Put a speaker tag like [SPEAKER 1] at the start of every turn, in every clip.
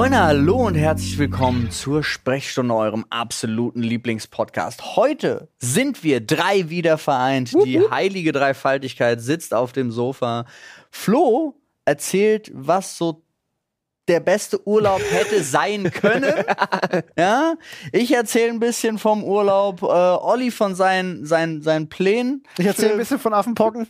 [SPEAKER 1] Freunde, hallo und herzlich willkommen zur Sprechstunde, eurem absoluten Lieblingspodcast. Heute sind wir drei wieder vereint. Die heilige Dreifaltigkeit sitzt auf dem Sofa. Flo erzählt, was so der beste Urlaub hätte sein können. Ja, ich erzähle ein bisschen vom Urlaub, Olli von seinen Plänen.
[SPEAKER 2] Ich erzähle ein bisschen von Affenpocken.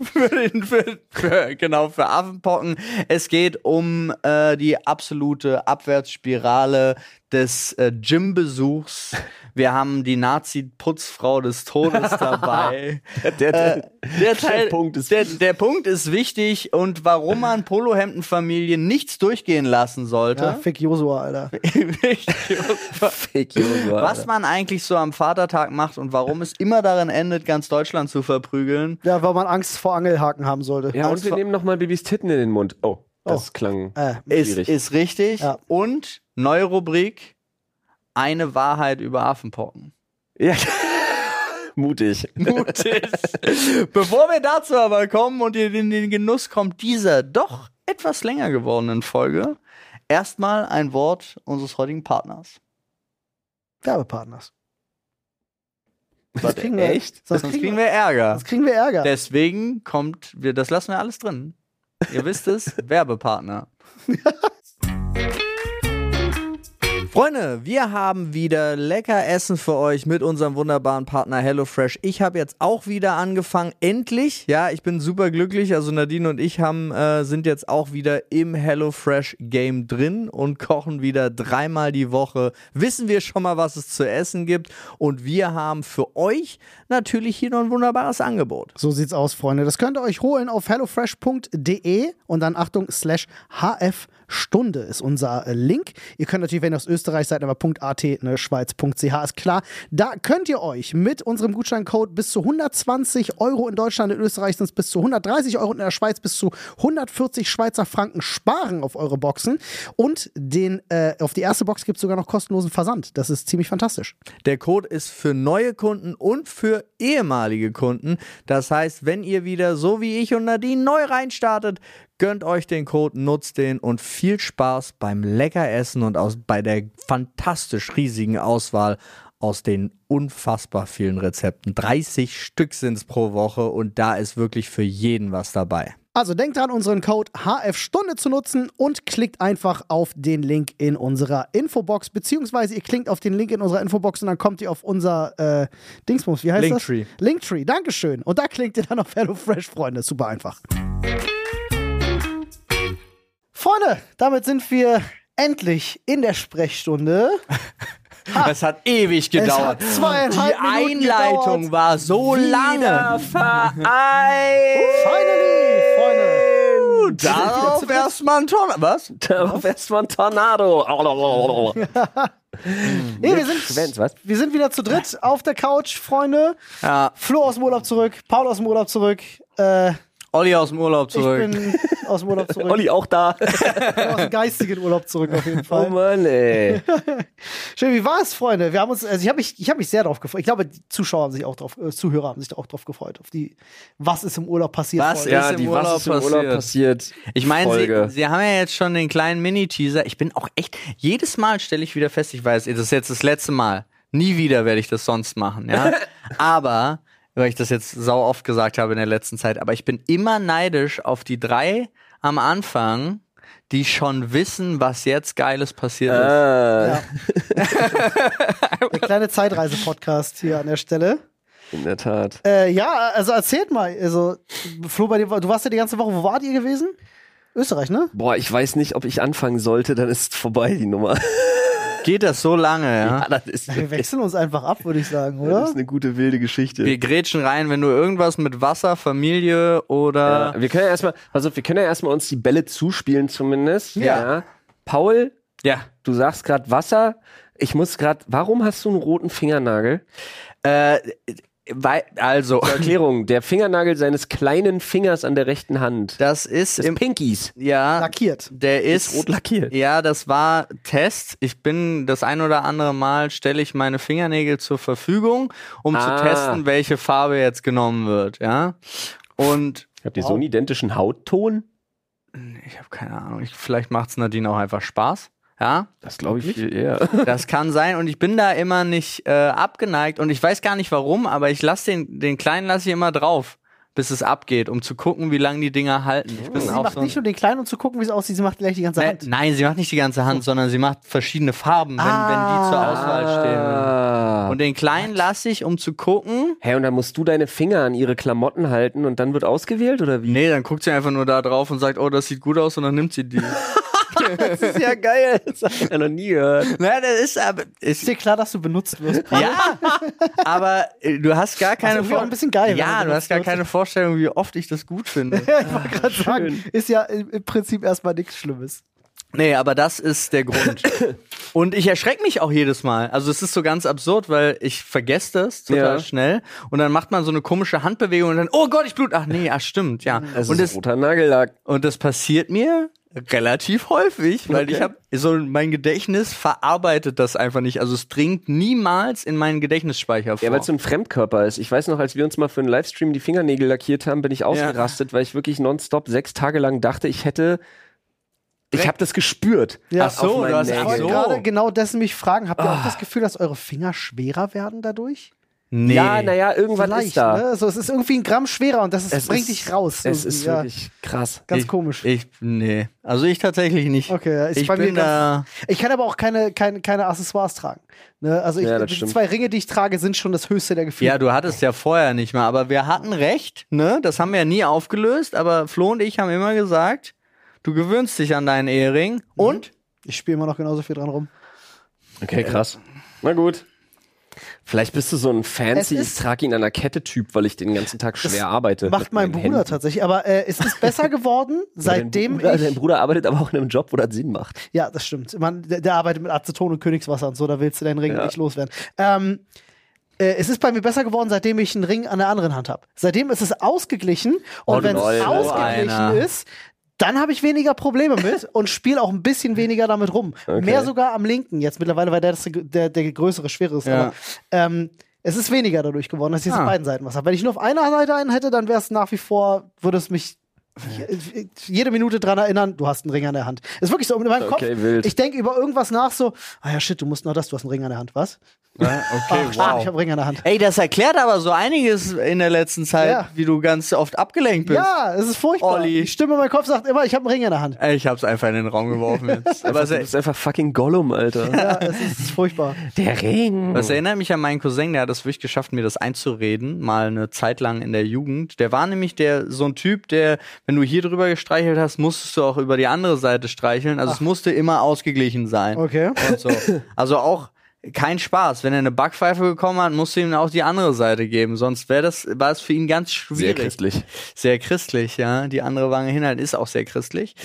[SPEAKER 1] Für Affenpocken. Es geht um die absolute Abwärtsspirale des Gymbesuchs. Wir haben die Nazi-Putzfrau des Todes dabei. Der Punkt ist wichtig und warum man Polohemdenfamilien nichts durchgehen lassen sollte.
[SPEAKER 2] Ja, Fick Josua, Alter.
[SPEAKER 1] Fick Josua. Was man eigentlich so am Vatertag macht und warum es immer darin endet, ganz Deutschland zu verprügeln.
[SPEAKER 2] Ja, weil man Angst vor Angelhaken haben sollte.
[SPEAKER 3] Ja, und wir nehmen nochmal Babys Titten in den Mund. Oh, das klang schwierig.
[SPEAKER 1] Ist richtig. Ja. Und neue Rubrik. Eine Wahrheit über Affenpocken.
[SPEAKER 3] Ja, mutig.
[SPEAKER 1] Bevor wir dazu aber kommen und ihr in den Genuss kommt dieser doch etwas länger gewordenen Folge, erstmal ein Wort unseres heutigen Partners.
[SPEAKER 2] Werbepartners.
[SPEAKER 1] Sonst kriegen wir Ärger. Deswegen das lassen wir alles drin. Ihr wisst es, Werbepartner. Freunde, wir haben wieder lecker Essen für euch mit unserem wunderbaren Partner HelloFresh. Ich habe jetzt auch wieder angefangen, endlich. Ja, ich bin super glücklich. Also Nadine und ich sind jetzt auch wieder im HelloFresh-Game drin und kochen wieder 3-mal die Woche. Wissen wir schon mal, was es zu essen gibt. Und wir haben für euch natürlich hier noch ein wunderbares Angebot.
[SPEAKER 2] So sieht's aus, Freunde. Das könnt ihr euch holen auf hellofresh.de und dann Achtung, /HF-Stunde ist unser Link. Ihr könnt natürlich, wenn ihr aus Österreich seid, aber .at, ne, Schweiz.ch ist klar. Da könnt ihr euch mit unserem Gutscheincode bis zu 120 Euro in Deutschland, in Österreich sind es bis zu 130 Euro und in der Schweiz bis zu 140 Schweizer Franken sparen auf eure Boxen. Und auf die erste Box gibt es sogar noch kostenlosen Versand. Das ist ziemlich fantastisch.
[SPEAKER 1] Der Code ist für neue Kunden und für ehemalige Kunden. Das heißt, wenn ihr wieder so wie ich und Nadine neu reinstartet, gönnt euch den Code, nutzt den und viel Spaß beim lecker Essen und bei der fantastisch riesigen Auswahl aus den unfassbar vielen Rezepten. 30 Stück sind es pro Woche und da ist wirklich für jeden was dabei.
[SPEAKER 2] Also denkt dran, unseren Code HF-Stunde zu nutzen und klickt einfach auf den Link in unserer Infobox, beziehungsweise ihr klickt auf den Link in unserer Infobox und dann kommt ihr auf unser Dingsbums, wie heißt
[SPEAKER 1] Linktree.
[SPEAKER 2] das? Linktree, dankeschön. Und da klickt ihr dann auf HelloFresh, Freunde, super einfach. Freunde, damit sind wir endlich in der Sprechstunde.
[SPEAKER 1] Das hat ewig gedauert.
[SPEAKER 2] Es hat 2,5
[SPEAKER 1] Die
[SPEAKER 2] Minuten
[SPEAKER 1] Einleitung
[SPEAKER 2] gedauert.
[SPEAKER 1] war so lange.
[SPEAKER 3] Verein!
[SPEAKER 2] Finally, Freunde.
[SPEAKER 1] Darauf erstmal ein Tornado. Was?
[SPEAKER 3] Darauf erstmal ein Tornado.
[SPEAKER 2] Nee, wir sind wieder zu dritt auf der Couch, Freunde.
[SPEAKER 1] Ja.
[SPEAKER 2] Flo aus dem Urlaub zurück, Paul aus dem Urlaub zurück.
[SPEAKER 1] Olli aus dem Urlaub zurück.
[SPEAKER 2] Ich bin aus dem Urlaub zurück.
[SPEAKER 3] Olli auch da.
[SPEAKER 2] Aus dem geistigen Urlaub zurück auf jeden Fall.
[SPEAKER 3] Oh Mann, ey.
[SPEAKER 2] Schön, wie war es, Freunde? Wir haben uns, also ich habe mich sehr drauf gefreut. Ich glaube, die Zuschauer haben sich auch Zuhörer haben sich auch drauf gefreut. Auf die Was ist im Urlaub passiert?
[SPEAKER 1] Was
[SPEAKER 2] Folge.
[SPEAKER 1] ist im Urlaub passiert? Ich meine, Sie haben ja jetzt schon den kleinen Mini-Teaser. Ich bin auch echt, jedes Mal stelle ich wieder fest, ich weiß, das ist jetzt das letzte Mal. Nie wieder werde ich das sonst machen, ja. Aber weil ich das jetzt sau oft gesagt habe in der letzten Zeit, aber ich bin immer neidisch auf die 3 am Anfang, die schon wissen, was jetzt Geiles passiert ist.
[SPEAKER 2] Ja. Der kleine Zeitreise-Podcast hier an der Stelle.
[SPEAKER 3] In der Tat.
[SPEAKER 2] Ja, also erzählt mal. Also, Flo, bei dir, du warst ja die ganze Woche, wo wart ihr gewesen? Österreich, ne?
[SPEAKER 3] Boah, ich weiß nicht, ob ich anfangen sollte, dann ist vorbei die Nummer.
[SPEAKER 1] Geht das so lange, ja?
[SPEAKER 3] Das ist
[SPEAKER 2] Wir wechseln uns einfach ab, würde ich sagen, oder?
[SPEAKER 3] Das ist eine gute wilde Geschichte.
[SPEAKER 1] Wir grätschen rein, wenn du irgendwas mit Wasser, Familie oder...
[SPEAKER 3] Ja, wir können ja erstmal uns die Bälle zuspielen zumindest.
[SPEAKER 2] Ja.
[SPEAKER 3] Paul,
[SPEAKER 1] Ja.
[SPEAKER 3] du sagst gerade Wasser. Warum hast du einen roten Fingernagel?
[SPEAKER 1] Also,
[SPEAKER 3] Zur Erklärung, der Fingernagel seines kleinen Fingers an der rechten Hand.
[SPEAKER 1] das ist
[SPEAKER 3] Des Pinkies.
[SPEAKER 1] Ja,
[SPEAKER 2] Lackiert.
[SPEAKER 1] der ist
[SPEAKER 3] Rot lackiert.
[SPEAKER 1] Ja, das war Test. Ich bin das ein oder andere Mal stelle ich meine Fingernägel zur Verfügung, um zu testen, welche Farbe jetzt genommen wird, ja. Und
[SPEAKER 3] Habt ihr so einen identischen Hautton?
[SPEAKER 1] ich habe keine Ahnung. Vielleicht macht's Nadine auch einfach Spaß. Ja,
[SPEAKER 3] Das glaube ich viel eher.
[SPEAKER 1] das kann sein und ich bin da immer nicht abgeneigt und ich weiß gar nicht warum, aber ich lasse den Kleinen lasse ich immer drauf, bis es abgeht, um zu gucken, wie lange die Dinger halten. Ich bin
[SPEAKER 2] Sie
[SPEAKER 1] auch
[SPEAKER 2] macht
[SPEAKER 1] so
[SPEAKER 2] nicht nur den Kleinen, um zu gucken, wie es aussieht, sie macht gleich die ganze Hand.
[SPEAKER 1] Nein, sie macht nicht die ganze Hand, sondern sie macht verschiedene Farben, wenn die zur Auswahl stehen. Und den Kleinen lasse ich, um zu gucken.
[SPEAKER 3] Hä, und dann musst du deine Finger an ihre Klamotten halten und dann wird ausgewählt, oder wie?
[SPEAKER 1] Nee, dann guckt sie einfach nur da drauf und sagt, oh, das sieht gut aus und dann nimmt sie die.
[SPEAKER 3] Das ist ja geil. Das hab ich ja noch nie gehört.
[SPEAKER 1] Naja, das ist aber...
[SPEAKER 2] Ist dir klar, dass du benutzt wirst?
[SPEAKER 1] Ja, aber du hast gar keine
[SPEAKER 2] irgendwie auch ein bisschen geil, wenn
[SPEAKER 1] Ja,
[SPEAKER 2] man
[SPEAKER 1] du hast gar
[SPEAKER 2] benutzt wird.
[SPEAKER 1] keine Vorstellung, wie oft ich das gut finde.
[SPEAKER 2] Ja, ich wollte gerade sagen, ist ja im Prinzip erstmal nichts Schlimmes.
[SPEAKER 1] Nee, aber das ist der Grund. Und ich erschrecke mich auch jedes Mal. Also es ist so ganz absurd, weil ich vergesse das total schnell. Und dann macht man so eine komische Handbewegung und dann, oh Gott, ich blut. Ach nee, stimmt, ja.
[SPEAKER 3] Das ist roter Nagellack.
[SPEAKER 1] Und das passiert mir relativ häufig, weil ich habe so mein Gedächtnis verarbeitet das einfach nicht. Also es dringt niemals in meinen Gedächtnisspeicher vor.
[SPEAKER 3] Ja, weil es so ein Fremdkörper ist. Ich weiß noch, als wir uns mal für einen Livestream die Fingernägel lackiert haben, bin ich ausgerastet, weil ich wirklich nonstop 6 Tage lang dachte, ich habe das gespürt.
[SPEAKER 2] Ja.
[SPEAKER 1] Ach so,
[SPEAKER 3] auf
[SPEAKER 1] du hast
[SPEAKER 3] meinen
[SPEAKER 2] Ich wollte
[SPEAKER 3] Nägeln.
[SPEAKER 2] gerade genau dessen mich fragen. Habt ihr auch das Gefühl, dass eure Finger schwerer werden dadurch?
[SPEAKER 1] Nee.
[SPEAKER 3] Ja, naja, irgendwas
[SPEAKER 2] Vielleicht,
[SPEAKER 3] ist da.
[SPEAKER 2] ne? So, es ist irgendwie ein Gramm schwerer und
[SPEAKER 3] Es
[SPEAKER 2] bringt
[SPEAKER 3] ist-
[SPEAKER 2] dich raus.
[SPEAKER 3] Es
[SPEAKER 2] irgendwie,
[SPEAKER 3] ist
[SPEAKER 2] ja.
[SPEAKER 3] wirklich krass.
[SPEAKER 2] Ganz komisch.
[SPEAKER 1] Nee. Also ich tatsächlich nicht.
[SPEAKER 2] Okay, ja, ist
[SPEAKER 1] Ich
[SPEAKER 2] bei mir
[SPEAKER 1] bin da...
[SPEAKER 2] Ich kann aber auch keine Accessoires tragen. Ne? Also
[SPEAKER 3] Ja, das
[SPEAKER 2] die
[SPEAKER 3] stimmt.
[SPEAKER 2] 2 Ringe, die ich trage, sind schon das höchste der Gefühle.
[SPEAKER 1] Ja, du hattest ja vorher nicht mal, aber wir hatten recht, ne? Das haben wir ja nie aufgelöst, aber Flo und ich haben immer gesagt, du gewöhnst dich an deinen Ehering und
[SPEAKER 2] Ich spiele immer noch genauso viel dran rum.
[SPEAKER 3] Okay, krass. Na gut. Vielleicht bist du so ein fancy,
[SPEAKER 2] Es
[SPEAKER 3] ich
[SPEAKER 2] ist-
[SPEAKER 3] trage ihn an der Kette Typ, weil ich den ganzen Tag schwer arbeite.
[SPEAKER 2] Macht
[SPEAKER 3] mit
[SPEAKER 2] mein
[SPEAKER 3] meinen
[SPEAKER 2] Bruder
[SPEAKER 3] Händen.
[SPEAKER 2] tatsächlich. Aber es ist besser geworden, seitdem
[SPEAKER 3] Dein
[SPEAKER 2] ich...
[SPEAKER 3] Bruder arbeitet aber auch in einem Job, wo das Sinn macht.
[SPEAKER 2] Ja, das stimmt. Der arbeitet mit Aceton und Königswasser und so, da willst du deinen Ring nicht loswerden. Es ist bei mir besser geworden, seitdem ich einen Ring an der anderen Hand habe. Seitdem ist es ausgeglichen und wenn es
[SPEAKER 1] lol,
[SPEAKER 2] ausgeglichen
[SPEAKER 1] einer.
[SPEAKER 2] ist, dann habe ich weniger Probleme mit und spiele auch ein bisschen weniger damit rum.
[SPEAKER 3] Okay.
[SPEAKER 2] Mehr sogar am linken jetzt mittlerweile, weil der größere, schwere ist.
[SPEAKER 1] Ja.
[SPEAKER 2] Aber es ist weniger dadurch geworden, dass ich jetzt auf
[SPEAKER 1] Ah.
[SPEAKER 2] beiden Seiten was habe. Wenn ich nur auf einer Seite einen hätte, dann wäre es nach wie vor, würde es mich jede Minute dran erinnern, du hast einen Ring an der Hand. Ist wirklich so in meinem Kopf.
[SPEAKER 3] Okay, wild.
[SPEAKER 2] Ich denke über irgendwas nach, so, ah ja, shit, du musst noch das, du hast einen Ring an der Hand, was?
[SPEAKER 1] Okay,
[SPEAKER 2] Ach, stimmt, ich habe einen Ring an der Hand.
[SPEAKER 1] Ey, das erklärt aber so einiges in der letzten Zeit,
[SPEAKER 2] Ja.
[SPEAKER 1] wie du ganz oft abgelenkt bist.
[SPEAKER 2] Ja, es ist furchtbar.
[SPEAKER 1] Olli.
[SPEAKER 2] Die Stimme in meinem Kopf sagt immer, ich habe einen Ring in der Hand.
[SPEAKER 1] Ey, ich hab's einfach in den Raum geworfen jetzt. Aber
[SPEAKER 3] Du bist einfach fucking Gollum, Alter.
[SPEAKER 2] Ja, es ist furchtbar.
[SPEAKER 3] Der Ring.
[SPEAKER 1] das erinnert mich an meinen Cousin, der hat es wirklich geschafft, mir das einzureden, mal eine Zeit lang in der Jugend. Der war nämlich so ein Typ, der, wenn du hier drüber gestreichelt hast, musstest du auch über die andere Seite streicheln. Also es musste immer ausgeglichen sein.
[SPEAKER 2] Okay.
[SPEAKER 1] Und so. Also auch kein Spaß. Wenn er eine Backpfeife bekommen hat, musst du ihm auch die andere Seite geben. Sonst war es für ihn ganz schwierig.
[SPEAKER 3] Sehr christlich.
[SPEAKER 1] Sehr christlich, ja. Die andere Wange hinhalten ist auch sehr christlich.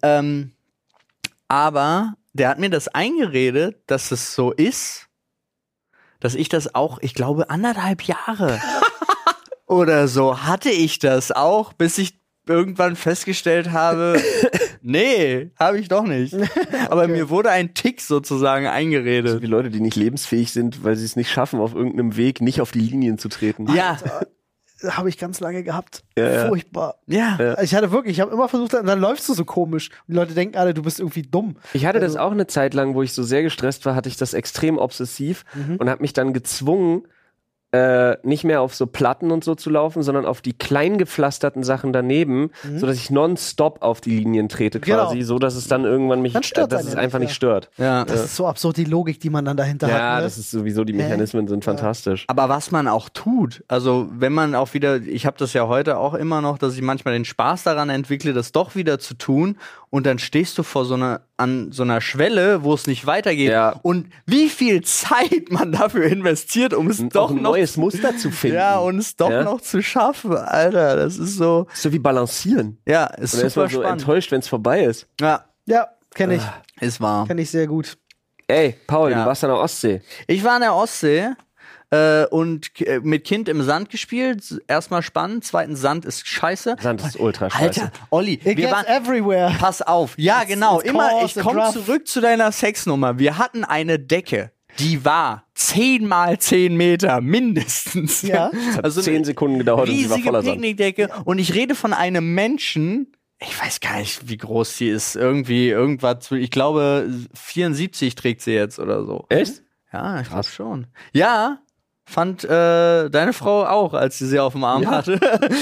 [SPEAKER 1] Aber der hat mir das eingeredet, dass es so ist, dass ich das auch, ich glaube, 1,5 Jahre oder so hatte ich das auch, bis ich irgendwann festgestellt habe, nee, habe ich doch nicht. Aber mir wurde ein Tick sozusagen eingeredet.
[SPEAKER 3] Wie Leute, die nicht lebensfähig sind, weil sie es nicht schaffen, auf irgendeinem Weg nicht auf die Linien zu treten.
[SPEAKER 1] Ja,
[SPEAKER 2] Habe ich ganz lange gehabt.
[SPEAKER 3] Ja.
[SPEAKER 2] Furchtbar.
[SPEAKER 1] ja.
[SPEAKER 2] Ich habe immer versucht, und dann läufst du so komisch. Und die Leute denken alle, du bist irgendwie dumm.
[SPEAKER 3] Ich hatte das auch eine Zeit lang, wo ich so sehr gestresst war, hatte ich das extrem obsessiv und habe mich dann gezwungen, nicht mehr auf so Platten und so zu laufen, sondern auf die klein gepflasterten Sachen daneben, sodass ich nonstop auf die Linien trete quasi,
[SPEAKER 2] Genau.
[SPEAKER 3] so dass es dann irgendwann mich,
[SPEAKER 2] Dann stört's
[SPEAKER 3] dass
[SPEAKER 2] einen
[SPEAKER 3] es
[SPEAKER 2] ja
[SPEAKER 3] einfach
[SPEAKER 2] nicht,
[SPEAKER 3] nicht stört.
[SPEAKER 1] Ja.
[SPEAKER 2] Das ist so absurd, die Logik, die man dann dahinter
[SPEAKER 3] Ja,
[SPEAKER 2] hat. Ne?
[SPEAKER 3] das ist sowieso, die Mechanismen sind fantastisch.
[SPEAKER 1] Aber was man auch tut, also wenn man auch wieder, ich habe das ja heute auch immer noch, dass ich manchmal den Spaß daran entwickle, das doch wieder zu tun und dann stehst du an so einer Schwelle, wo es nicht weitergeht
[SPEAKER 3] Ja.
[SPEAKER 1] und wie viel Zeit man dafür investiert, um es
[SPEAKER 3] Und
[SPEAKER 1] doch
[SPEAKER 3] auch ein
[SPEAKER 1] noch
[SPEAKER 3] neues Muster zu finden.
[SPEAKER 1] ja, und es doch
[SPEAKER 3] Ja.
[SPEAKER 1] noch zu schaffen, Alter, das ist so,
[SPEAKER 3] So wie balancieren.
[SPEAKER 1] ja, ist
[SPEAKER 3] Und dann ist
[SPEAKER 1] super
[SPEAKER 3] man so
[SPEAKER 1] spannend.
[SPEAKER 3] enttäuscht, wenn es vorbei ist.
[SPEAKER 1] Ja,
[SPEAKER 2] Ja, kenne ich.
[SPEAKER 1] ist wahr.
[SPEAKER 2] Kenne ich sehr gut.
[SPEAKER 3] Ey, Paul,
[SPEAKER 1] Ja.
[SPEAKER 3] du warst an der Ostsee.
[SPEAKER 1] Ich war an der Ostsee und mit Kind im Sand gespielt. Erstmal spannend. Zweitens, Sand ist scheiße.
[SPEAKER 3] Sand ist ultra scheiße.
[SPEAKER 1] Alter, Olli,
[SPEAKER 2] It
[SPEAKER 1] wir
[SPEAKER 2] gets
[SPEAKER 1] waren.
[SPEAKER 2] everywhere.
[SPEAKER 1] Pass auf. Ja, genau.
[SPEAKER 2] it's
[SPEAKER 1] Immer,
[SPEAKER 2] coarse
[SPEAKER 1] ich komme
[SPEAKER 2] and rough.
[SPEAKER 1] zurück zu deiner Sexnummer. Wir hatten eine Decke. Die war 10 mal 10 Meter mindestens.
[SPEAKER 2] Ja.
[SPEAKER 3] Es hat
[SPEAKER 1] Also
[SPEAKER 3] 10 Sekunden gedauert und sie war
[SPEAKER 1] riesige
[SPEAKER 3] voller Sand.
[SPEAKER 1] Picknickdecke. Und ich rede von einem Menschen, Ich weiß gar nicht, wie groß sie ist. Irgendwas, ich glaube 74 trägt sie jetzt oder so.
[SPEAKER 3] Echt?
[SPEAKER 1] Ja, ich glaube schon. Ja, fand deine Frau auch, als sie auf dem Arm hatte.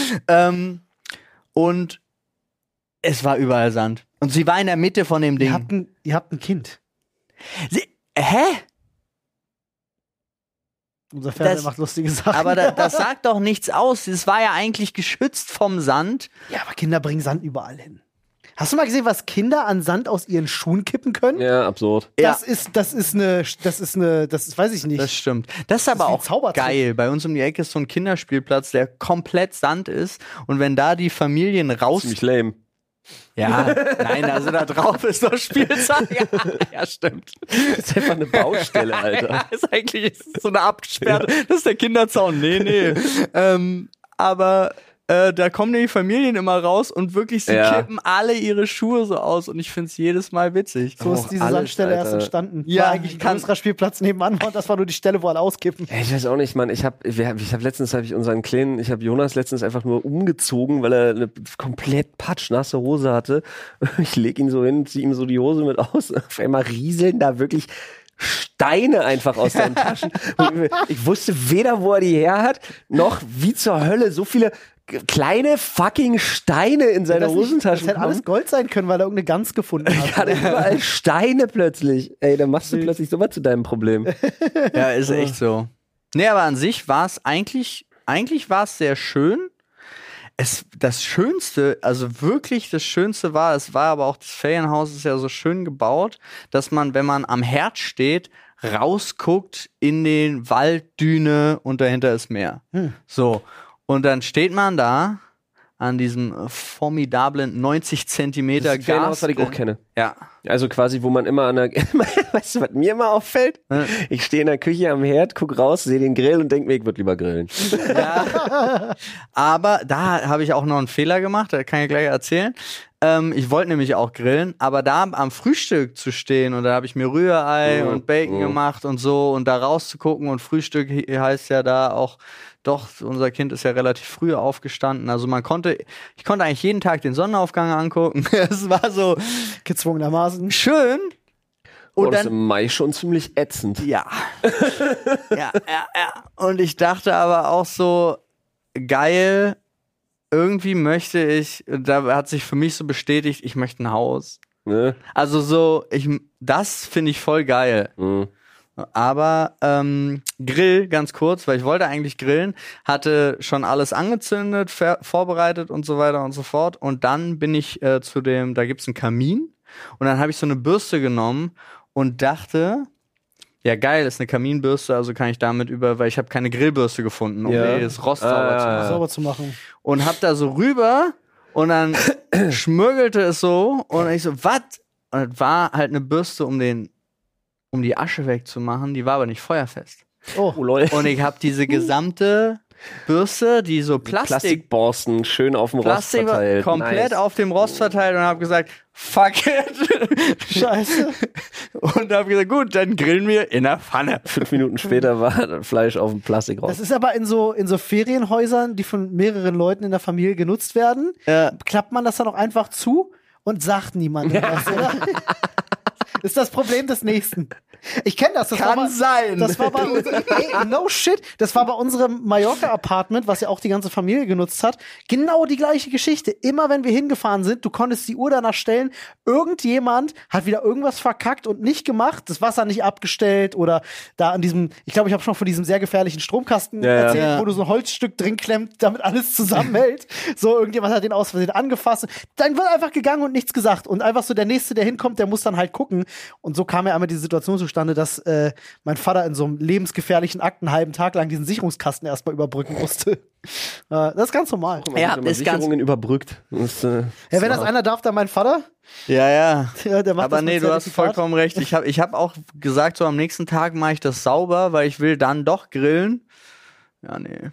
[SPEAKER 1] Und es war überall Sand. Und sie war in der Mitte von dem Ding.
[SPEAKER 2] Ihr habt ein Kind.
[SPEAKER 1] Hä?
[SPEAKER 2] Unser Fernseher macht lustige Sachen.
[SPEAKER 1] Aber das sagt doch nichts aus. Es war ja eigentlich geschützt vom Sand.
[SPEAKER 2] Ja, aber Kinder bringen Sand überall hin. Hast du mal gesehen, was Kinder an Sand aus ihren Schuhen kippen können?
[SPEAKER 3] Ja, absurd.
[SPEAKER 2] Das ist, weiß ich nicht.
[SPEAKER 1] Das stimmt. Das ist aber
[SPEAKER 2] wie ein
[SPEAKER 1] auch
[SPEAKER 2] Zaubertrick.
[SPEAKER 1] geil. Bei uns um die Ecke ist so ein Kinderspielplatz, der komplett Sand ist. Und wenn da die Familien raus...
[SPEAKER 3] Ziemlich lame.
[SPEAKER 1] Ja, nein, also da drauf ist doch Spielzeug. Ja, stimmt.
[SPEAKER 3] Das ist einfach eine Baustelle, Alter.
[SPEAKER 1] Ja, ist eigentlich so eine abgesperrte. Das ist der Kinderzaun. Nee. Aber da kommen die Familien immer raus und wirklich, sie kippen alle ihre Schuhe so aus und ich find's jedes Mal witzig.
[SPEAKER 2] So ist diese
[SPEAKER 3] alles,
[SPEAKER 2] Sandstelle
[SPEAKER 3] Alter.
[SPEAKER 2] erst entstanden.
[SPEAKER 1] Ja,
[SPEAKER 2] war eigentlich ein größerer Spielplatz nebenan und das war nur die Stelle, wo alle auskippen.
[SPEAKER 3] Ja, ich weiß auch nicht, Mann. Ich hab unseren Kleinen, Jonas letztens einfach nur umgezogen, weil er eine komplett patschnasse Hose hatte. Ich leg ihn so hin, zieh ihm so die Hose mit aus. Auf einmal rieseln da wirklich Steine einfach aus seinen Taschen. Ich wusste weder, wo er die her hat, noch wie zur Hölle so viele kleine fucking Steine in seine Hosentaschen.
[SPEAKER 2] Das hätte alles Gold sein können, weil er irgendeine Gans gefunden hat.
[SPEAKER 3] Ich hatte überall Steine plötzlich. Ey, dann machst du plötzlich sowas zu deinem Problem.
[SPEAKER 1] Ja, ist echt so. Nee, aber an sich war es eigentlich war es sehr schön. Das Schönste, also wirklich das Schönste war, es war aber auch, das Ferienhaus ist ja so schön gebaut, dass man, wenn man am Herd steht, rausguckt in den Walddüne und dahinter ist Meer. So. Und dann steht man da an diesem formidablen 90 Zentimeter
[SPEAKER 3] Das Ferienhaus,
[SPEAKER 1] Gas.
[SPEAKER 3] was ich auch kenne.
[SPEAKER 1] Ja.
[SPEAKER 3] Also quasi, wo man immer an der, weißt du, was mir immer auffällt? Ich stehe in der Küche am Herd, guck raus, sehe den Grill und denke mir, ich würde lieber grillen.
[SPEAKER 1] Ja. Aber da habe ich auch noch einen Fehler gemacht, da kann ich gleich erzählen. Ich wollte nämlich auch grillen, aber da am Frühstück zu stehen und da habe ich mir Rührei und Bacon gemacht und so und da rauszugucken und Frühstück heißt ja da auch, doch, unser Kind ist ja relativ früh aufgestanden, also ich konnte eigentlich jeden Tag den Sonnenaufgang angucken. Es war so
[SPEAKER 2] Gezwungenermaßen.
[SPEAKER 1] schön. Und
[SPEAKER 3] Das ist
[SPEAKER 1] dann
[SPEAKER 3] im Mai schon ziemlich ätzend.
[SPEAKER 1] ja. Ja. Und ich dachte aber auch so, geil, irgendwie möchte ich, da hat sich für mich so bestätigt, ich möchte ein Haus.
[SPEAKER 3] Ne?
[SPEAKER 1] Also so, das finde ich voll geil.
[SPEAKER 3] Mhm.
[SPEAKER 1] Aber Grill, ganz kurz, weil ich wollte eigentlich grillen, hatte schon alles angezündet, vorbereitet und so weiter und so fort. Und dann bin ich da gibt's einen Kamin und dann habe ich so eine Bürste genommen und dachte, ja geil, ist eine Kaminbürste, also kann ich damit weil ich habe keine Grillbürste gefunden, um das Rost
[SPEAKER 2] Sauber zu machen.
[SPEAKER 1] und hab da so rüber und dann schmürgelte es so und ich so, was? Und es war halt eine Bürste, um die Asche wegzumachen, die war aber nicht feuerfest.
[SPEAKER 2] Oh,
[SPEAKER 3] lol.
[SPEAKER 1] Und ich habe diese gesamte Bürste, die so
[SPEAKER 3] Plastikborsten schön auf dem Rost verteilt.
[SPEAKER 1] komplett
[SPEAKER 3] Nice.
[SPEAKER 1] auf dem Rost verteilt und habe gesagt, fuck it.
[SPEAKER 2] Scheiße.
[SPEAKER 1] Und habe gesagt, gut, dann grillen wir in der Pfanne.
[SPEAKER 3] 5 Minuten später war das Fleisch auf dem Plastikrost.
[SPEAKER 2] Das ist aber in so Ferienhäusern, die von mehreren Leuten in der Familie genutzt werden, klappt man das dann auch einfach zu und sagt niemandem was, oder? Ist das Problem des Nächsten. Ich kenne das.
[SPEAKER 1] Kann sein.
[SPEAKER 2] Das war bei uns, no shit. Das war bei unserem Mallorca-Apartment, was ja auch die ganze Familie genutzt hat. Genau die gleiche Geschichte. Immer wenn wir hingefahren sind, du konntest die Uhr danach stellen, irgendjemand hat wieder irgendwas verkackt und nicht gemacht, das Wasser nicht abgestellt oder da an diesem, ich glaube, ich habe schon von diesem sehr gefährlichen Stromkasten erzählt, wo du so ein Holzstück drin klemmt, damit alles zusammenhält. So, irgendjemand hat den aus Versehen angefasst. Dann wird einfach gegangen und nichts gesagt. Und einfach so der Nächste, der hinkommt, der muss dann halt gucken. Und so kam ja einmal die Situation zustande, dass mein Vater in so einem lebensgefährlichen Akt einen halben Tag lang diesen Sicherungskasten erstmal überbrücken musste. Das ist ganz normal.
[SPEAKER 1] Ja,
[SPEAKER 3] wenn man
[SPEAKER 1] ist ganz
[SPEAKER 3] Sicherungen überbrückt. Das,
[SPEAKER 2] Ja, wenn das einer darf, dann mein Vater.
[SPEAKER 1] Ja.
[SPEAKER 2] Ja, der macht
[SPEAKER 1] Aber
[SPEAKER 2] das mit
[SPEAKER 1] nee, du hast
[SPEAKER 2] Zertifikat.
[SPEAKER 1] vollkommen recht. Ich hab auch gesagt, so am nächsten Tag mache ich das sauber, weil ich will dann doch grillen. Ja, nee.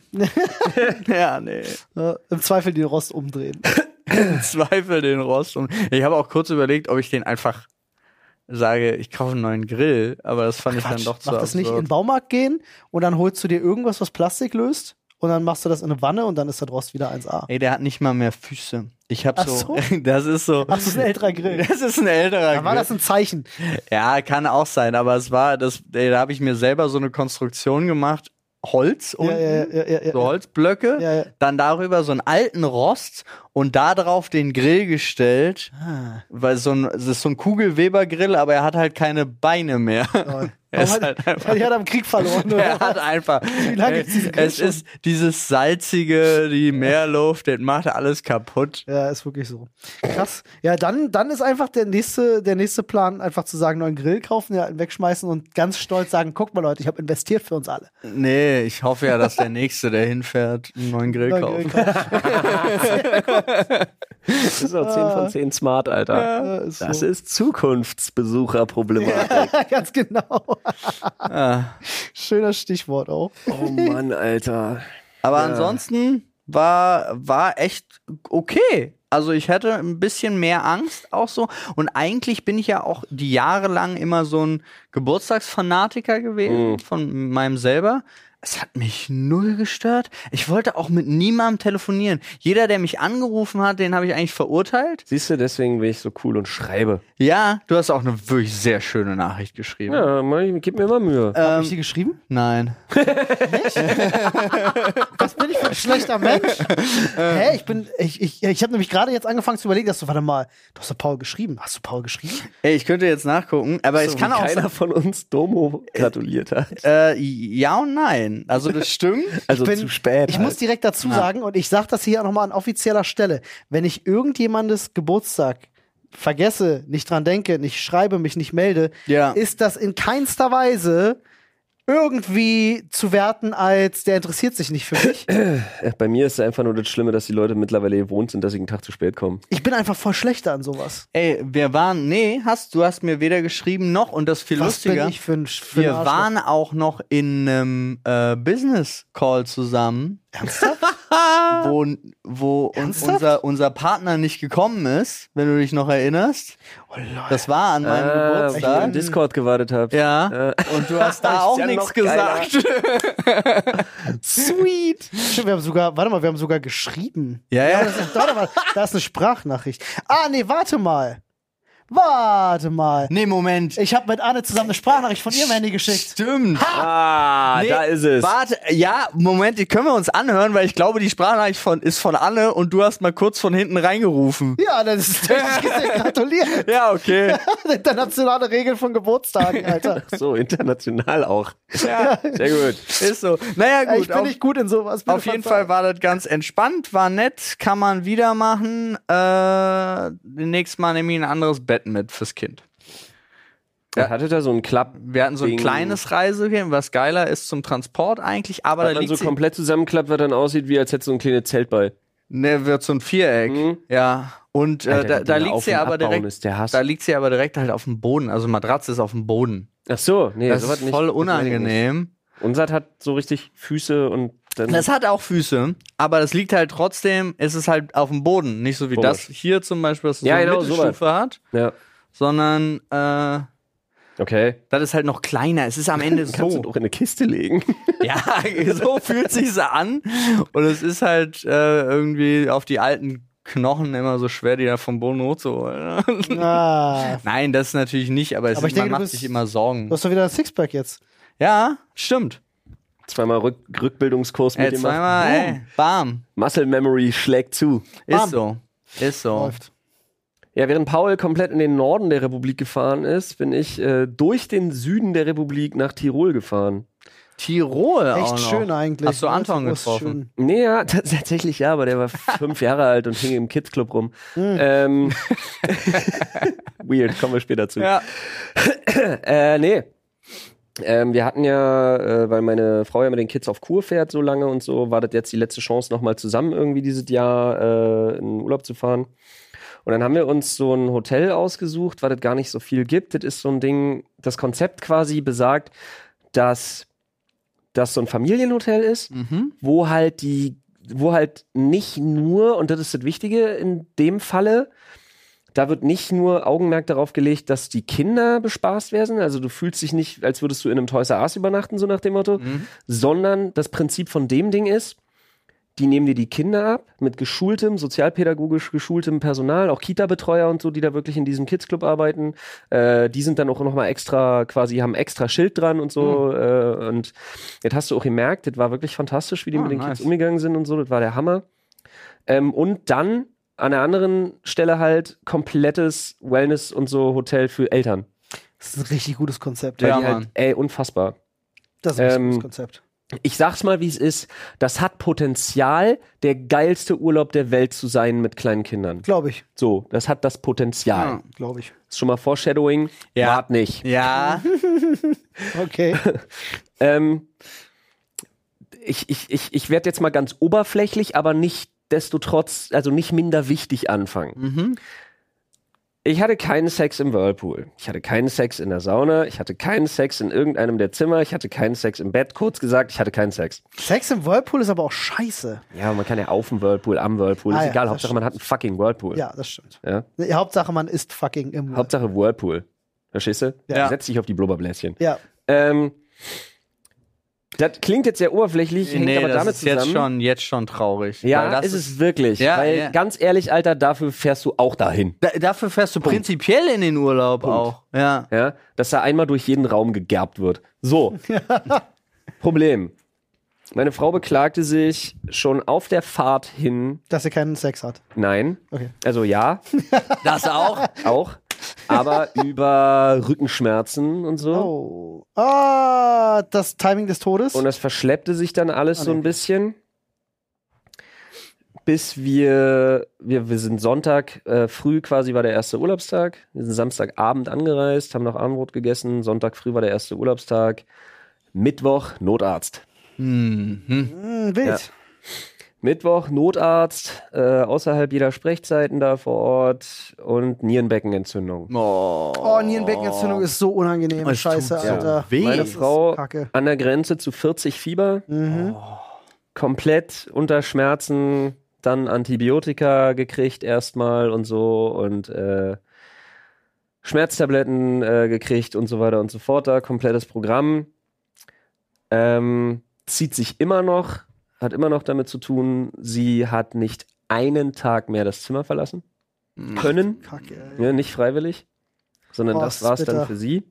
[SPEAKER 1] Ja, nee.
[SPEAKER 2] Im Zweifel den Rost umdrehen.
[SPEAKER 1] Im Zweifel den Rost. Und ich habe auch kurz überlegt, ob ich den einfach sage, ich kaufe einen neuen Grill, aber das fand ich dann doch zu
[SPEAKER 2] Mach das nicht in
[SPEAKER 1] absurd.
[SPEAKER 2] den Baumarkt gehen und dann holst du dir irgendwas, was Plastik löst und dann machst du das in eine Wanne und dann ist der Rost wieder 1A.
[SPEAKER 1] Ey, der hat nicht mal mehr Füße. Ich hab
[SPEAKER 2] Ach
[SPEAKER 1] so,
[SPEAKER 2] so.
[SPEAKER 1] das ist so.
[SPEAKER 2] Ach, das ist ein älterer Grill.
[SPEAKER 1] Das ist ein älterer
[SPEAKER 2] Da war
[SPEAKER 1] Grill.
[SPEAKER 2] das ein Zeichen.
[SPEAKER 1] Ja, kann auch sein, aber es war das, da habe ich mir selber so eine Konstruktion gemacht, Holz unten,
[SPEAKER 2] Ja.
[SPEAKER 1] so Holzblöcke,
[SPEAKER 2] Ja.
[SPEAKER 1] dann darüber so einen alten Rost und da drauf den Grill gestellt, weil es ist so ein Kugelweber-Grill, aber er hat halt keine Beine mehr. Er ist halt einfach,
[SPEAKER 2] Weil die hat am Krieg verloren.
[SPEAKER 1] er hat einfach,
[SPEAKER 2] Wie lange gibt's diesen Grill
[SPEAKER 1] es ist dieses salzige, die Meerluft, das macht alles kaputt.
[SPEAKER 2] Ja, ist wirklich so. Krass. Ja, dann ist einfach der nächste Plan, einfach zu sagen, neuen Grill kaufen, ja, wegschmeißen und ganz stolz sagen, guck mal Leute, ich habe investiert für uns alle.
[SPEAKER 1] Nee, ich hoffe ja, dass der Nächste, der hinfährt, einen neuen Grill kauft.
[SPEAKER 3] Das ist auch 10 von 10 smart, Alter.
[SPEAKER 2] Ja, ist
[SPEAKER 3] Das
[SPEAKER 2] so.
[SPEAKER 3] ist Zukunftsbesucherproblematik.
[SPEAKER 2] Ganz genau.
[SPEAKER 1] Ah.
[SPEAKER 2] Schöner Stichwort auch.
[SPEAKER 3] Oh Mann, Alter.
[SPEAKER 1] Aber
[SPEAKER 3] Ja.
[SPEAKER 1] ansonsten war echt okay. Also ich hatte ein bisschen mehr Angst auch so. Und eigentlich bin ich ja auch die Jahre lang immer so ein Geburtstagsfanatiker gewesen von meinem selber. Es hat mich null gestört. Ich wollte auch mit niemandem telefonieren. Jeder, der mich angerufen hat, den habe ich eigentlich verurteilt.
[SPEAKER 3] Siehst du, deswegen bin ich so cool und schreibe.
[SPEAKER 1] Ja, du hast auch eine wirklich sehr schöne Nachricht geschrieben.
[SPEAKER 3] Ja, gib mir immer Mühe.
[SPEAKER 2] Hab ich die geschrieben?
[SPEAKER 1] Nein.
[SPEAKER 2] Was bin ich für ein schlechter Mensch? Hä? Ich habe nämlich gerade jetzt angefangen zu überlegen, dass du, warte mal, du hast doch Paul geschrieben. Hast du Paul geschrieben?
[SPEAKER 1] Ey, ich könnte jetzt nachgucken, aber es
[SPEAKER 3] So,
[SPEAKER 1] kann
[SPEAKER 3] wie
[SPEAKER 1] auch
[SPEAKER 3] keiner
[SPEAKER 1] sein.
[SPEAKER 3] von uns Domo gratuliert hat.
[SPEAKER 1] Ja und nein. Also das stimmt.
[SPEAKER 3] Also
[SPEAKER 2] bin-
[SPEAKER 3] zu spät.
[SPEAKER 2] Ich muss direkt dazu sagen, und ich sage das hier auch nochmal an offizieller Stelle, wenn ich irgendjemandes Geburtstag vergesse, nicht dran denke, nicht schreibe, mich nicht melde,
[SPEAKER 1] Ja.
[SPEAKER 2] ist das in keinster Weise irgendwie zu werten als, der interessiert sich nicht für mich.
[SPEAKER 3] Bei mir ist es einfach nur das Schlimme, dass die Leute mittlerweile gewohnt sind, dass ich einen Tag zu spät komme.
[SPEAKER 2] Ich bin einfach voll schlechter an sowas.
[SPEAKER 1] Ey, du hast mir weder geschrieben noch, und das viel
[SPEAKER 2] Was
[SPEAKER 1] lustiger,
[SPEAKER 2] bin ich für ein
[SPEAKER 1] wir
[SPEAKER 2] Arschloch?
[SPEAKER 1] waren auch noch in einem Business Call zusammen.
[SPEAKER 2] Ernsthaft?
[SPEAKER 1] wo uns
[SPEAKER 2] Ernsthaft?
[SPEAKER 1] unser Partner nicht gekommen ist, wenn du dich noch erinnerst.
[SPEAKER 2] Oh, Leute.
[SPEAKER 1] Das war an meinem
[SPEAKER 3] Wo ich
[SPEAKER 1] Geburtstag.
[SPEAKER 3] im Discord gewartet habe.
[SPEAKER 1] Ja, und du hast da auch
[SPEAKER 3] ja
[SPEAKER 1] nichts
[SPEAKER 3] noch geiler.
[SPEAKER 1] gesagt.
[SPEAKER 2] Sweet. Stimmt, wir haben sogar geschrieben.
[SPEAKER 1] Ja.
[SPEAKER 2] Warte mal, da ist eine Sprachnachricht. Nee, warte mal.
[SPEAKER 1] Nee, Moment.
[SPEAKER 2] Ich habe mit Anne zusammen eine Sprachnachricht von ihrem Handy geschickt.
[SPEAKER 1] Stimmt.
[SPEAKER 3] Nee, da ist es.
[SPEAKER 1] Warte, ja, Moment, die können wir uns anhören, weil ich glaube, die Sprachnachricht ist von Anne und du hast mal kurz von hinten reingerufen.
[SPEAKER 2] Ja, das ist technisch gesehen. Gratuliert.
[SPEAKER 1] Ja, okay.
[SPEAKER 2] Internationale Regel von Geburtstagen, Alter.
[SPEAKER 3] So, international auch.
[SPEAKER 1] Ja,
[SPEAKER 3] Sehr gut.
[SPEAKER 1] ist so. Naja,
[SPEAKER 2] Ich
[SPEAKER 1] gut.
[SPEAKER 2] bin nicht gut in sowas. Bitte
[SPEAKER 1] Auf jeden
[SPEAKER 2] verzeihen.
[SPEAKER 1] Fall war das ganz entspannt, war nett, kann man wieder machen. Nächstes Mal nehme ich ein anderes Bett mit fürs Kind.
[SPEAKER 3] Ja. Hatte da so einen Klapp,
[SPEAKER 1] Wir hatten so ein
[SPEAKER 3] Ding.
[SPEAKER 1] kleines Reisechen, was geiler ist zum Transport eigentlich, aber
[SPEAKER 3] was
[SPEAKER 1] da
[SPEAKER 3] dann
[SPEAKER 1] liegt
[SPEAKER 3] so komplett zusammenklappt, was dann aussieht, wie als hätte so ein kleines Zelt bei.
[SPEAKER 1] ne, wird so ein Viereck.
[SPEAKER 3] Mhm.
[SPEAKER 1] Ja. Und
[SPEAKER 3] Alter,
[SPEAKER 1] da
[SPEAKER 3] die
[SPEAKER 1] liegt
[SPEAKER 3] auf-
[SPEAKER 1] sie
[SPEAKER 3] und
[SPEAKER 1] aber
[SPEAKER 3] abbauen
[SPEAKER 1] direkt.
[SPEAKER 3] ist der Hass.
[SPEAKER 1] Da liegt sie aber direkt halt auf dem Boden. Also Matratze ist auf dem Boden.
[SPEAKER 3] Ach so, nee,
[SPEAKER 1] Das
[SPEAKER 3] sowas
[SPEAKER 1] ist
[SPEAKER 3] nicht.
[SPEAKER 1] voll
[SPEAKER 3] Das weiß ich nicht.
[SPEAKER 1] unangenehm.
[SPEAKER 3] Unser hat so richtig Füße und dann.
[SPEAKER 1] Das hat auch Füße, aber das liegt halt trotzdem, es ist halt auf dem Boden. Nicht so wie
[SPEAKER 3] Komisch.
[SPEAKER 1] das hier zum Beispiel, was so
[SPEAKER 3] Ja,
[SPEAKER 1] eine
[SPEAKER 3] genau,
[SPEAKER 1] Mittelstufe hat,
[SPEAKER 3] ja.
[SPEAKER 1] sondern
[SPEAKER 3] Okay.
[SPEAKER 1] das ist halt noch kleiner. Es ist am Ende
[SPEAKER 3] Kannst du
[SPEAKER 1] so.
[SPEAKER 3] doch in eine Kiste legen.
[SPEAKER 1] Ja, so fühlt sich's an. Und es ist halt irgendwie auf die alten Knochen immer so schwer, die da vom Boden hochzuholen.
[SPEAKER 2] Ah,
[SPEAKER 1] Nein, das natürlich nicht, aber,
[SPEAKER 2] Aber ich denke,
[SPEAKER 1] man
[SPEAKER 2] du
[SPEAKER 1] macht
[SPEAKER 2] bist-
[SPEAKER 1] sich immer Sorgen.
[SPEAKER 2] du hast doch wieder ein Sixpack jetzt.
[SPEAKER 1] Ja, stimmt.
[SPEAKER 3] Zweimal Rückbildungskurs mit
[SPEAKER 1] Ey,
[SPEAKER 3] dem
[SPEAKER 1] zweimal, ey, bam.
[SPEAKER 3] Muscle Memory schlägt zu.
[SPEAKER 1] Ist so. Ist so.
[SPEAKER 2] Läuft.
[SPEAKER 3] Ja, während Paul komplett in den Norden der Republik gefahren ist, bin ich durch den Süden der Republik nach Tirol gefahren.
[SPEAKER 1] Tirol auch
[SPEAKER 2] Echt
[SPEAKER 1] noch.
[SPEAKER 2] schön eigentlich.
[SPEAKER 1] Hast du Anton
[SPEAKER 2] Das ist
[SPEAKER 1] getroffen?
[SPEAKER 2] schön.
[SPEAKER 3] Nee, ja, tatsächlich ja, aber der war 5 Jahre alt und hing im Kids-Club rum. Weird, kommen wir später zu.
[SPEAKER 1] Ja.
[SPEAKER 3] Nee. Wir hatten ja, weil meine Frau ja mit den Kids auf Kur fährt so lange und so, war das jetzt die letzte Chance, nochmal zusammen irgendwie dieses Jahr in Urlaub zu fahren. Und dann haben wir uns so ein Hotel ausgesucht, weil das gar nicht so viel gibt. Das ist so ein Ding, das Konzept quasi besagt, dass das so ein Familienhotel ist, wo halt nicht nur, und das ist das Wichtige in dem Falle, da wird nicht nur Augenmerk darauf gelegt, dass die Kinder bespaßt werden, also du fühlst dich nicht, als würdest du in einem Toys R Us übernachten, so nach dem Motto, sondern das Prinzip von dem Ding ist, die nehmen dir die Kinder ab mit geschultem, sozialpädagogisch geschultem Personal, auch Kita-Betreuer und so, die da wirklich in diesem Kids-Club arbeiten. Die sind dann auch nochmal extra, quasi haben extra Schild dran und so. Und jetzt hast du auch gemerkt, das war wirklich fantastisch, wie die mit den Kids umgegangen sind und so. Das war der Hammer. Und dann an der anderen Stelle halt komplettes Wellness und so Hotel für Eltern.
[SPEAKER 2] Das ist ein richtig gutes Konzept.
[SPEAKER 3] Weil die halt, unfassbar.
[SPEAKER 2] Das ist ein richtig gutes Konzept.
[SPEAKER 3] Ich sag's mal, wie es ist. Das hat Potenzial, der geilste Urlaub der Welt zu sein mit kleinen Kindern.
[SPEAKER 2] Glaube ich.
[SPEAKER 3] So, das hat das Potenzial.
[SPEAKER 2] Ja, glaube ich.
[SPEAKER 3] Ist schon mal Foreshadowing?
[SPEAKER 1] Ja.
[SPEAKER 3] Wart nicht.
[SPEAKER 1] Ja.
[SPEAKER 2] Okay.
[SPEAKER 3] Ich werde jetzt mal ganz oberflächlich, aber nicht destotrotz, also nicht minder wichtig anfangen. Ich hatte keinen Sex im Whirlpool. Ich hatte keinen Sex in der Sauna. Ich hatte keinen Sex in irgendeinem der Zimmer. Ich hatte keinen Sex im Bett. Kurz gesagt, ich hatte keinen Sex.
[SPEAKER 2] Sex im Whirlpool ist aber auch scheiße.
[SPEAKER 3] Ja, man kann ja auf dem Whirlpool, am Whirlpool. Ist egal, Hauptsache man hat einen fucking Whirlpool.
[SPEAKER 2] Ja, das stimmt.
[SPEAKER 3] Ja?
[SPEAKER 2] Hauptsache man ist fucking im Whirlpool.
[SPEAKER 3] Hauptsache Whirlpool. Verstehst du?
[SPEAKER 2] Ja.
[SPEAKER 3] Setz dich auf die Blubberbläschen.
[SPEAKER 2] Ja.
[SPEAKER 3] Das klingt jetzt sehr oberflächlich, hängt aber
[SPEAKER 1] das
[SPEAKER 3] damit
[SPEAKER 1] ist
[SPEAKER 3] zusammen.
[SPEAKER 1] jetzt schon traurig.
[SPEAKER 3] Ja,
[SPEAKER 1] Weil das
[SPEAKER 3] ist es wirklich.
[SPEAKER 1] Ja,
[SPEAKER 3] weil
[SPEAKER 1] ja.
[SPEAKER 3] ganz ehrlich, Alter, dafür fährst du auch dahin.
[SPEAKER 1] Dafür fährst du prinzipiell in den Urlaub auch. Ja.
[SPEAKER 3] Ja, dass da einmal durch jeden Raum gegerbt wird. So. Problem. Meine Frau beklagte sich schon auf der Fahrt hin.
[SPEAKER 2] Dass er keinen Sex hat.
[SPEAKER 3] Nein.
[SPEAKER 2] Okay.
[SPEAKER 3] Also ja.
[SPEAKER 1] Das auch?
[SPEAKER 3] Auch. Aber über Rückenschmerzen und so.
[SPEAKER 2] Oh. Das Timing des Todes.
[SPEAKER 3] Und das verschleppte sich dann alles so ein bisschen. Bis wir sind Sonntag früh quasi war der erste Urlaubstag. Wir sind Samstagabend angereist, haben noch Abendbrot gegessen. Sonntag früh war der erste Urlaubstag. Mittwoch Notarzt.
[SPEAKER 2] Wild.
[SPEAKER 3] Ja. Mittwoch Notarzt, außerhalb jeder Sprechzeiten da vor Ort und Nierenbeckenentzündung.
[SPEAKER 2] Oh, Nierenbeckenentzündung ist so unangenehm.
[SPEAKER 1] Es
[SPEAKER 2] Scheiße,
[SPEAKER 1] tut so
[SPEAKER 2] Alter.
[SPEAKER 1] weh.
[SPEAKER 3] Meine
[SPEAKER 2] Das ist
[SPEAKER 3] Frau
[SPEAKER 2] Kacke.
[SPEAKER 3] an der Grenze zu 40 Fieber, komplett unter Schmerzen, dann Antibiotika gekriegt erstmal und so und Schmerztabletten gekriegt und so weiter und so fort. Da komplettes Programm. Zieht sich immer noch, hat immer noch damit zu tun, sie hat nicht einen Tag mehr das Zimmer verlassen können.
[SPEAKER 2] Kacke, ey.
[SPEAKER 3] Ja, nicht freiwillig, sondern
[SPEAKER 2] Oh,
[SPEAKER 3] das
[SPEAKER 2] ist
[SPEAKER 3] war es
[SPEAKER 2] bitter.
[SPEAKER 3] dann für sie.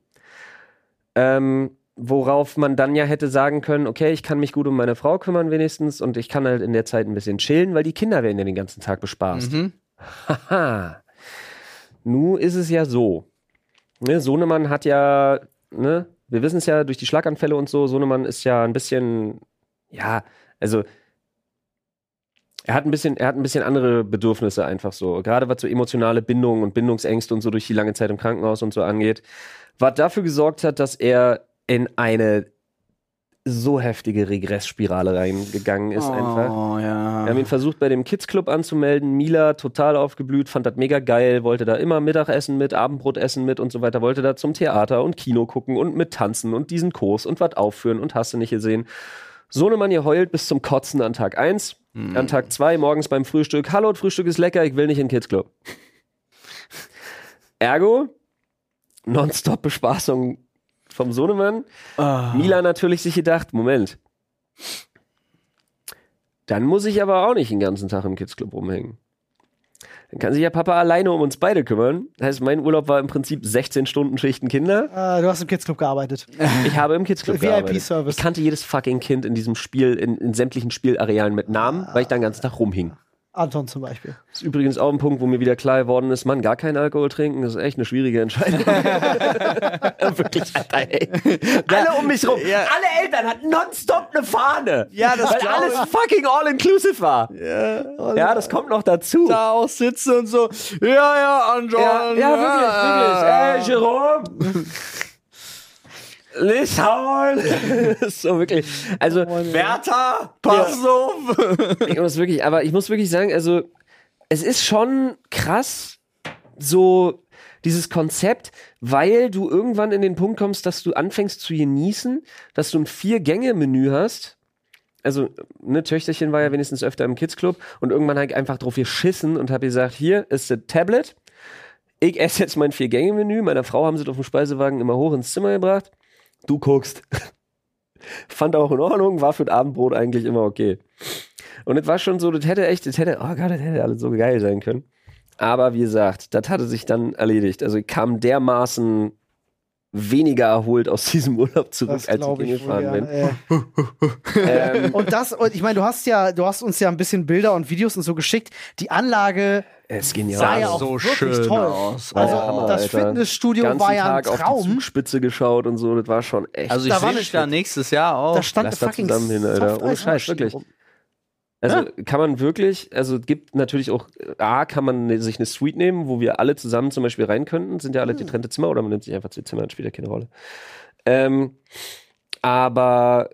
[SPEAKER 3] Worauf man dann ja hätte sagen können, okay, ich kann mich gut um meine Frau kümmern wenigstens und ich kann halt in der Zeit ein bisschen chillen, weil die Kinder werden ja den ganzen Tag bespaßt. Haha. Nu ist es ja so. Ne, Sohnemann hat ja, ne, wir wissen es ja durch die Schlaganfälle und so, Sohnemann ist ja ein bisschen, ja, also er hat ein bisschen andere Bedürfnisse einfach so. Gerade was so emotionale Bindungen und Bindungsängste und so durch die lange Zeit im Krankenhaus und so angeht. Was dafür gesorgt hat, dass er in eine so heftige Regressspirale reingegangen ist einfach.
[SPEAKER 1] Oh, ja.
[SPEAKER 3] Wir haben ihn versucht, bei dem Kids Club anzumelden. Mila, total aufgeblüht, fand das mega geil, wollte da immer Mittagessen mit, Abendbrotessen mit und so weiter, wollte da zum Theater und Kino gucken und mit tanzen und diesen Kurs und was aufführen und hast du nicht gesehen. Sohnemann hier heult bis zum Kotzen an Tag 1. An Tag 2 morgens beim Frühstück. Hallo, das Frühstück ist lecker, ich will nicht in den Kids Club. Ergo, nonstop Bespaßung vom Sohnemann. Mila natürlich sich gedacht, Moment. Dann muss ich aber auch nicht den ganzen Tag im Kids Club rumhängen. Dann kann sich ja Papa alleine um uns beide kümmern. Das heißt, mein Urlaub war im Prinzip 16 Stunden Schichten Kinder.
[SPEAKER 2] Du hast im Kids Club gearbeitet.
[SPEAKER 3] Ich habe im Kids Club gearbeitet.
[SPEAKER 2] VIP-Service.
[SPEAKER 3] Ich kannte jedes fucking Kind in diesem Spiel, in sämtlichen Spielarealen mit Namen, weil ich da den ganzen Tag rumhing.
[SPEAKER 2] Anton zum Beispiel.
[SPEAKER 3] Das ist übrigens auch ein Punkt, wo mir wieder klar geworden ist, Mann, gar keinen Alkohol trinken, das ist echt eine schwierige Entscheidung. Wirklich, Alter, ey. Alle um mich rum, alle Eltern hatten nonstop eine Fahne.
[SPEAKER 1] Ja, das
[SPEAKER 3] weil
[SPEAKER 1] glaub
[SPEAKER 3] alles
[SPEAKER 1] ich.
[SPEAKER 3] fucking all-inclusive war. Ja, das kommt noch dazu.
[SPEAKER 1] Da auch sitze und so, ja, Anton.
[SPEAKER 3] Ja, wirklich. Jerome. Lishaul. So wirklich. Also,
[SPEAKER 1] Bertha, pass auf.
[SPEAKER 3] ich muss wirklich sagen, also, es ist schon krass, so dieses Konzept, weil du irgendwann in den Punkt kommst, dass du anfängst zu genießen, dass du ein 4-Gänge-Menü hast. Also, ne, Töchterchen war ja wenigstens öfter im Kids-Club und irgendwann habe ich einfach drauf geschissen und habe gesagt, hier ist das Tablet. Ich esse jetzt mein 4-Gänge-Menü. Meiner Frau haben sie das auf dem Speisewagen immer hoch ins Zimmer gebracht. Du guckst. Fand auch in Ordnung, war für das Abendbrot eigentlich immer okay. Und es war schon so, das hätte alles so geil sein können. Aber wie gesagt, das hatte sich dann erledigt. Also ich kam dermaßen weniger erholt aus diesem Urlaub zurück, als ich hingefahren bin.
[SPEAKER 2] Und ich meine, du hast uns ja ein bisschen Bilder und Videos und so geschickt. Die Anlage sah ja auch
[SPEAKER 1] so
[SPEAKER 2] wirklich
[SPEAKER 1] schön
[SPEAKER 2] toll
[SPEAKER 1] aus.
[SPEAKER 2] Also
[SPEAKER 3] Hammer,
[SPEAKER 2] das
[SPEAKER 3] Alter.
[SPEAKER 2] Fitnessstudio war ja ein
[SPEAKER 3] Tag auf die
[SPEAKER 2] Traum.
[SPEAKER 3] Zugspitze geschaut und so, das war schon echt.
[SPEAKER 1] Also ich sehe dich da nächstes Jahr auch.
[SPEAKER 2] Da stand
[SPEAKER 3] Lass
[SPEAKER 2] eine
[SPEAKER 3] da
[SPEAKER 2] fucking
[SPEAKER 3] zusammen hin, Alter. Ohne Scheiß, wirklich.
[SPEAKER 2] rum.
[SPEAKER 3] Also kann man wirklich, also es gibt natürlich auch, kann man sich eine Suite nehmen, wo wir alle zusammen zum Beispiel rein könnten, sind ja alle getrennte Zimmer, oder man nimmt sich einfach 2 Zimmer, das spielt ja keine Rolle. Aber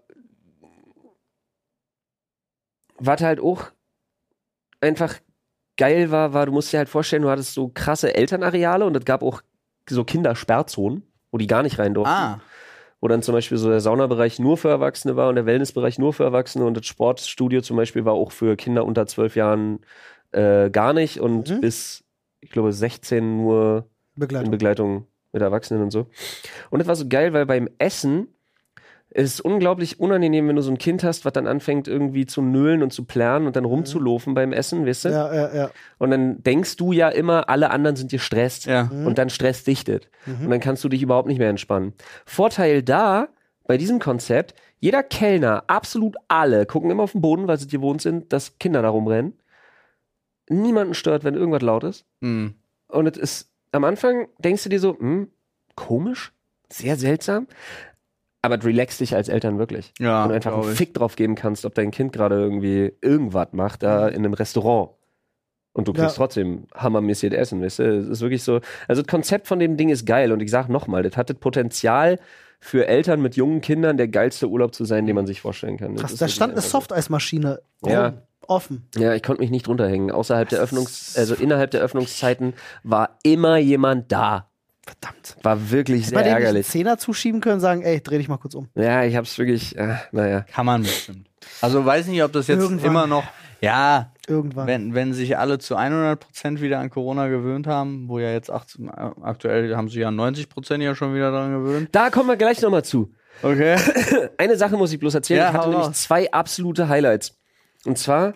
[SPEAKER 3] was halt auch einfach geil war, du musst dir halt vorstellen, du hattest so krasse Elternareale und es gab auch so Kindersperrzonen, wo die gar nicht rein durften. Wo dann zum Beispiel so der Saunabereich nur für Erwachsene war und der Wellnessbereich nur für Erwachsene und das Sportstudio zum Beispiel war auch für Kinder unter 12 Jahren gar nicht und bis, ich glaube, 16 nur in Begleitung mit Erwachsenen und so. Und das war so geil, weil beim Essen ist es unglaublich unangenehm, wenn du so ein Kind hast, was dann anfängt irgendwie zu nölen und zu plärren und dann rumzulaufen beim Essen, weißt du?
[SPEAKER 2] Ja.
[SPEAKER 3] Und dann denkst du ja immer, alle anderen sind gestresst. Und dann stresst dich das. Und dann kannst du dich überhaupt nicht mehr entspannen. Vorteil da, bei diesem Konzept, jeder Kellner, absolut alle, gucken immer auf den Boden, weil sie gewohnt sind, dass Kinder da rumrennen. Niemanden stört, wenn irgendwas laut ist. Und es ist, am Anfang denkst du dir so, komisch, sehr seltsam. Aber du relaxst dich als Eltern wirklich.
[SPEAKER 1] Ja,
[SPEAKER 3] und du einfach einen Fick drauf geben kannst, ob dein Kind gerade irgendwie irgendwas macht, da in einem Restaurant. Und du kriegst trotzdem hammermäßig Essen, weißt du? Es ist wirklich so, also das Konzept von dem Ding ist geil und ich sag nochmal, das hat das Potenzial für Eltern mit jungen Kindern der geilste Urlaub zu sein, den man sich vorstellen kann.
[SPEAKER 2] Krass, da stand eine Softeismaschine offen.
[SPEAKER 3] Ja, ich konnte mich nicht drunter hängen. Außerhalb der innerhalb der Öffnungszeiten war immer jemand da.
[SPEAKER 2] Verdammt.
[SPEAKER 3] War wirklich sehr
[SPEAKER 2] ärgerlich.
[SPEAKER 3] ärgerlich.
[SPEAKER 2] Zehner zuschieben können, sagen, ey, dreh dich mal kurz um.
[SPEAKER 3] Ja, ich hab's wirklich, naja.
[SPEAKER 1] Kann man bestimmt. Also weiß nicht, ob das jetzt
[SPEAKER 2] Irgendwann.
[SPEAKER 1] immer noch,
[SPEAKER 2] Irgendwann.
[SPEAKER 1] wenn sich alle zu 100% wieder an Corona gewöhnt haben, wo ja jetzt aktuell haben sich ja 90% ja schon wieder daran gewöhnt.
[SPEAKER 3] Da kommen wir gleich nochmal zu.
[SPEAKER 1] Okay.
[SPEAKER 3] Eine Sache muss ich bloß erzählen.
[SPEAKER 1] Ja,
[SPEAKER 3] ich hatte
[SPEAKER 1] hau
[SPEAKER 3] nämlich
[SPEAKER 1] raus.
[SPEAKER 3] 2 absolute Highlights. Und zwar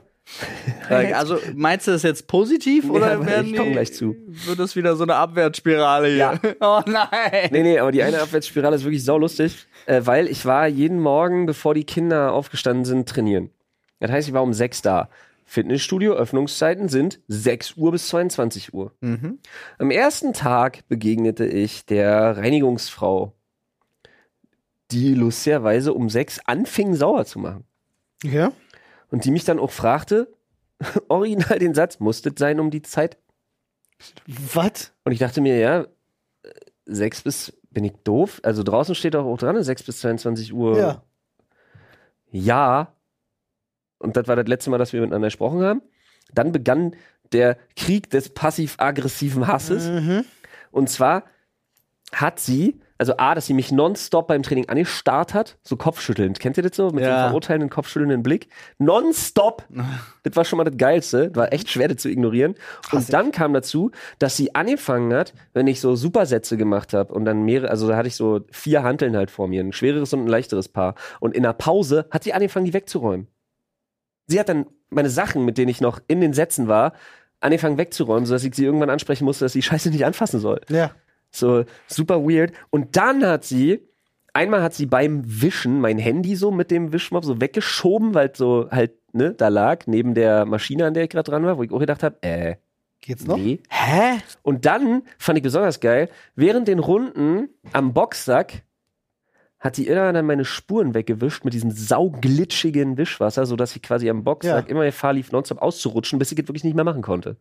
[SPEAKER 1] Also meinst du das jetzt positiv oder
[SPEAKER 3] aber
[SPEAKER 1] werden
[SPEAKER 3] ich komm gleich zu.
[SPEAKER 1] wird das wieder so eine Abwärtsspirale hier?
[SPEAKER 3] Ja.
[SPEAKER 1] Oh nein.
[SPEAKER 3] Nee, aber die eine Abwärtsspirale ist wirklich saulustig, weil ich war jeden Morgen, bevor die Kinder aufgestanden sind, trainieren. Das heißt, ich war um 6 da. Fitnessstudio, Öffnungszeiten sind 6 Uhr bis 22 Uhr. Am ersten Tag begegnete ich der Reinigungsfrau, die lustigerweise um 6 anfing, sauer zu machen.
[SPEAKER 2] Ja.
[SPEAKER 3] Und die mich dann auch fragte, original den Satz, muss das sein um die Zeit?
[SPEAKER 2] Was?
[SPEAKER 3] Und ich dachte mir, ja, 6 bis, bin ich doof? Also draußen steht auch dran, 6 bis 22 Uhr.
[SPEAKER 2] Ja.
[SPEAKER 3] Ja. Und das war das letzte Mal, dass wir miteinander gesprochen haben. Dann begann der Krieg des passiv-aggressiven Hasses. Und zwar hat sie, also dass sie mich nonstop beim Training angestarrt hat, so kopfschüttelnd. Kennt ihr das so? Mit so einem verurteilenden, kopfschüttelnden Blick. Nonstop! Das war schon mal das Geilste. Das war echt schwer, das zu ignorieren. Und dann kam dazu, dass sie angefangen hat, wenn ich so Supersätze gemacht habe und dann mehrere, also da hatte ich so 4 Hanteln halt vor mir, ein schwereres und ein leichteres Paar. Und in der Pause hat sie angefangen, die wegzuräumen. Sie hat dann meine Sachen, mit denen ich noch in den Sätzen war, angefangen wegzuräumen, sodass ich sie irgendwann ansprechen musste, dass sie die Scheiße nicht anfassen soll.
[SPEAKER 2] Ja.
[SPEAKER 3] So super weird. Und dann hat sie beim Wischen mein Handy so mit dem Wischmopp so weggeschoben, weil es so halt, ne, da lag, neben der Maschine, an der ich gerade dran war, wo ich auch gedacht habe,
[SPEAKER 2] Geht's noch?
[SPEAKER 3] nee.
[SPEAKER 2] Hä?
[SPEAKER 3] Und dann fand ich besonders geil, während den Runden am Boxsack hat sie immer dann meine Spuren weggewischt mit diesem sauglitschigen Wischwasser, sodass ich quasi am Boxsack immer Gefahr lief, nonstop auszurutschen, bis ich es wirklich nicht mehr machen konnte.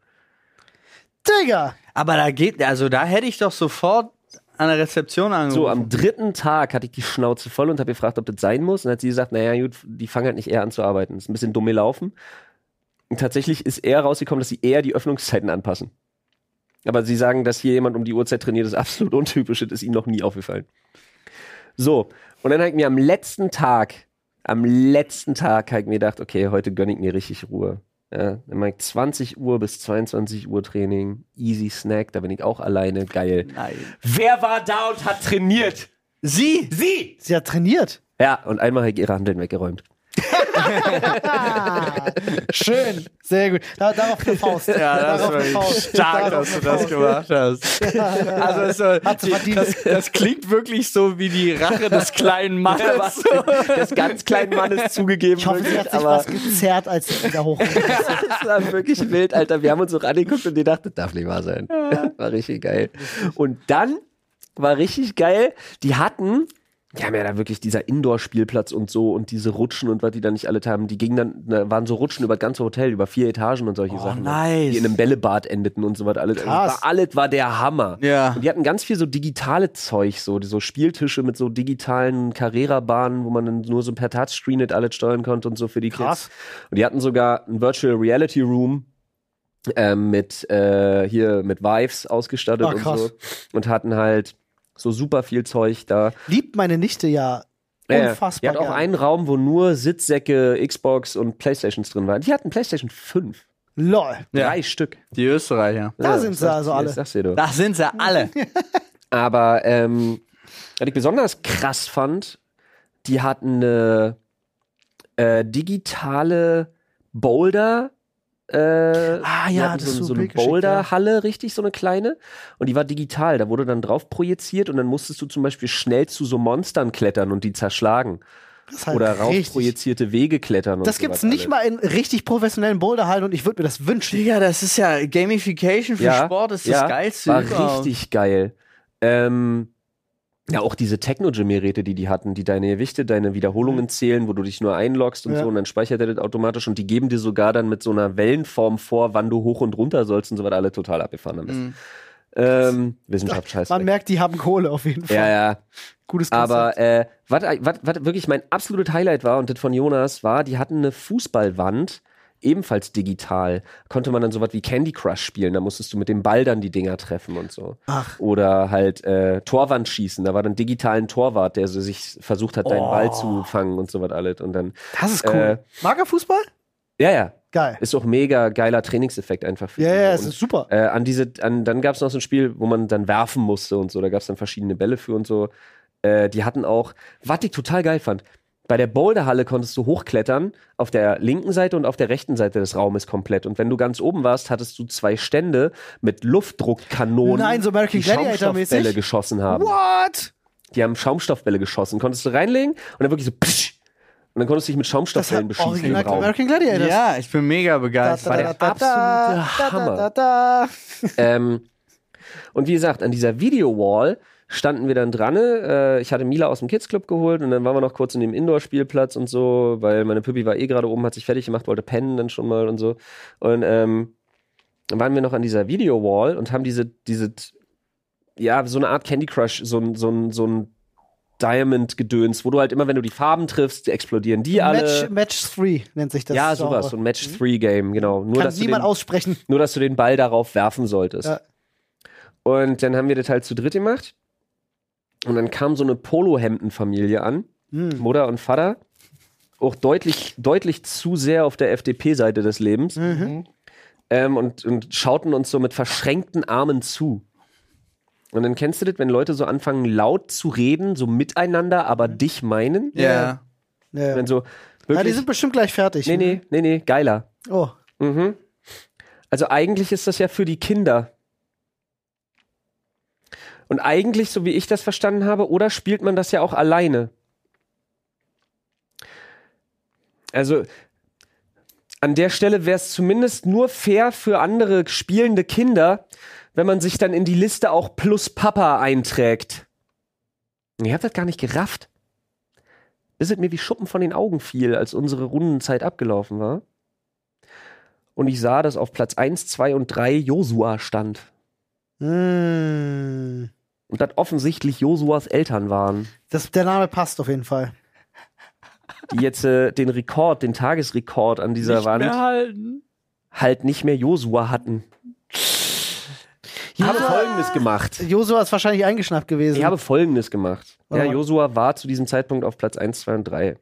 [SPEAKER 2] Digga!
[SPEAKER 1] Aber da hätte ich doch sofort an der Rezeption angerufen.
[SPEAKER 3] So, am 3. Tag hatte ich die Schnauze voll und habe gefragt, ob das sein muss. Und dann hat sie gesagt, naja, gut, die fangen halt nicht eher an zu arbeiten. Das ist ein bisschen dumm gelaufen. Und tatsächlich ist eher rausgekommen, dass sie eher die Öffnungszeiten anpassen. Aber sie sagen, dass hier jemand um die Uhrzeit trainiert, ist absolut untypisch. Das ist ihnen noch nie aufgefallen. So, und dann habe ich mir am letzten Tag habe ich mir gedacht, okay, heute gönne ich mir richtig Ruhe. Ja, dann mache ich 20 Uhr bis 22 Uhr Training, easy Snack, da bin ich auch alleine, geil.
[SPEAKER 1] Nein.
[SPEAKER 3] Wer war da und hat trainiert?
[SPEAKER 1] Sie!
[SPEAKER 2] Sie hat trainiert.
[SPEAKER 3] Ja, und einmal habe ich ihre Handeln weggeräumt.
[SPEAKER 2] Schön, sehr gut. Darauf eine Faust.
[SPEAKER 1] Ja, das
[SPEAKER 2] Darauf
[SPEAKER 1] war
[SPEAKER 2] eine Faust.
[SPEAKER 1] stark,
[SPEAKER 2] Darauf
[SPEAKER 1] dass du
[SPEAKER 2] eine
[SPEAKER 1] das
[SPEAKER 2] Faust.
[SPEAKER 1] gemacht hast. Also
[SPEAKER 2] Hat's verdient.
[SPEAKER 1] das klingt wirklich so wie die Rache des kleinen Mannes.
[SPEAKER 3] Des ganz kleinen Mannes zugegeben.
[SPEAKER 2] Ich hoffe, sie hat sich
[SPEAKER 3] aber
[SPEAKER 2] was gezerrt, als sie wieder hochgegangen ist.
[SPEAKER 3] das war wirklich wild, Alter. Wir haben uns auch angeguckt und die dachten, das darf nicht wahr sein. War richtig geil. Und dann war richtig geil, die haben ja da wirklich dieser Indoor-Spielplatz und so und diese Rutschen und was die da nicht alle haben, die gingen dann, da waren so Rutschen über das ganze Hotel, über 4 Etagen und solche Sachen.
[SPEAKER 1] nice.
[SPEAKER 3] Die in einem Bällebad endeten und so was.
[SPEAKER 2] Krass.
[SPEAKER 3] Alles war der Hammer.
[SPEAKER 1] Ja.
[SPEAKER 3] Und die hatten ganz viel so digitale Zeug, so Spieltische mit so digitalen Carrera-Bahnen, wo man dann nur so per Touchscreen nicht alles steuern konnte und so für die
[SPEAKER 2] Krass.
[SPEAKER 3] Kids. Und die hatten sogar einen Virtual Reality Room, mit Vives ausgestattet
[SPEAKER 2] Ah,
[SPEAKER 3] und
[SPEAKER 2] krass.
[SPEAKER 3] so. Und hatten halt so super viel Zeug da.
[SPEAKER 2] Liebt meine Nichte ja unfassbar.
[SPEAKER 3] Die hat auch
[SPEAKER 2] gern.
[SPEAKER 3] einen Raum, wo nur Sitzsäcke, Xbox und Playstations drin waren. Die hatten Playstation 5.
[SPEAKER 2] LOL.
[SPEAKER 3] 3 Stück.
[SPEAKER 1] Die Österreicher.
[SPEAKER 2] Da sind sie also alle.
[SPEAKER 3] Das sagst du doch.
[SPEAKER 1] Da sind sie alle.
[SPEAKER 3] Aber was ich besonders krass fand, die hatten eine digitale Boulder.
[SPEAKER 2] Ja,
[SPEAKER 3] die hatten
[SPEAKER 2] das ist
[SPEAKER 3] so
[SPEAKER 2] so
[SPEAKER 3] eine
[SPEAKER 2] Bild geschickt,
[SPEAKER 3] Boulderhalle, richtig, so eine kleine. Und die war digital. Da wurde dann drauf projiziert und dann musstest du zum Beispiel schnell zu so Monstern klettern und die zerschlagen.
[SPEAKER 2] Das ist halt
[SPEAKER 3] Oder
[SPEAKER 2] richtig.
[SPEAKER 3] raufprojizierte Wege klettern. Und
[SPEAKER 2] Das
[SPEAKER 3] so
[SPEAKER 2] gibt's
[SPEAKER 3] was
[SPEAKER 2] nicht
[SPEAKER 3] alles.
[SPEAKER 2] mal in richtig professionellen Boulderhallen und ich würde mir das wünschen.
[SPEAKER 1] Digga, das ist ja Gamification für Sport, ist das Geilste
[SPEAKER 3] war
[SPEAKER 1] überhaupt.
[SPEAKER 3] richtig geil. Ja, auch diese Techno-Gym-Geräte, die hatten, die deine Gewichte, deine Wiederholungen zählen, wo du dich nur einloggst und
[SPEAKER 2] Ja.
[SPEAKER 3] so und dann speichert er das automatisch und die geben dir sogar dann mit so einer Wellenform vor, wann du hoch und runter sollst und so was, alle total abgefahren haben. Wissenschaft scheiße.
[SPEAKER 2] Man merkt, die haben Kohle auf jeden Fall.
[SPEAKER 3] Ja.
[SPEAKER 2] Gutes Konzept.
[SPEAKER 3] Aber was wirklich mein absolutes Highlight war und das von Jonas war, die hatten eine Fußballwand, ebenfalls digital. Konnte man dann sowas wie Candy Crush spielen, da musstest du mit dem Ball dann die Dinger treffen und so.
[SPEAKER 2] Ach.
[SPEAKER 3] Oder halt Torwand schießen, da war dann digital ein Torwart, der so sich versucht hat, deinen Ball zu fangen und so was alles. Und dann,
[SPEAKER 2] Das ist cool. Mag er Fußball?
[SPEAKER 3] ja,
[SPEAKER 2] Geil.
[SPEAKER 3] ist auch mega geiler Trainingseffekt einfach für
[SPEAKER 2] Ja,
[SPEAKER 3] die.
[SPEAKER 2] es
[SPEAKER 3] Und,
[SPEAKER 2] ist super.
[SPEAKER 3] dann gab es noch so ein Spiel, wo man dann werfen musste und so. Da gab es dann verschiedene Bälle für und so. Die hatten auch, was ich total geil fand, bei der Boulderhalle konntest du hochklettern, auf der linken Seite und auf der rechten Seite des Raumes komplett. Und wenn du ganz oben warst, hattest du 2 Stände mit Luftdruckkanonen,
[SPEAKER 2] Nein, so American
[SPEAKER 3] die
[SPEAKER 2] Gladiator-mäßig?
[SPEAKER 3] Schaumstoffbälle geschossen haben.
[SPEAKER 2] What?
[SPEAKER 3] Die haben Schaumstoffbälle geschossen. Konntest du reinlegen und dann wirklich so psch, und dann konntest du dich mit
[SPEAKER 2] Das
[SPEAKER 3] Schaumstoffbällen
[SPEAKER 2] hat
[SPEAKER 3] beschießen im
[SPEAKER 2] original
[SPEAKER 3] Raum.
[SPEAKER 2] American Gladiators.
[SPEAKER 1] Ja, ich bin mega begeistert.
[SPEAKER 3] war der absolute Hammer. Und wie gesagt, an dieser Video-Wall standen wir dann dran. Ich hatte Mila aus dem Kids Club geholt und dann waren wir noch kurz in dem Indoor-Spielplatz und so, weil meine Püppi war gerade oben, hat sich fertig gemacht, wollte pennen dann schon mal und so. Und dann waren wir noch an dieser Video-Wall und haben diese ja, so eine Art Candy Crush, so ein Diamond-Gedöns, wo du halt immer, wenn du die Farben triffst, explodieren die alle.
[SPEAKER 2] Match 3 nennt sich das.
[SPEAKER 3] Ja,
[SPEAKER 2] Genre.
[SPEAKER 3] sowas, so ein Match-3-Game, genau. Nur,
[SPEAKER 2] Kann
[SPEAKER 3] dass du
[SPEAKER 2] niemand
[SPEAKER 3] den,
[SPEAKER 2] aussprechen.
[SPEAKER 3] nur, dass du den Ball darauf werfen solltest.
[SPEAKER 2] Ja.
[SPEAKER 3] Und dann haben wir das halt zu dritt gemacht. Und dann kam so eine Polohemden-Familie an, Mutter und Vater, auch deutlich zu sehr auf der FDP-Seite des Lebens. Und schauten uns so mit verschränkten Armen zu. Und dann kennst du das, wenn Leute so anfangen laut zu reden, so miteinander, aber dich meinen.
[SPEAKER 1] Ja.
[SPEAKER 2] Ja.
[SPEAKER 3] Wenn so
[SPEAKER 2] Na,
[SPEAKER 3] wirklich,
[SPEAKER 2] die sind bestimmt gleich fertig.
[SPEAKER 3] nee, geiler.
[SPEAKER 2] Oh.
[SPEAKER 3] Mhm. Also eigentlich ist das ja für die Kinder. Und eigentlich, so wie ich das verstanden habe, oder spielt man das ja auch alleine? Also an der Stelle wäre es zumindest nur fair für andere spielende Kinder, wenn man sich dann in die Liste auch plus Papa einträgt. Und ihr habt das gar nicht gerafft. Bis es mir wie Schuppen von den Augen fiel, als unsere Rundenzeit abgelaufen war. Und ich sah, dass auf Platz 1, 2 und 3 Josua stand.
[SPEAKER 2] Mm.
[SPEAKER 3] Und das offensichtlich Josuas Eltern waren,
[SPEAKER 2] Der Name passt auf jeden Fall.
[SPEAKER 3] die jetzt den Tagesrekord an dieser Wand
[SPEAKER 1] halten.
[SPEAKER 3] halt nicht mehr Josua hatten. Ich habe Folgendes gemacht.
[SPEAKER 2] Josua ist wahrscheinlich eingeschnappt gewesen.
[SPEAKER 3] Ich habe Folgendes gemacht. Ja,
[SPEAKER 2] Warte mal.
[SPEAKER 3] Josua war zu diesem Zeitpunkt auf Platz 1, 2 und 3.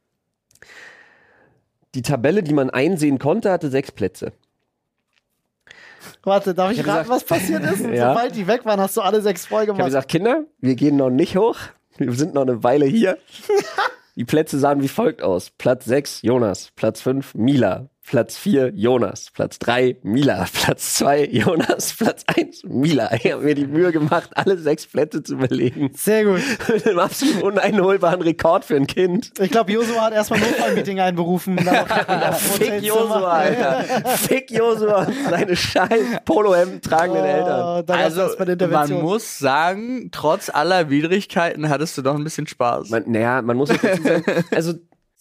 [SPEAKER 3] Die Tabelle, die man einsehen konnte, hatte 6 Plätze.
[SPEAKER 2] Warte, darf ich
[SPEAKER 3] hab
[SPEAKER 2] raten,
[SPEAKER 3] gesagt-
[SPEAKER 2] was passiert ist?
[SPEAKER 3] Ja.
[SPEAKER 2] Sobald die weg waren, hast du alle 6 voll
[SPEAKER 3] Ich habe
[SPEAKER 2] gemacht.
[SPEAKER 3] gesagt, Kinder, wir gehen noch nicht hoch. Wir sind noch eine Weile hier. Die Plätze sahen wie folgt aus. Platz 6, Jonas. Platz 5, Mila. Platz 4, Jonas. Platz 3, Mila. Platz 2, Jonas. Platz 1, Mila. Ich habe mir die Mühe gemacht, alle 6 Plätze zu belegen.
[SPEAKER 2] Sehr gut.
[SPEAKER 3] Mit einem absolut uneinholbaren Rekord für ein Kind.
[SPEAKER 2] Ich glaube, Josua hat erstmal ein Notfallmeeting einberufen.
[SPEAKER 3] Fick Josua, Alter. Fick Josua und seine scheiß Polohemden tragenden Eltern.
[SPEAKER 1] Also, man muss sagen, trotz aller Widrigkeiten hattest du doch ein bisschen Spaß.
[SPEAKER 3] Man muss nicht dazu sagen, also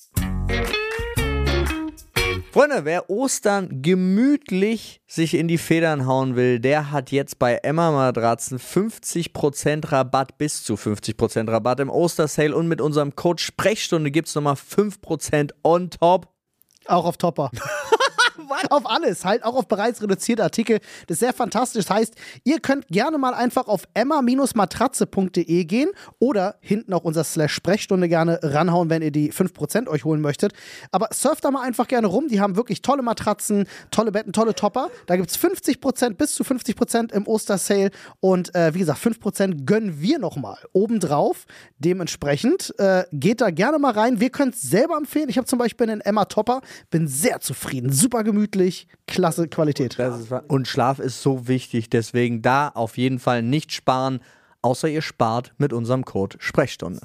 [SPEAKER 1] Freunde, wer Ostern gemütlich sich in die Federn hauen will, der hat jetzt bei Emma Matratzen 50% Rabatt, bis zu 50% Rabatt im Ostersale, und mit unserem Code Sprechstunde gibt's nochmal 5% on top.
[SPEAKER 2] Auch auf Topper. Auf alles, halt auch auf bereits reduzierte Artikel. Das ist sehr fantastisch. Das heißt, ihr könnt gerne mal einfach auf emma-matratze.de gehen oder hinten auch unser /Sprechstunde gerne ranhauen, wenn ihr die 5% euch holen möchtet. Aber surft da mal einfach gerne rum. Die haben wirklich tolle Matratzen, tolle Betten, tolle Topper. Da gibt es 50%, bis zu 50% im Ostersale. Und wie gesagt, 5% gönnen wir nochmal obendrauf. Dementsprechend geht da gerne mal rein. Wir können es selber empfehlen. Ich habe zum Beispiel einen Emma Topper. Bin sehr zufrieden. Super gemütlich. Klasse Qualität.
[SPEAKER 1] Und Schlaf ist so wichtig. Deswegen da auf jeden Fall nicht sparen. Außer ihr spart mit unserem Code Sprechstunde.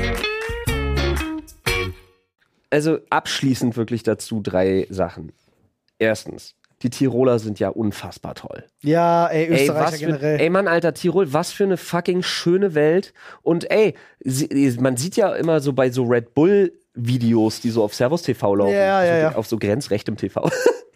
[SPEAKER 3] Also abschließend wirklich dazu 3 Sachen. Erstens, die Tiroler sind ja unfassbar toll.
[SPEAKER 2] Ja, Österreicher generell.
[SPEAKER 3] Ey, Mann, Alter, Tirol, was für eine fucking schöne Welt. Und ey, man sieht ja immer so bei so Red Bull Videos, die so auf Servus TV laufen.
[SPEAKER 2] Ja.
[SPEAKER 3] Auf so grenzrechtem TV.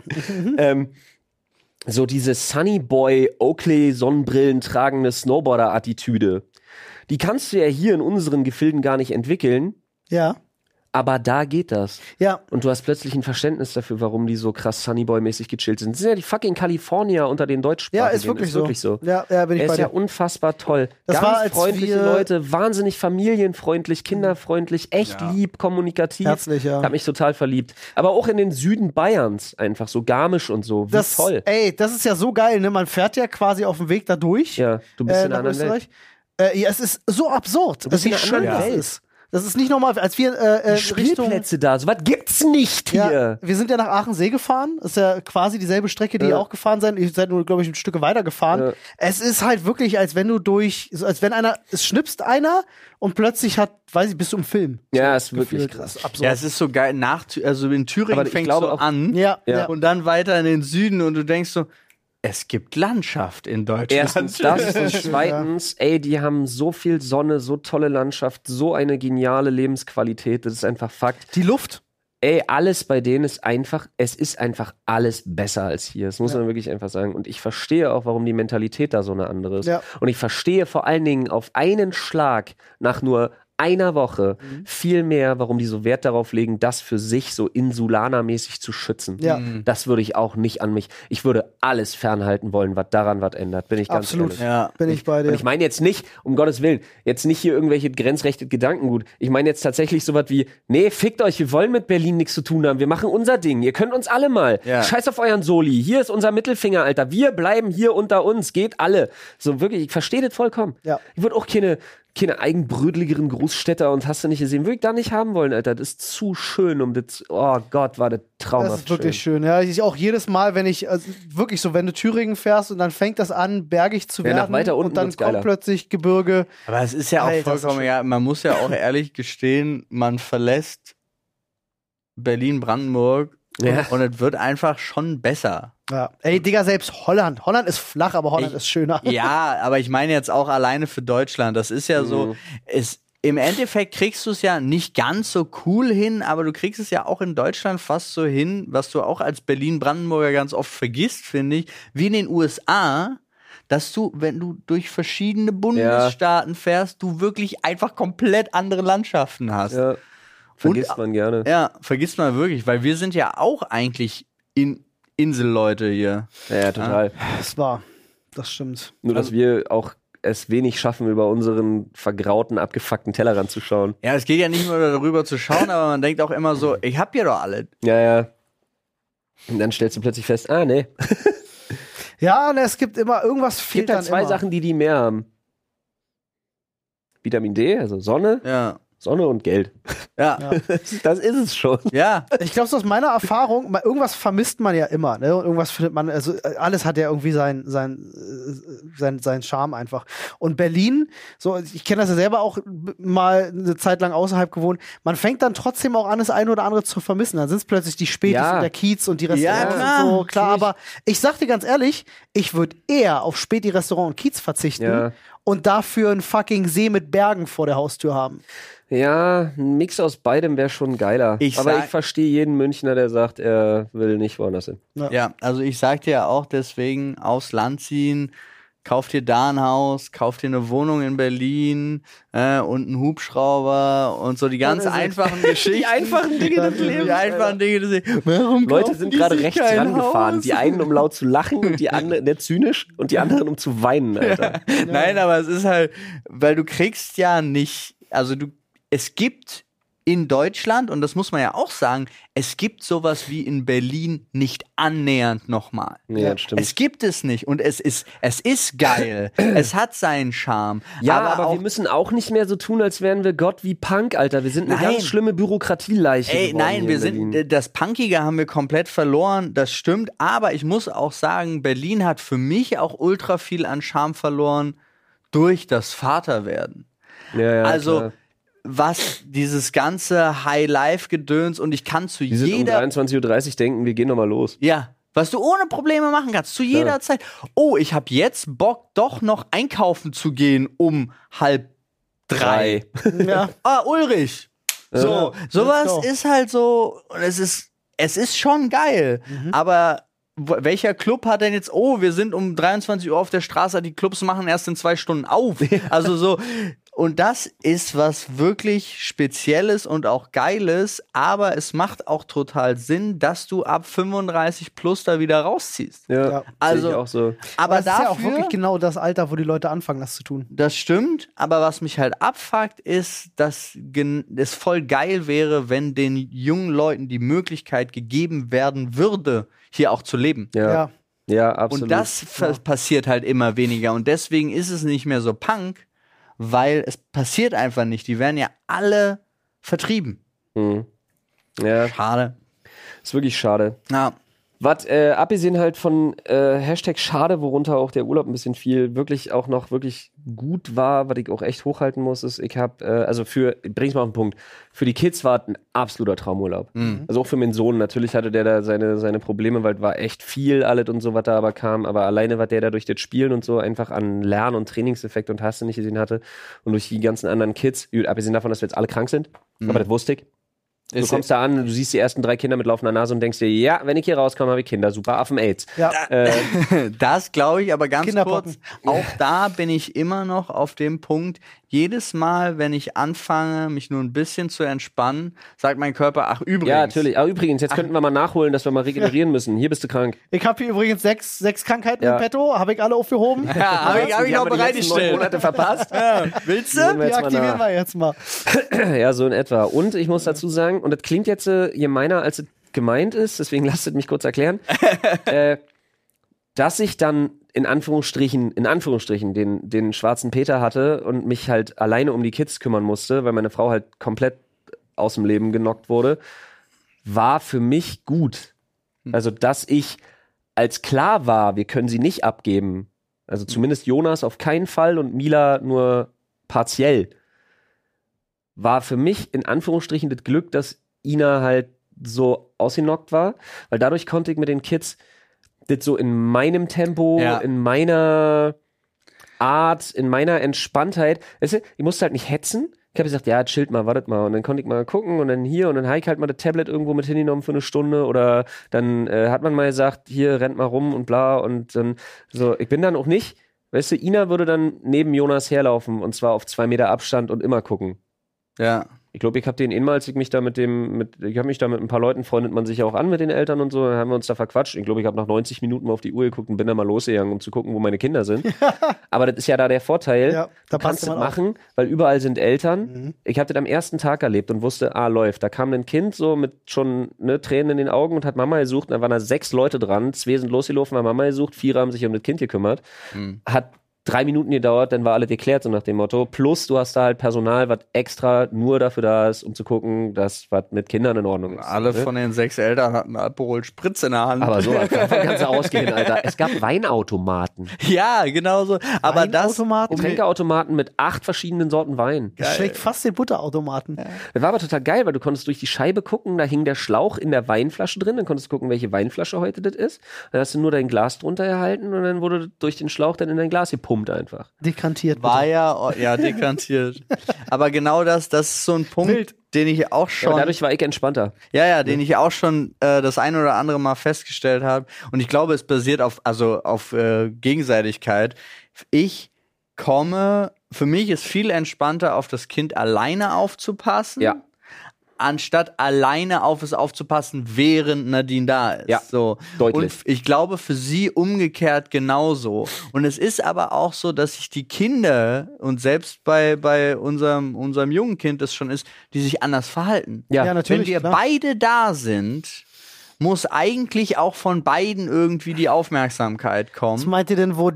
[SPEAKER 3] So diese Sunny Boy Oakley Sonnenbrillen tragende Snowboarder-Attitüde. Die kannst du ja hier in unseren Gefilden gar nicht entwickeln.
[SPEAKER 2] Ja.
[SPEAKER 3] Aber da geht das.
[SPEAKER 2] Ja.
[SPEAKER 3] Und du hast plötzlich ein Verständnis dafür, warum die so krass Sunnyboy-mäßig gechillt sind. Das sind ja die fucking Kalifornier unter den Deutschsprachigen.
[SPEAKER 2] Ja, ist wirklich so. Ja, bin ich
[SPEAKER 3] Er
[SPEAKER 2] bei
[SPEAKER 3] ist
[SPEAKER 2] dir.
[SPEAKER 3] ja unfassbar toll.
[SPEAKER 2] Das
[SPEAKER 3] Ganz
[SPEAKER 2] war, als
[SPEAKER 3] freundliche
[SPEAKER 2] wir-
[SPEAKER 3] Leute, wahnsinnig familienfreundlich, kinderfreundlich, echt lieb, kommunikativ.
[SPEAKER 2] Herzlich, ja.
[SPEAKER 3] Hab mich total verliebt. Aber auch in den Süden Bayerns einfach, so Garmisch und so. Wie toll.
[SPEAKER 2] Ey, das ist ja so geil, ne? Man fährt ja quasi auf dem Weg da durch.
[SPEAKER 3] Ja, du bist in
[SPEAKER 2] nach
[SPEAKER 3] einer anderen Welt.
[SPEAKER 2] Österreich. Ja, es ist so absurd,
[SPEAKER 3] bist in
[SPEAKER 2] wie
[SPEAKER 3] einer
[SPEAKER 2] schön
[SPEAKER 3] anderen
[SPEAKER 2] das
[SPEAKER 3] Welt.
[SPEAKER 2] ist. Das ist nicht normal, als wir Richtung...
[SPEAKER 3] Spielplätze da, sowas gibt's nicht hier.
[SPEAKER 2] Ja, wir sind ja nach Aachensee gefahren. Das ist ja quasi dieselbe Strecke, die ihr auch gefahren seid. Ihr seid nur, glaube ich, ein Stück weiter gefahren.
[SPEAKER 3] Ja.
[SPEAKER 2] Es ist halt wirklich, als wenn du als wenn es schnipst einer und plötzlich bist du im Film.
[SPEAKER 3] Ja, ist wirklich
[SPEAKER 2] Gefühlt.
[SPEAKER 3] krass.
[SPEAKER 2] Das ist absurd.
[SPEAKER 1] Ja, es ist so geil. Also in Thüringen
[SPEAKER 3] Aber ich
[SPEAKER 1] fängt
[SPEAKER 3] glaube
[SPEAKER 1] so
[SPEAKER 3] auch-
[SPEAKER 1] an.
[SPEAKER 2] Ja.
[SPEAKER 1] Und dann weiter in den Süden und du denkst so, es gibt Landschaft in Deutschland.
[SPEAKER 3] Erstens das und zweitens, ey, die haben so viel Sonne, so tolle Landschaft, so eine geniale Lebensqualität, das ist einfach Fakt.
[SPEAKER 2] Die Luft.
[SPEAKER 3] Ey, alles bei denen ist einfach, es ist einfach alles besser als hier. Das muss man wirklich einfach sagen. Und ich verstehe auch, warum die Mentalität da so eine andere ist.
[SPEAKER 2] Ja.
[SPEAKER 3] Und ich verstehe vor allen Dingen auf einen Schlag nach nur einer Woche viel mehr, warum die so Wert darauf legen, das für sich so insulanermäßig zu schützen.
[SPEAKER 2] Ja.
[SPEAKER 3] Das würde ich auch nicht an mich. Ich würde alles fernhalten wollen, was daran was ändert. Bin ich ganz
[SPEAKER 2] Absolut.
[SPEAKER 3] ehrlich.
[SPEAKER 1] Ja.
[SPEAKER 2] Bin ich bei dir.
[SPEAKER 3] Und ich meine jetzt nicht, um Gottes Willen, jetzt nicht hier irgendwelche grenzrechte Gedankengut. Ich meine jetzt tatsächlich sowas wie, nee, fickt euch, wir wollen mit Berlin nichts zu tun haben. Wir machen unser Ding. Ihr könnt uns alle mal.
[SPEAKER 1] Ja.
[SPEAKER 3] Scheiß auf euren Soli. Hier ist unser Mittelfinger, Alter. Wir bleiben hier unter uns. Geht alle. So wirklich, ich verstehe das vollkommen.
[SPEAKER 2] Ja.
[SPEAKER 3] Ich würde auch keine eigenbrödeligeren Großstädter und hast du nicht gesehen, würde ich da nicht haben wollen, Alter. Das ist zu schön, um das, oh Gott, war das traumhaft.
[SPEAKER 2] Das ist wirklich schön. Ja, ich auch jedes Mal, wenn ich, also wirklich so, wenn du Thüringen fährst und dann fängt das an, bergig zu
[SPEAKER 3] Ja, nach
[SPEAKER 2] werden
[SPEAKER 3] weiter unten
[SPEAKER 2] und dann
[SPEAKER 3] wird's
[SPEAKER 2] kommt
[SPEAKER 3] geiler.
[SPEAKER 2] plötzlich Gebirge.
[SPEAKER 1] Aber es ist ja auch
[SPEAKER 2] Alter, das ist
[SPEAKER 1] vollkommen,
[SPEAKER 2] schön.
[SPEAKER 1] ja, man muss ja auch ehrlich gestehen, man verlässt Berlin-Brandenburg
[SPEAKER 3] Ja.
[SPEAKER 1] und es wird einfach schon besser.
[SPEAKER 2] Ja. Ey, Digga, selbst Holland. Holland ist flach, aber Holland ist schöner.
[SPEAKER 1] Ja, aber ich meine jetzt auch alleine für Deutschland. Das ist ja so, im Endeffekt kriegst du es ja nicht ganz so cool hin, aber du kriegst es ja auch in Deutschland fast so hin, was du auch als Berlin-Brandenburger ganz oft vergisst, finde ich, wie in den USA, dass du, wenn du durch verschiedene Bundesstaaten fährst, du wirklich einfach komplett andere Landschaften hast.
[SPEAKER 3] Ja. Vergisst man gerne.
[SPEAKER 1] Ja, vergisst man wirklich, weil wir sind ja auch eigentlich Inselleute hier.
[SPEAKER 3] Ja, total.
[SPEAKER 2] Das war. Das stimmt.
[SPEAKER 3] Nur, dass wir auch es wenig schaffen, über unseren vergrauten, abgefuckten Tellerrand zu schauen.
[SPEAKER 1] Ja, es geht ja nicht nur darüber zu schauen, aber man denkt auch immer so, ich hab ja doch alle.
[SPEAKER 3] Ja, ja. Und dann stellst du plötzlich fest, nee.
[SPEAKER 2] Ja, und es gibt immer, irgendwas
[SPEAKER 3] Es
[SPEAKER 2] fehlt
[SPEAKER 3] gibt
[SPEAKER 2] dann
[SPEAKER 3] halt zwei
[SPEAKER 2] immer.
[SPEAKER 3] Sachen, die mehr haben. Vitamin D, also Sonne,
[SPEAKER 1] Ja.
[SPEAKER 3] Sonne und Geld.
[SPEAKER 1] Ja.
[SPEAKER 3] Das ist es schon.
[SPEAKER 1] Ja.
[SPEAKER 2] Ich glaube, so aus meiner Erfahrung, irgendwas vermisst man ja immer, ne? Und irgendwas findet man, also alles hat ja irgendwie seinen Charme einfach. Und Berlin, so, ich kenne das ja selber auch mal eine Zeit lang außerhalb gewohnt, man fängt dann trotzdem auch an, das eine oder andere zu vermissen. Dann sind es plötzlich die Spätis und der Kiez und die Restaurants und so, klar. Aber ich sag dir ganz ehrlich, ich würde eher auf Späti, Restaurant und Kiez verzichten und dafür einen fucking See mit Bergen vor der Haustür haben.
[SPEAKER 3] Ja, ein Mix aus beidem wäre schon geiler. Aber ich verstehe jeden Münchner, der sagt, er will nicht woanders hin.
[SPEAKER 1] Ja, also ich sag dir ja auch deswegen, aufs Land ziehen, kauf dir da ein Haus, kauf dir eine Wohnung in Berlin und einen Hubschrauber und so die ganz einfachen Geschichten.
[SPEAKER 3] Die einfachen Dinge des Lebens.
[SPEAKER 1] Die einfachen Dinge des Lebens. Warum
[SPEAKER 3] Leute sind gerade rechts rangefahren. Die einen, um laut zu lachen und die anderen, der zynisch und die anderen, um zu weinen, Alter.
[SPEAKER 1] Ja. Nein, aber es ist halt, weil du kriegst ja nicht, also es gibt in Deutschland, und das muss man ja auch sagen, es gibt sowas wie in Berlin nicht annähernd nochmal.
[SPEAKER 3] Ja, das stimmt.
[SPEAKER 1] Es gibt es nicht und es ist geil. Es hat seinen Charme.
[SPEAKER 3] Ja, aber wir müssen auch nicht mehr so tun, als wären wir Gott wie Punk, Alter. Wir sind eine ganz schlimme Bürokratieleiche geworden.
[SPEAKER 1] Nein, wir sind, das Punkige haben wir komplett verloren, das stimmt, aber ich muss auch sagen, Berlin hat für mich auch ultra viel an Charme verloren durch das Vaterwerden.
[SPEAKER 3] Ja,
[SPEAKER 1] also,
[SPEAKER 3] klar.
[SPEAKER 1] Was dieses ganze High-Life-Gedöns und ich kann zu
[SPEAKER 3] jeder... um 23:30 Uhr denken, wir gehen nochmal los.
[SPEAKER 1] Ja, was du ohne Probleme machen kannst, zu jeder Zeit. Oh, ich habe jetzt Bock, doch noch einkaufen zu gehen um 2:30. Ja. Ulrich. So, sowas ist halt so, und es ist schon geil, aber welcher Club hat denn jetzt, wir sind um 23 Uhr auf der Straße, die Clubs machen erst in 2 Stunden auf. Also so, und das ist was wirklich Spezielles und auch Geiles, aber es macht auch total Sinn, dass du ab 35 plus da wieder rausziehst.
[SPEAKER 3] Ja,
[SPEAKER 1] also
[SPEAKER 3] sehe ich auch so.
[SPEAKER 2] Aber das ist ja auch wirklich genau das Alter, wo die Leute anfangen, das zu tun.
[SPEAKER 1] Das stimmt, aber was mich halt abfuckt, ist, dass es voll geil wäre, wenn den jungen Leuten die Möglichkeit gegeben werden würde, hier auch zu leben.
[SPEAKER 3] Ja, absolut.
[SPEAKER 1] Und das passiert halt immer weniger. Und deswegen ist es nicht mehr so Punk, weil es passiert einfach nicht. Die werden ja alle vertrieben.
[SPEAKER 3] Ja.
[SPEAKER 1] Schade.
[SPEAKER 3] Ist wirklich schade.
[SPEAKER 1] Ja.
[SPEAKER 3] Was, abgesehen halt von Hashtag schade, worunter auch der Urlaub ein bisschen viel wirklich auch noch wirklich gut war, was ich auch echt hochhalten muss, ist, ich habe, bring's mal auf den Punkt, für die Kids war es ein absoluter Traumurlaub. Also auch für meinen Sohn, natürlich hatte der da seine Probleme, weil es war echt viel alles und so, was da aber kam, aber alleine, was der da durch das Spielen und so einfach an Lern- und Trainingseffekt und hast du nicht gesehen hatte und durch die ganzen anderen Kids, abgesehen davon, dass wir jetzt alle krank sind, aber das wusste ich. Du kommst da an, du siehst die ersten 3 Kinder mit laufender Nase und denkst dir, ja, wenn ich hier rauskomme, habe ich Kinder, super, Affen-Aids.
[SPEAKER 2] Ja.
[SPEAKER 1] Das glaube ich, aber ganz kurz, auch da bin ich immer noch auf dem Punkt, jedes Mal, wenn ich anfange, mich nur ein bisschen zu entspannen, sagt mein Körper, ach übrigens.
[SPEAKER 3] Ja, natürlich. Übrigens, jetzt könnten wir mal nachholen, dass wir mal regenerieren müssen. Hier bist du krank.
[SPEAKER 2] Ich habe hier übrigens 6 Krankheiten im Petto, habe ich alle aufgehoben.
[SPEAKER 1] Ja, habe ich noch bereitgestellt.
[SPEAKER 3] 9 Monate verpasst.
[SPEAKER 1] Willst du?
[SPEAKER 2] Die aktivieren wir jetzt mal.
[SPEAKER 3] Ja, so in etwa. Und ich muss dazu sagen, und das klingt jetzt gemeiner, als es gemeint ist, deswegen lasst es mich kurz erklären, dass ich dann in Anführungsstrichen den schwarzen Peter hatte und mich halt alleine um die Kids kümmern musste, weil meine Frau halt komplett aus dem Leben genockt wurde, war für mich gut. Also, dass ich, als klar war, wir können sie nicht abgeben, also zumindest Jonas auf keinen Fall und Mila nur partiell, war für mich in Anführungsstrichen das Glück, dass Ina halt so ausgenockt war, weil dadurch konnte ich mit den Kids das so in meinem Tempo, in meiner Art, in meiner Entspanntheit, weißt du, ich musste halt nicht hetzen. Ich habe gesagt, ja, chillt mal, wartet mal. Und dann konnte ich mal gucken und dann hier und dann habe ich halt mal das Tablet irgendwo mit hingenommen für eine Stunde oder dann hat man mal gesagt, hier, rennt mal rum und bla und dann so, ich bin dann auch nicht, weißt du, Ina würde dann neben Jonas herlaufen und zwar auf 2 Meter Abstand und immer gucken.
[SPEAKER 1] Ja.
[SPEAKER 3] Ich glaube, ich habe den als ich mich da ich habe mich da mit ein paar Leuten, freundet man sich ja auch an mit den Eltern und so, dann haben wir uns da verquatscht. Ich glaube, ich habe nach 90 Minuten mal auf die Uhr geguckt und bin dann mal losgegangen, um zu gucken, wo meine Kinder sind. Aber das ist ja da der Vorteil,
[SPEAKER 2] da
[SPEAKER 3] du kannst es machen, weil überall sind Eltern. Ich habe das am ersten Tag erlebt und wusste, läuft. Da kam ein Kind so mit schon Tränen in den Augen und hat Mama gesucht und da waren da 6 Leute dran, 2 sind losgelaufen, haben Mama gesucht, 4 haben sich um das Kind gekümmert. Hat 3 Minuten gedauert, dann war alles geklärt, so nach dem Motto. Plus, du hast da halt Personal, was extra nur dafür da ist, um zu gucken, dass was mit Kindern in Ordnung ist.
[SPEAKER 1] Alle von den 6 Eltern hatten Alkohol Spritz in der Hand.
[SPEAKER 3] Aber so, davon kannst du ausgehen, Alter. Es gab Weinautomaten.
[SPEAKER 1] Ja, genau so. Aber das
[SPEAKER 3] Getränkeautomaten mit 8 verschiedenen Sorten Wein.
[SPEAKER 2] Das schlägt fast den Butterautomaten.
[SPEAKER 3] Das war aber total geil, weil du konntest durch die Scheibe gucken, da hing der Schlauch in der Weinflasche drin, dann konntest du gucken, welche Weinflasche heute das ist. Dann hast du nur dein Glas drunter gehalten und dann wurde durch den Schlauch dann in dein Glas gepumpt einfach.
[SPEAKER 2] Dekantiert.
[SPEAKER 1] War ja dekantiert. Aber genau das ist so ein Punkt, den ich auch schon.
[SPEAKER 3] Ja, dadurch war ich entspannter.
[SPEAKER 1] Ja, den ich auch schon das ein oder andere Mal festgestellt habe. Und ich glaube, es basiert auf Gegenseitigkeit. Für mich ist viel entspannter, auf das Kind alleine aufzupassen.
[SPEAKER 3] Ja.
[SPEAKER 1] Anstatt alleine auf es aufzupassen, während Nadine da ist.
[SPEAKER 3] Ja,
[SPEAKER 1] so.
[SPEAKER 3] deutlich.
[SPEAKER 1] Und ich glaube, für sie umgekehrt genauso. Und es ist aber auch so, dass sich die Kinder, und selbst bei unserem jungen Kind das schon ist, die sich anders verhalten.
[SPEAKER 3] Ja,
[SPEAKER 2] natürlich.
[SPEAKER 1] Wenn wir beide da sind, muss eigentlich auch von beiden irgendwie die Aufmerksamkeit kommen.
[SPEAKER 2] Was meint ihr denn, wo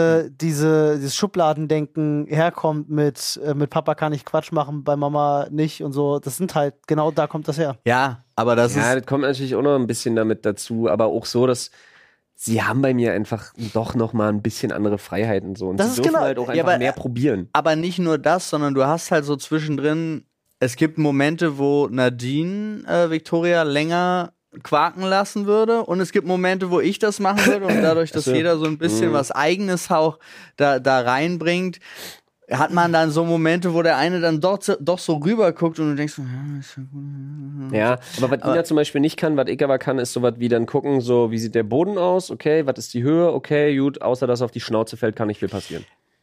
[SPEAKER 2] dieses Schubladendenken herkommt mit Papa kann ich Quatsch machen, bei Mama nicht und so? Das sind halt, genau da kommt das her.
[SPEAKER 1] Ja, aber das
[SPEAKER 3] Ja,
[SPEAKER 1] ist.
[SPEAKER 3] das kommt natürlich auch noch ein bisschen damit dazu, aber auch so, dass sie haben bei mir einfach doch noch mal ein bisschen andere Freiheiten so und
[SPEAKER 2] Das
[SPEAKER 3] sie
[SPEAKER 2] ist
[SPEAKER 3] dürfen
[SPEAKER 2] genau-
[SPEAKER 3] halt auch
[SPEAKER 1] Ja,
[SPEAKER 3] einfach
[SPEAKER 1] aber-
[SPEAKER 3] mehr probieren.
[SPEAKER 1] Aber nicht nur das, sondern du hast halt so zwischendrin, es gibt Momente, wo Nadine Victoria länger quaken lassen würde und es gibt Momente, wo ich das machen würde und dadurch, dass jeder so ein bisschen was Eigenes auch da reinbringt, hat man dann so Momente, wo der eine dann doch so rüber guckt und du denkst, ja, ist ja gut.
[SPEAKER 3] Ja, aber was Ina zum Beispiel nicht kann, was ich aber kann, ist sowas wie dann gucken, so wie sieht der Boden aus, okay, was ist die Höhe, okay, gut, außer dass auf die Schnauze fällt, kann nicht viel passieren.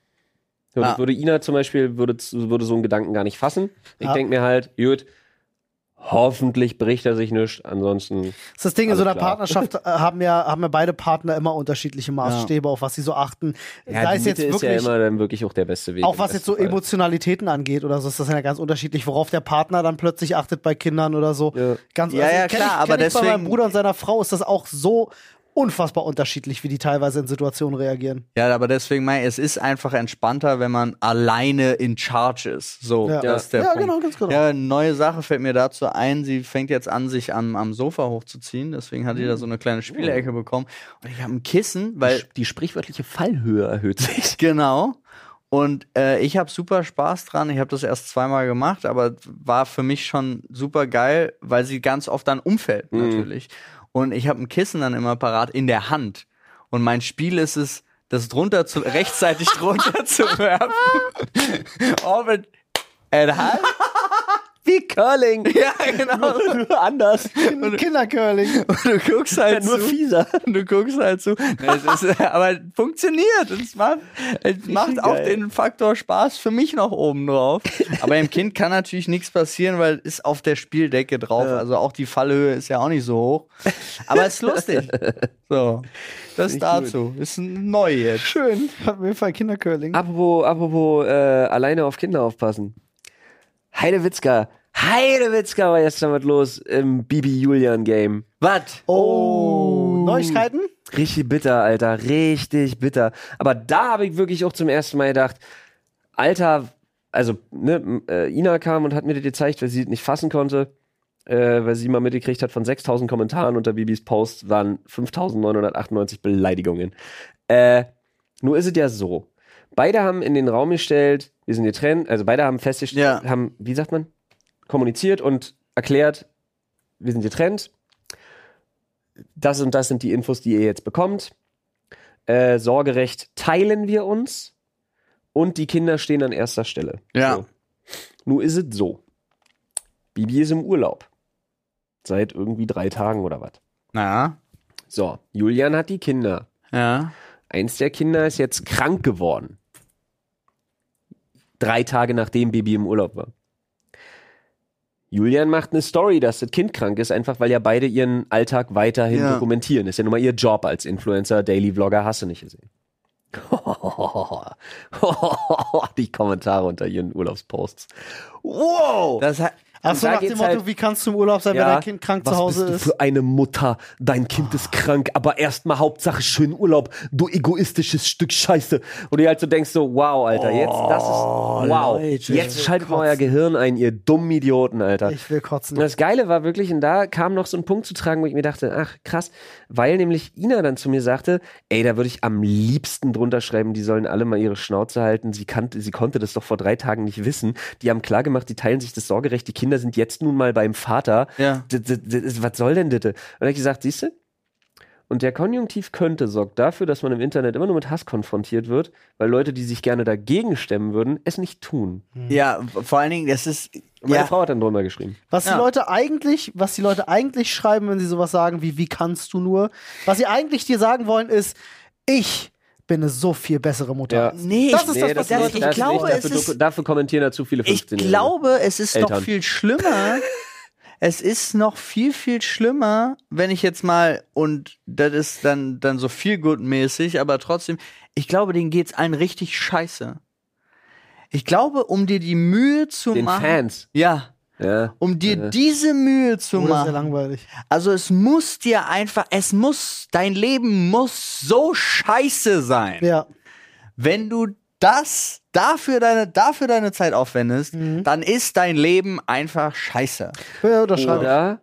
[SPEAKER 3] Würde Ina zum Beispiel, würde so einen Gedanken gar nicht fassen. Ich denke mir halt, gut, hoffentlich bricht er sich nicht, ansonsten.
[SPEAKER 2] Das ist das Ding, in so einer
[SPEAKER 3] klar.
[SPEAKER 2] Partnerschaft haben ja beide Partner immer unterschiedliche Maßstäbe, auf was sie so achten.
[SPEAKER 3] Ja,
[SPEAKER 2] da
[SPEAKER 3] die
[SPEAKER 2] ist jetzt
[SPEAKER 3] Mitte ist ja
[SPEAKER 2] wirklich,
[SPEAKER 3] immer dann wirklich auch der beste Weg.
[SPEAKER 2] auch
[SPEAKER 3] im
[SPEAKER 2] was jetzt so
[SPEAKER 3] besten Fall.
[SPEAKER 2] Emotionalitäten angeht oder so, ist das ja ganz unterschiedlich, worauf der Partner dann plötzlich achtet bei Kindern oder so.
[SPEAKER 3] Ja.
[SPEAKER 2] Ganz,
[SPEAKER 1] Ja, ja, klar, aber
[SPEAKER 2] bei meinem
[SPEAKER 1] deswegen-
[SPEAKER 2] Bruder und seiner Frau ist das auch so unfassbar unterschiedlich, wie die teilweise in Situationen reagieren.
[SPEAKER 1] Ja, aber deswegen meine ich, es ist einfach entspannter, wenn man alleine in charge ist. So,
[SPEAKER 2] Ja.
[SPEAKER 1] das ist der
[SPEAKER 2] Ja,
[SPEAKER 1] Punkt.
[SPEAKER 2] genau, ganz genau.
[SPEAKER 1] Ja, eine neue Sache fällt mir dazu ein. Sie fängt jetzt an, sich am Sofa hochzuziehen. Deswegen hat sie da so eine kleine Spielecke bekommen. Und ich habe ein Kissen, weil
[SPEAKER 3] Die sprichwörtliche Fallhöhe erhöht sich.
[SPEAKER 1] genau. Und ich habe super Spaß dran. Ich habe das erst 2-mal gemacht, aber war für mich schon super geil, weil sie ganz oft dann umfällt natürlich. Und ich habe ein Kissen dann immer parat in der Hand. Und mein Spiel ist es, das rechtzeitig drunter zu werfen. Orbit at halb.
[SPEAKER 3] Wie Curling.
[SPEAKER 1] Ja, genau.
[SPEAKER 3] Nur anders.
[SPEAKER 2] Kindercurling.
[SPEAKER 1] Und du guckst halt
[SPEAKER 3] Nur
[SPEAKER 1] zu.
[SPEAKER 3] fieser.
[SPEAKER 1] Du guckst halt zu. Aber funktioniert. Es macht auch
[SPEAKER 3] geil.
[SPEAKER 1] den Faktor Spaß für mich noch oben drauf. Aber im Kind kann natürlich nichts passieren, weil es ist auf der Spieldecke drauf.
[SPEAKER 3] Ja.
[SPEAKER 1] Also auch die Fallhöhe ist ja auch nicht so hoch. Aber es ist lustig. So, das dazu. Ist neu jetzt.
[SPEAKER 2] Schön. Auf jeden Fall Kindercurling.
[SPEAKER 3] Apropos alleine auf Kinder aufpassen. Heidewitzka war jetzt damit los im Bibi-Julian-Game.
[SPEAKER 1] Was?
[SPEAKER 2] Oh. Neuigkeiten?
[SPEAKER 3] Richtig bitter, Alter. Richtig bitter. Aber da habe ich wirklich auch zum ersten Mal gedacht, Alter, also, Ina kam und hat mir das gezeigt, weil sie es nicht fassen konnte, weil sie mal mitgekriegt hat, von 6.000 Kommentaren unter Bibis Post waren 5.998 Beleidigungen. Nur ist es ja so. Beide haben in den Raum gestellt, wir sind getrennt, also beide haben festgestellt, haben, wie sagt man, kommuniziert und erklärt, wir sind getrennt. Das und das sind die Infos, die ihr jetzt bekommt. Sorgerecht teilen wir uns und die Kinder stehen an erster Stelle.
[SPEAKER 1] Ja.
[SPEAKER 3] So. Nun ist es so. Bibi ist im Urlaub. Seit irgendwie 3 Tagen oder was.
[SPEAKER 1] Na,
[SPEAKER 3] So, Julian hat die Kinder.
[SPEAKER 1] ja.
[SPEAKER 3] Eins der Kinder ist jetzt krank geworden. 3 Tage nachdem Bibi im Urlaub war. Julian macht eine Story, dass das Kind krank ist, einfach weil ja beide ihren Alltag weiterhin dokumentieren. Ist ja nun mal ihr Job als Influencer, Daily Vlogger, hast du nicht gesehen. Die Kommentare unter ihren Urlaubsposts. Wow!
[SPEAKER 2] Ach so,
[SPEAKER 3] da
[SPEAKER 2] nach dem
[SPEAKER 3] geht's
[SPEAKER 2] Motto,
[SPEAKER 3] halt-
[SPEAKER 2] wie kannst du im Urlaub sein, wenn dein Kind krank zu Hause
[SPEAKER 4] Was bist
[SPEAKER 2] ist?
[SPEAKER 4] du für eine Mutter? Dein Kind ist krank, aber erstmal Hauptsache schönen Urlaub, du egoistisches Stück Scheiße.
[SPEAKER 3] Und du halt so denkst so, wow, Alter, jetzt, das ist, wow.
[SPEAKER 1] Leute,
[SPEAKER 3] Jetzt
[SPEAKER 2] ich
[SPEAKER 3] schaltet
[SPEAKER 2] will
[SPEAKER 3] mal euer
[SPEAKER 2] kotzen.
[SPEAKER 3] Gehirn ein, ihr dummen Idioten, Alter.
[SPEAKER 2] Ich will kotzen.
[SPEAKER 3] Und das Geile war wirklich, und da kam noch so ein Punkt zu tragen, wo ich mir dachte, ach krass, weil nämlich Ina dann zu mir sagte, ey, da würde ich am liebsten drunter schreiben, die sollen alle mal ihre Schnauze halten, sie konnte das doch vor 3 Tagen nicht wissen, die haben klargemacht, die teilen sich das Sorgerecht, die Kinder sind jetzt nun mal beim Vater,
[SPEAKER 1] Ja.
[SPEAKER 3] Was soll denn das? Und dann hab ich gesagt, siehst du, und der Konjunktiv könnte sorgt dafür, dass man im Internet immer nur mit Hass konfrontiert wird, weil Leute, die sich gerne dagegen stemmen würden, es nicht tun.
[SPEAKER 1] Ja, vor allen Dingen, das ist.
[SPEAKER 3] Meine
[SPEAKER 1] Ja,
[SPEAKER 3] Frau hat dann drunter geschrieben.
[SPEAKER 2] Was
[SPEAKER 1] Ja.
[SPEAKER 2] die Leute eigentlich schreiben, wenn sie sowas sagen wie kannst du nur? Was sie eigentlich dir sagen wollen, ist, ich bin eine so viel bessere Mutter.
[SPEAKER 3] Ja.
[SPEAKER 1] nee,
[SPEAKER 2] Das ist das, was die
[SPEAKER 1] das-
[SPEAKER 2] Leute-
[SPEAKER 1] ich glaube, es ist.
[SPEAKER 3] Dafür kommentieren da zu viele
[SPEAKER 1] Ich
[SPEAKER 3] 15-Jährige.
[SPEAKER 1] glaube, es ist noch
[SPEAKER 3] Eltern.
[SPEAKER 1] viel schlimmer. Es ist noch viel, viel schlimmer, wenn ich jetzt mal, und das ist dann so viel mäßig, aber trotzdem, ich glaube, denen geht's allen richtig scheiße. Ich glaube, um dir die Mühe zu
[SPEAKER 3] Den
[SPEAKER 1] machen.
[SPEAKER 3] Fans.
[SPEAKER 1] Ja.
[SPEAKER 3] Ja.
[SPEAKER 1] Um dir diese Mühe zu
[SPEAKER 2] Oder sehr
[SPEAKER 1] machen.
[SPEAKER 2] langweilig.
[SPEAKER 1] Also dein Leben muss so scheiße sein.
[SPEAKER 2] Ja.
[SPEAKER 1] Wenn du das dafür deine Zeit aufwendest, dann ist dein Leben einfach scheiße.
[SPEAKER 2] Ja, das schreibe ich.
[SPEAKER 3] Oder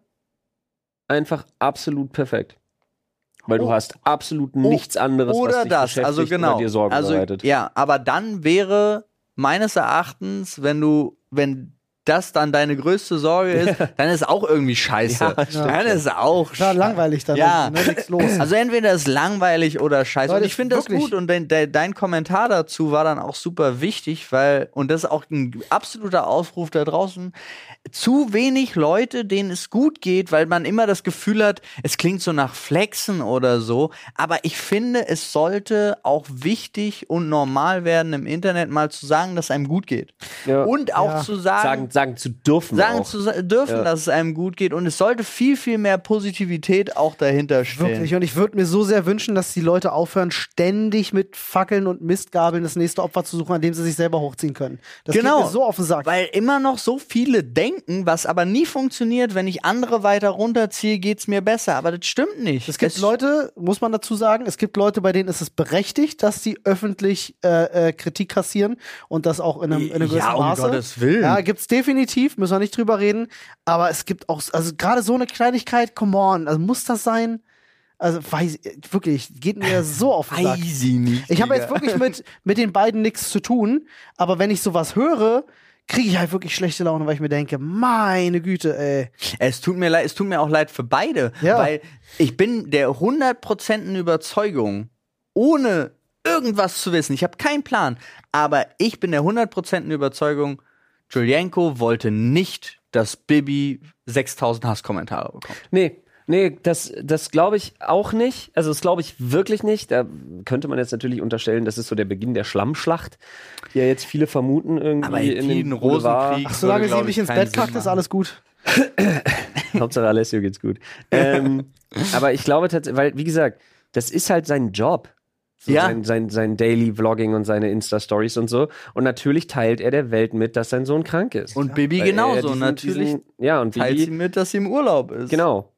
[SPEAKER 3] einfach absolut perfekt. Weil du hast absolut nichts anderes, was
[SPEAKER 1] Oder
[SPEAKER 3] dich
[SPEAKER 1] das,
[SPEAKER 3] beschäftigt
[SPEAKER 1] also genau.
[SPEAKER 3] oder dir Sorgen bereitet.
[SPEAKER 1] Ja, aber dann wäre meines Erachtens, wenn das dann deine größte Sorge ist, dann ist auch irgendwie scheiße.
[SPEAKER 3] Ja, stimmt.
[SPEAKER 1] Dann ist auch
[SPEAKER 2] Ja, langweilig dann.
[SPEAKER 1] Ja.
[SPEAKER 2] Ne, nichts los.
[SPEAKER 1] Also entweder ist langweilig oder scheiße.
[SPEAKER 2] Leute,
[SPEAKER 1] Und ich finde das
[SPEAKER 2] wirklich.
[SPEAKER 1] gut. Und dein Kommentar dazu war dann auch super wichtig, und das ist auch ein absoluter Aufruf da draußen, zu wenig Leute, denen es gut geht, weil man immer das Gefühl hat, es klingt so nach Flexen oder so. Aber ich finde, es sollte auch wichtig und normal werden, im Internet mal zu sagen, dass es einem gut geht.
[SPEAKER 3] Ja.
[SPEAKER 1] Und auch
[SPEAKER 2] Ja.
[SPEAKER 1] zu sagen
[SPEAKER 3] Sagen zu dürfen
[SPEAKER 1] sagen
[SPEAKER 3] auch.
[SPEAKER 1] zu dürfen,
[SPEAKER 3] Ja.
[SPEAKER 1] dass es einem gut geht. Und es sollte viel, viel mehr Positivität auch dahinter stehen.
[SPEAKER 2] Wirklich. Und ich würde mir so sehr wünschen, dass die Leute aufhören, ständig mit Fackeln und Mistgabeln das nächste Opfer zu suchen, an dem sie sich selber hochziehen können. Das geht mir so auf den Sack.
[SPEAKER 1] Weil immer noch so viele denken, was aber nie funktioniert, wenn ich andere weiter runterziehe, geht's mir besser. Aber das stimmt nicht.
[SPEAKER 2] Es gibt Leute, muss man dazu sagen, es gibt Leute, bei denen ist es berechtigt, dass sie öffentlich Kritik kassieren und das auch in einem gewissen
[SPEAKER 1] Ja, um
[SPEAKER 2] Maße.
[SPEAKER 1] Gottes Willen.
[SPEAKER 2] Ja, gibt's definitiv, müssen wir nicht drüber reden. Aber es gibt auch, also gerade so eine Kleinigkeit, come on, also muss das sein? Also wirklich, geht mir so auf den Sack.
[SPEAKER 1] Weiß ich nicht.
[SPEAKER 2] Ich habe
[SPEAKER 1] Digga.
[SPEAKER 2] jetzt wirklich mit den beiden nichts zu tun, aber wenn ich sowas höre, kriege ich halt wirklich schlechte Laune, weil ich mir denke, meine Güte, ey.
[SPEAKER 1] Es tut mir auch leid für beide,
[SPEAKER 2] Ja.
[SPEAKER 1] weil ich bin der 100% Überzeugung, ohne irgendwas zu wissen, ich habe keinen Plan, aber ich bin der 100% Überzeugung, Julienko wollte nicht, dass Bibi 6000 Hasskommentare bekommt.
[SPEAKER 3] Nee, das glaube ich auch nicht. Also das glaube ich wirklich nicht. Da könnte man jetzt natürlich unterstellen, das ist so der Beginn der Schlammschlacht, die ja jetzt viele vermuten irgendwie
[SPEAKER 1] Aber
[SPEAKER 3] in den
[SPEAKER 1] Rosenkrieg.
[SPEAKER 3] Boulevard.
[SPEAKER 2] Ach, solange
[SPEAKER 1] würde,
[SPEAKER 2] sie
[SPEAKER 1] glaub
[SPEAKER 2] mich
[SPEAKER 1] ich,
[SPEAKER 2] ins
[SPEAKER 1] keinen
[SPEAKER 2] Bett
[SPEAKER 1] Sinn
[SPEAKER 2] kackt, ist
[SPEAKER 1] machen.
[SPEAKER 2] alles gut.
[SPEAKER 3] Hauptsache Alessio geht's gut. Aber ich glaube tatsächlich, weil, wie gesagt, das ist halt sein Job. So
[SPEAKER 1] Ja.
[SPEAKER 3] sein Daily Vlogging und seine Insta-Stories und so. Und natürlich teilt er der Welt mit, dass sein Sohn krank ist.
[SPEAKER 1] Und Bibi
[SPEAKER 3] Weil er
[SPEAKER 1] genauso, natürlich
[SPEAKER 3] ja, und
[SPEAKER 1] teilt sie
[SPEAKER 3] Bibi,
[SPEAKER 1] mit, dass sie im Urlaub ist.
[SPEAKER 3] genau.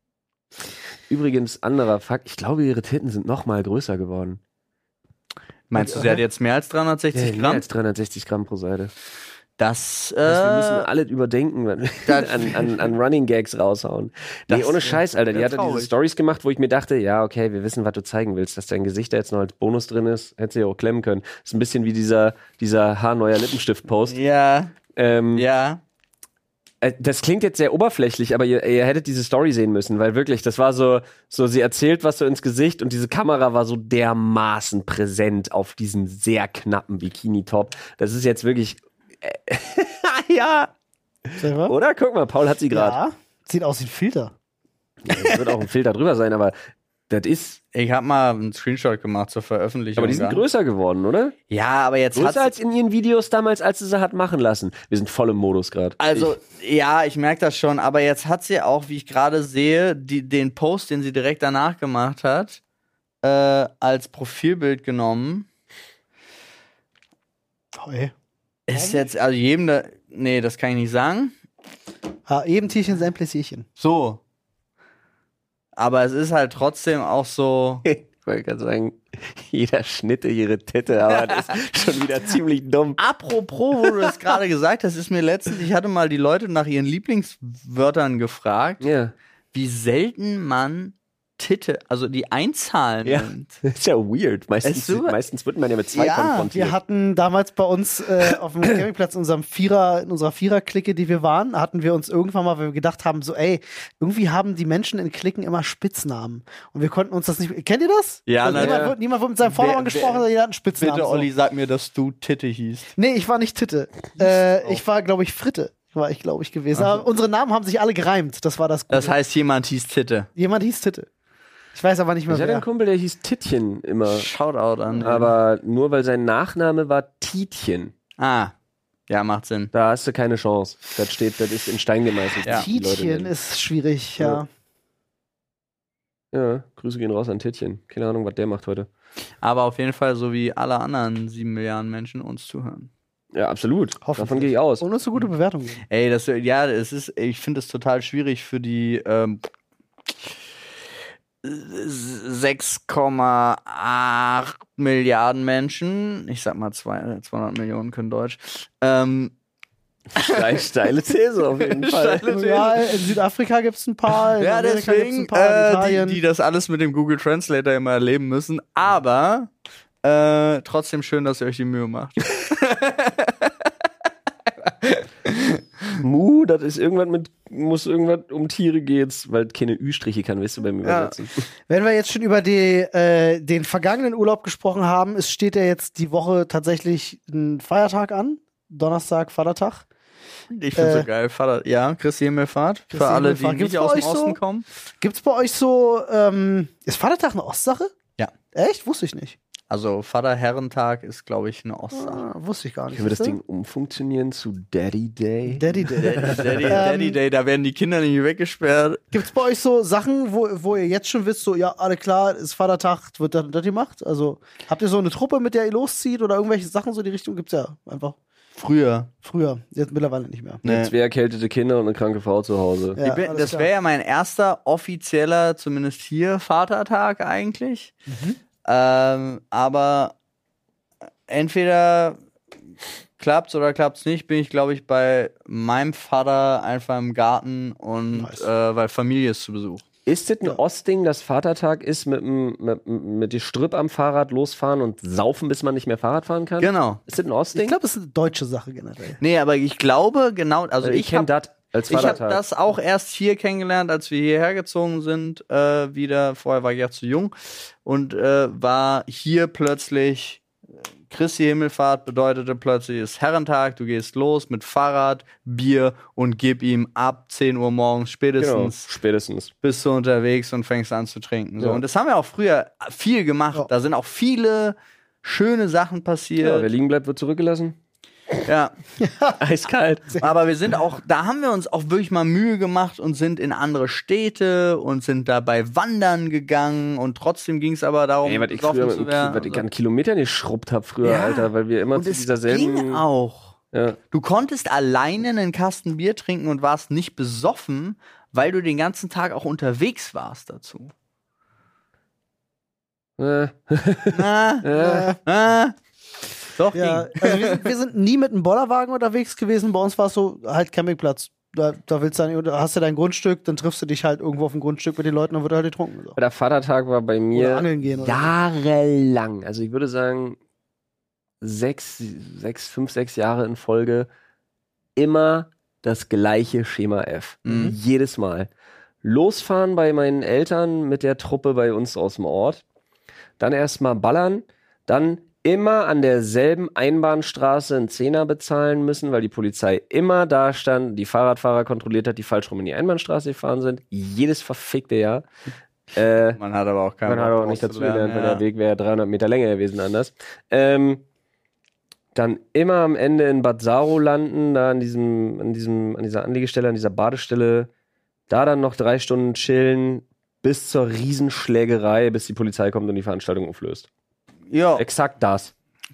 [SPEAKER 3] Übrigens, anderer Fakt, ich glaube, ihre Titten sind noch mal größer geworden.
[SPEAKER 1] Meinst du, sie hat jetzt mehr als 360
[SPEAKER 3] Mehr
[SPEAKER 1] Gramm?
[SPEAKER 3] als 360 Gramm pro Seite.
[SPEAKER 1] Das,
[SPEAKER 3] Wir müssen alle überdenken, wenn wir
[SPEAKER 1] das-
[SPEAKER 3] an Running Gags raushauen. Nee,
[SPEAKER 1] Das,
[SPEAKER 3] ohne Scheiß, Alter. Die
[SPEAKER 1] wär
[SPEAKER 3] hatte diese
[SPEAKER 1] traurig.
[SPEAKER 3] Stories gemacht, wo ich mir dachte, ja, okay, wir wissen, was du zeigen willst. Dass dein Gesicht da jetzt noch als Bonus drin ist, hätte sie ja auch klemmen können. Ist ein bisschen wie dieser haarneuer Lippenstift-Post.
[SPEAKER 1] ja, ja.
[SPEAKER 3] Das klingt jetzt sehr oberflächlich, aber ihr hättet diese Story sehen müssen, weil wirklich, das war so, sie erzählt was so ins Gesicht und diese Kamera war so dermaßen präsent auf diesen sehr knappen Bikini-Top. Das ist jetzt wirklich, ja,
[SPEAKER 2] Selber?
[SPEAKER 3] oder? Guck mal, Paul hat sie gerade.
[SPEAKER 2] Ja, sieht aus wie ein Filter.
[SPEAKER 3] Ja, es wird auch ein Filter drüber sein, aber das ist,
[SPEAKER 1] Ich habe mal einen Screenshot gemacht zur Veröffentlichung.
[SPEAKER 3] aber die sind größer geworden, oder?
[SPEAKER 1] Ja, aber jetzt
[SPEAKER 3] Größer
[SPEAKER 1] hat
[SPEAKER 3] als in ihren Videos damals, als sie hat machen lassen. Wir sind voll im Modus gerade.
[SPEAKER 1] also, ja, ich merke das schon, aber jetzt hat sie auch, wie ich gerade sehe, den Post, den sie direkt danach gemacht hat, als Profilbild genommen.
[SPEAKER 2] Oh, ey.
[SPEAKER 1] Ist jetzt, also nee, das kann ich nicht sagen.
[SPEAKER 2] Eben Tierchen, sein Pläsierchen.
[SPEAKER 1] So. Aber es ist halt trotzdem auch so.
[SPEAKER 3] Ich wollte gerade sagen, jeder Schnitte ihre Tette, aber das ist schon wieder ziemlich dumm.
[SPEAKER 1] Apropos, wo du das gerade gesagt hast, ist mir letztens, ich hatte mal die Leute nach ihren Lieblingswörtern gefragt,
[SPEAKER 3] Ja.
[SPEAKER 1] wie selten man Titte, also die Einzahlen
[SPEAKER 3] Ja.
[SPEAKER 1] nimmt.
[SPEAKER 3] Das ist ja weird. Meistens wird man ja mit 2 konfrontiert.
[SPEAKER 2] Wir hatten damals bei uns auf dem Campingplatz in unserer Vierer-Clique, die wir waren, hatten wir uns irgendwann mal, weil wir gedacht haben, so irgendwie haben die Menschen in Cliquen immer Spitznamen. Und wir konnten uns das nicht... Kennt ihr das?
[SPEAKER 1] Ja,
[SPEAKER 2] Also niemand wird mit seinem Vornamen gesprochen, sondern jeder hat einen Spitznamen.
[SPEAKER 1] Bitte,
[SPEAKER 2] so.
[SPEAKER 1] Olli, sag mir, dass du Titte hießt.
[SPEAKER 2] Nee, ich war nicht Titte. Ich war, glaube ich, Fritte. War ich, glaube ich, gewesen. Aber unsere Namen haben sich alle gereimt. Das war das Gute.
[SPEAKER 1] Das heißt, jemand hieß Titte.
[SPEAKER 2] Jemand hieß Titte. Ich weiß aber nicht mehr,
[SPEAKER 3] Ich hatte einen
[SPEAKER 2] wer.
[SPEAKER 3] Kumpel, der hieß Tittchen immer.
[SPEAKER 1] Shoutout an.
[SPEAKER 3] Aber nur weil sein Nachname war Tietjen.
[SPEAKER 1] Ja, macht Sinn.
[SPEAKER 3] Da hast du keine Chance. Das ist in Stein gemeißelt.
[SPEAKER 1] Ja.
[SPEAKER 3] wie die Leute
[SPEAKER 2] Tietjen
[SPEAKER 3] nennen.
[SPEAKER 2] ist schwierig, ja.
[SPEAKER 3] Ja, Grüße gehen raus an Tittchen. Keine Ahnung, was der macht heute.
[SPEAKER 1] Aber auf jeden Fall, so wie alle anderen 7 Milliarden Menschen uns zuhören.
[SPEAKER 3] Ja, absolut.
[SPEAKER 2] Hoffentlich.
[SPEAKER 3] Davon gehe ich aus.
[SPEAKER 2] Und uns eine gute Bewertung geben.
[SPEAKER 1] Ey, ich finde es total schwierig für die 6,8 Milliarden Menschen. Ich sag mal 200 Millionen können Deutsch.
[SPEAKER 3] Steile These auf jeden Fall.
[SPEAKER 1] Steile These.
[SPEAKER 2] Ja, in Südafrika gibt es ein paar, in
[SPEAKER 1] Ja,
[SPEAKER 2] Amerika gibt's
[SPEAKER 1] deswegen,
[SPEAKER 2] ein paar, in Italien.
[SPEAKER 1] die das alles mit dem Google Translator immer erleben müssen. Aber trotzdem schön, dass ihr euch die Mühe macht.
[SPEAKER 3] Mu, das ist muss irgendwas um Tiere geht's, weil keine Ü-Striche kann, weißt du, beim Übersetzen.
[SPEAKER 2] Wenn wir jetzt schon über den vergangenen Urlaub gesprochen haben, es steht ja jetzt die Woche tatsächlich ein Feiertag an. Donnerstag, Vatertag.
[SPEAKER 1] Ich finde so geil. Vater, ja, Christi Himmelfahrt.
[SPEAKER 2] Christi
[SPEAKER 1] Für alle, die
[SPEAKER 2] Himmelfahrt.
[SPEAKER 1] nicht
[SPEAKER 2] Gibt's
[SPEAKER 1] aus
[SPEAKER 2] bei
[SPEAKER 1] dem
[SPEAKER 2] euch so?
[SPEAKER 1] Osten kommen.
[SPEAKER 2] Gibt's bei euch so, ist Vatertag eine Ostsache?
[SPEAKER 1] Ja.
[SPEAKER 2] Echt? Wusste ich nicht.
[SPEAKER 1] Also Vaterherrentag ist, glaube ich, eine Ostsache.
[SPEAKER 2] Wusste ich gar nicht.
[SPEAKER 3] Können wir das
[SPEAKER 2] siehste?
[SPEAKER 3] Ding umfunktionieren zu Daddy Day?
[SPEAKER 2] Daddy Day.
[SPEAKER 1] Daddy Day, da werden die Kinder nicht weggesperrt.
[SPEAKER 2] Gibt's bei euch so Sachen, wo ihr jetzt schon wisst, so, ja, alle klar, ist Vatertag, wird das gemacht? Also, habt ihr so eine Truppe, mit der ihr loszieht oder irgendwelche Sachen, so die Richtung gibt's ja einfach
[SPEAKER 1] Früher.
[SPEAKER 2] jetzt mittlerweile nicht mehr.
[SPEAKER 1] Nee.
[SPEAKER 3] 2 erkältete Kinder und eine kranke Frau zu Hause.
[SPEAKER 2] Ja, alles
[SPEAKER 1] Das
[SPEAKER 2] klar.
[SPEAKER 1] wäre ja mein erster offizieller, zumindest hier, Vatertag eigentlich. Aber entweder klappt's oder klappt's nicht, bin ich, glaube ich, bei meinem Vater einfach im Garten und
[SPEAKER 2] Nice.
[SPEAKER 1] weil Familie ist zu Besuch.
[SPEAKER 3] Ist das ein Ostding, dass Vatertag ist, mit dem Strüpp am Fahrrad losfahren und saufen, bis man nicht mehr Fahrrad fahren kann?
[SPEAKER 1] Genau.
[SPEAKER 3] Ist das ein Ostding?
[SPEAKER 2] Ich glaube, es ist eine deutsche Sache generell.
[SPEAKER 1] Nee, aber ich glaube genau, also
[SPEAKER 3] ich
[SPEAKER 1] ich
[SPEAKER 3] kenne
[SPEAKER 1] habe
[SPEAKER 3] das als
[SPEAKER 1] Ich habe
[SPEAKER 3] Vatertag.
[SPEAKER 1] das auch erst hier kennengelernt, als wir hierher gezogen sind, wieder. Vorher war ich ja zu jung und war hier plötzlich. Christi Himmelfahrt bedeutete plötzlich, es ist Herrentag, du gehst los mit Fahrrad, Bier und gib ihm ab 10 Uhr morgens spätestens
[SPEAKER 3] Spätestens.
[SPEAKER 1] bist du unterwegs und fängst an zu trinken. So.
[SPEAKER 3] Ja.
[SPEAKER 1] Und das haben wir auch früher viel gemacht.
[SPEAKER 2] Ja.
[SPEAKER 1] Da sind auch viele schöne Sachen
[SPEAKER 3] Ja,
[SPEAKER 1] passiert.
[SPEAKER 3] wer liegen bleibt, wird zurückgelassen.
[SPEAKER 1] Ja.
[SPEAKER 3] Eiskalt.
[SPEAKER 1] Aber wir sind auch, da haben wir uns auch wirklich mal Mühe gemacht und sind in andere Städte und sind dabei wandern gegangen und trotzdem ging es aber darum,
[SPEAKER 3] Ey, was ich
[SPEAKER 1] besoffen
[SPEAKER 3] früher
[SPEAKER 1] zu werden.
[SPEAKER 3] was ich an Kilometern geschrubbt habe früher,
[SPEAKER 1] Ja.
[SPEAKER 3] Alter, weil wir immer
[SPEAKER 1] Und
[SPEAKER 3] zu
[SPEAKER 1] es
[SPEAKER 3] dieser selben.
[SPEAKER 1] ging auch.
[SPEAKER 3] Ja.
[SPEAKER 1] Du konntest alleine einen Kasten Bier trinken und warst nicht besoffen, weil du den ganzen Tag auch unterwegs warst dazu. Doch,
[SPEAKER 2] Ja,
[SPEAKER 1] ging.
[SPEAKER 2] also wir sind nie mit einem Bollerwagen unterwegs gewesen. Bei uns war es so halt Campingplatz. Da willst du dann, hast du dein Grundstück, dann triffst du dich halt irgendwo auf dem Grundstück mit den Leuten und wird halt getrunken. So.
[SPEAKER 3] Der Vatertag war bei
[SPEAKER 2] Oder
[SPEAKER 3] mir
[SPEAKER 2] angeln gehen. Oder
[SPEAKER 3] jahrelang. Also ich würde sagen 5, 6 Jahre in Folge immer das gleiche Schema F. Jedes Mal. Losfahren bei meinen Eltern mit der Truppe bei uns aus dem Ort. Dann erstmal ballern. Dann immer an derselben Einbahnstraße einen Zehner bezahlen müssen, weil die Polizei immer da stand, die Fahrradfahrer kontrolliert hat, die falsch rum in die Einbahnstraße gefahren sind. Jedes verfickte Jahr.
[SPEAKER 1] Man hat aber auch keinen
[SPEAKER 3] Man hat
[SPEAKER 1] Bock
[SPEAKER 3] auch nicht
[SPEAKER 1] draus
[SPEAKER 3] dazu
[SPEAKER 1] zu lernen,
[SPEAKER 3] gelernt, weil der Weg wäre 300 Meter länger gewesen anders. Dann immer am Ende in Bad Saro landen, da an dieser Anlegestelle, an dieser Badestelle, da dann noch 3 Stunden chillen, bis zur Riesenschlägerei, bis die Polizei kommt und die Veranstaltung auflöst.
[SPEAKER 1] Ja,
[SPEAKER 3] Exakt das.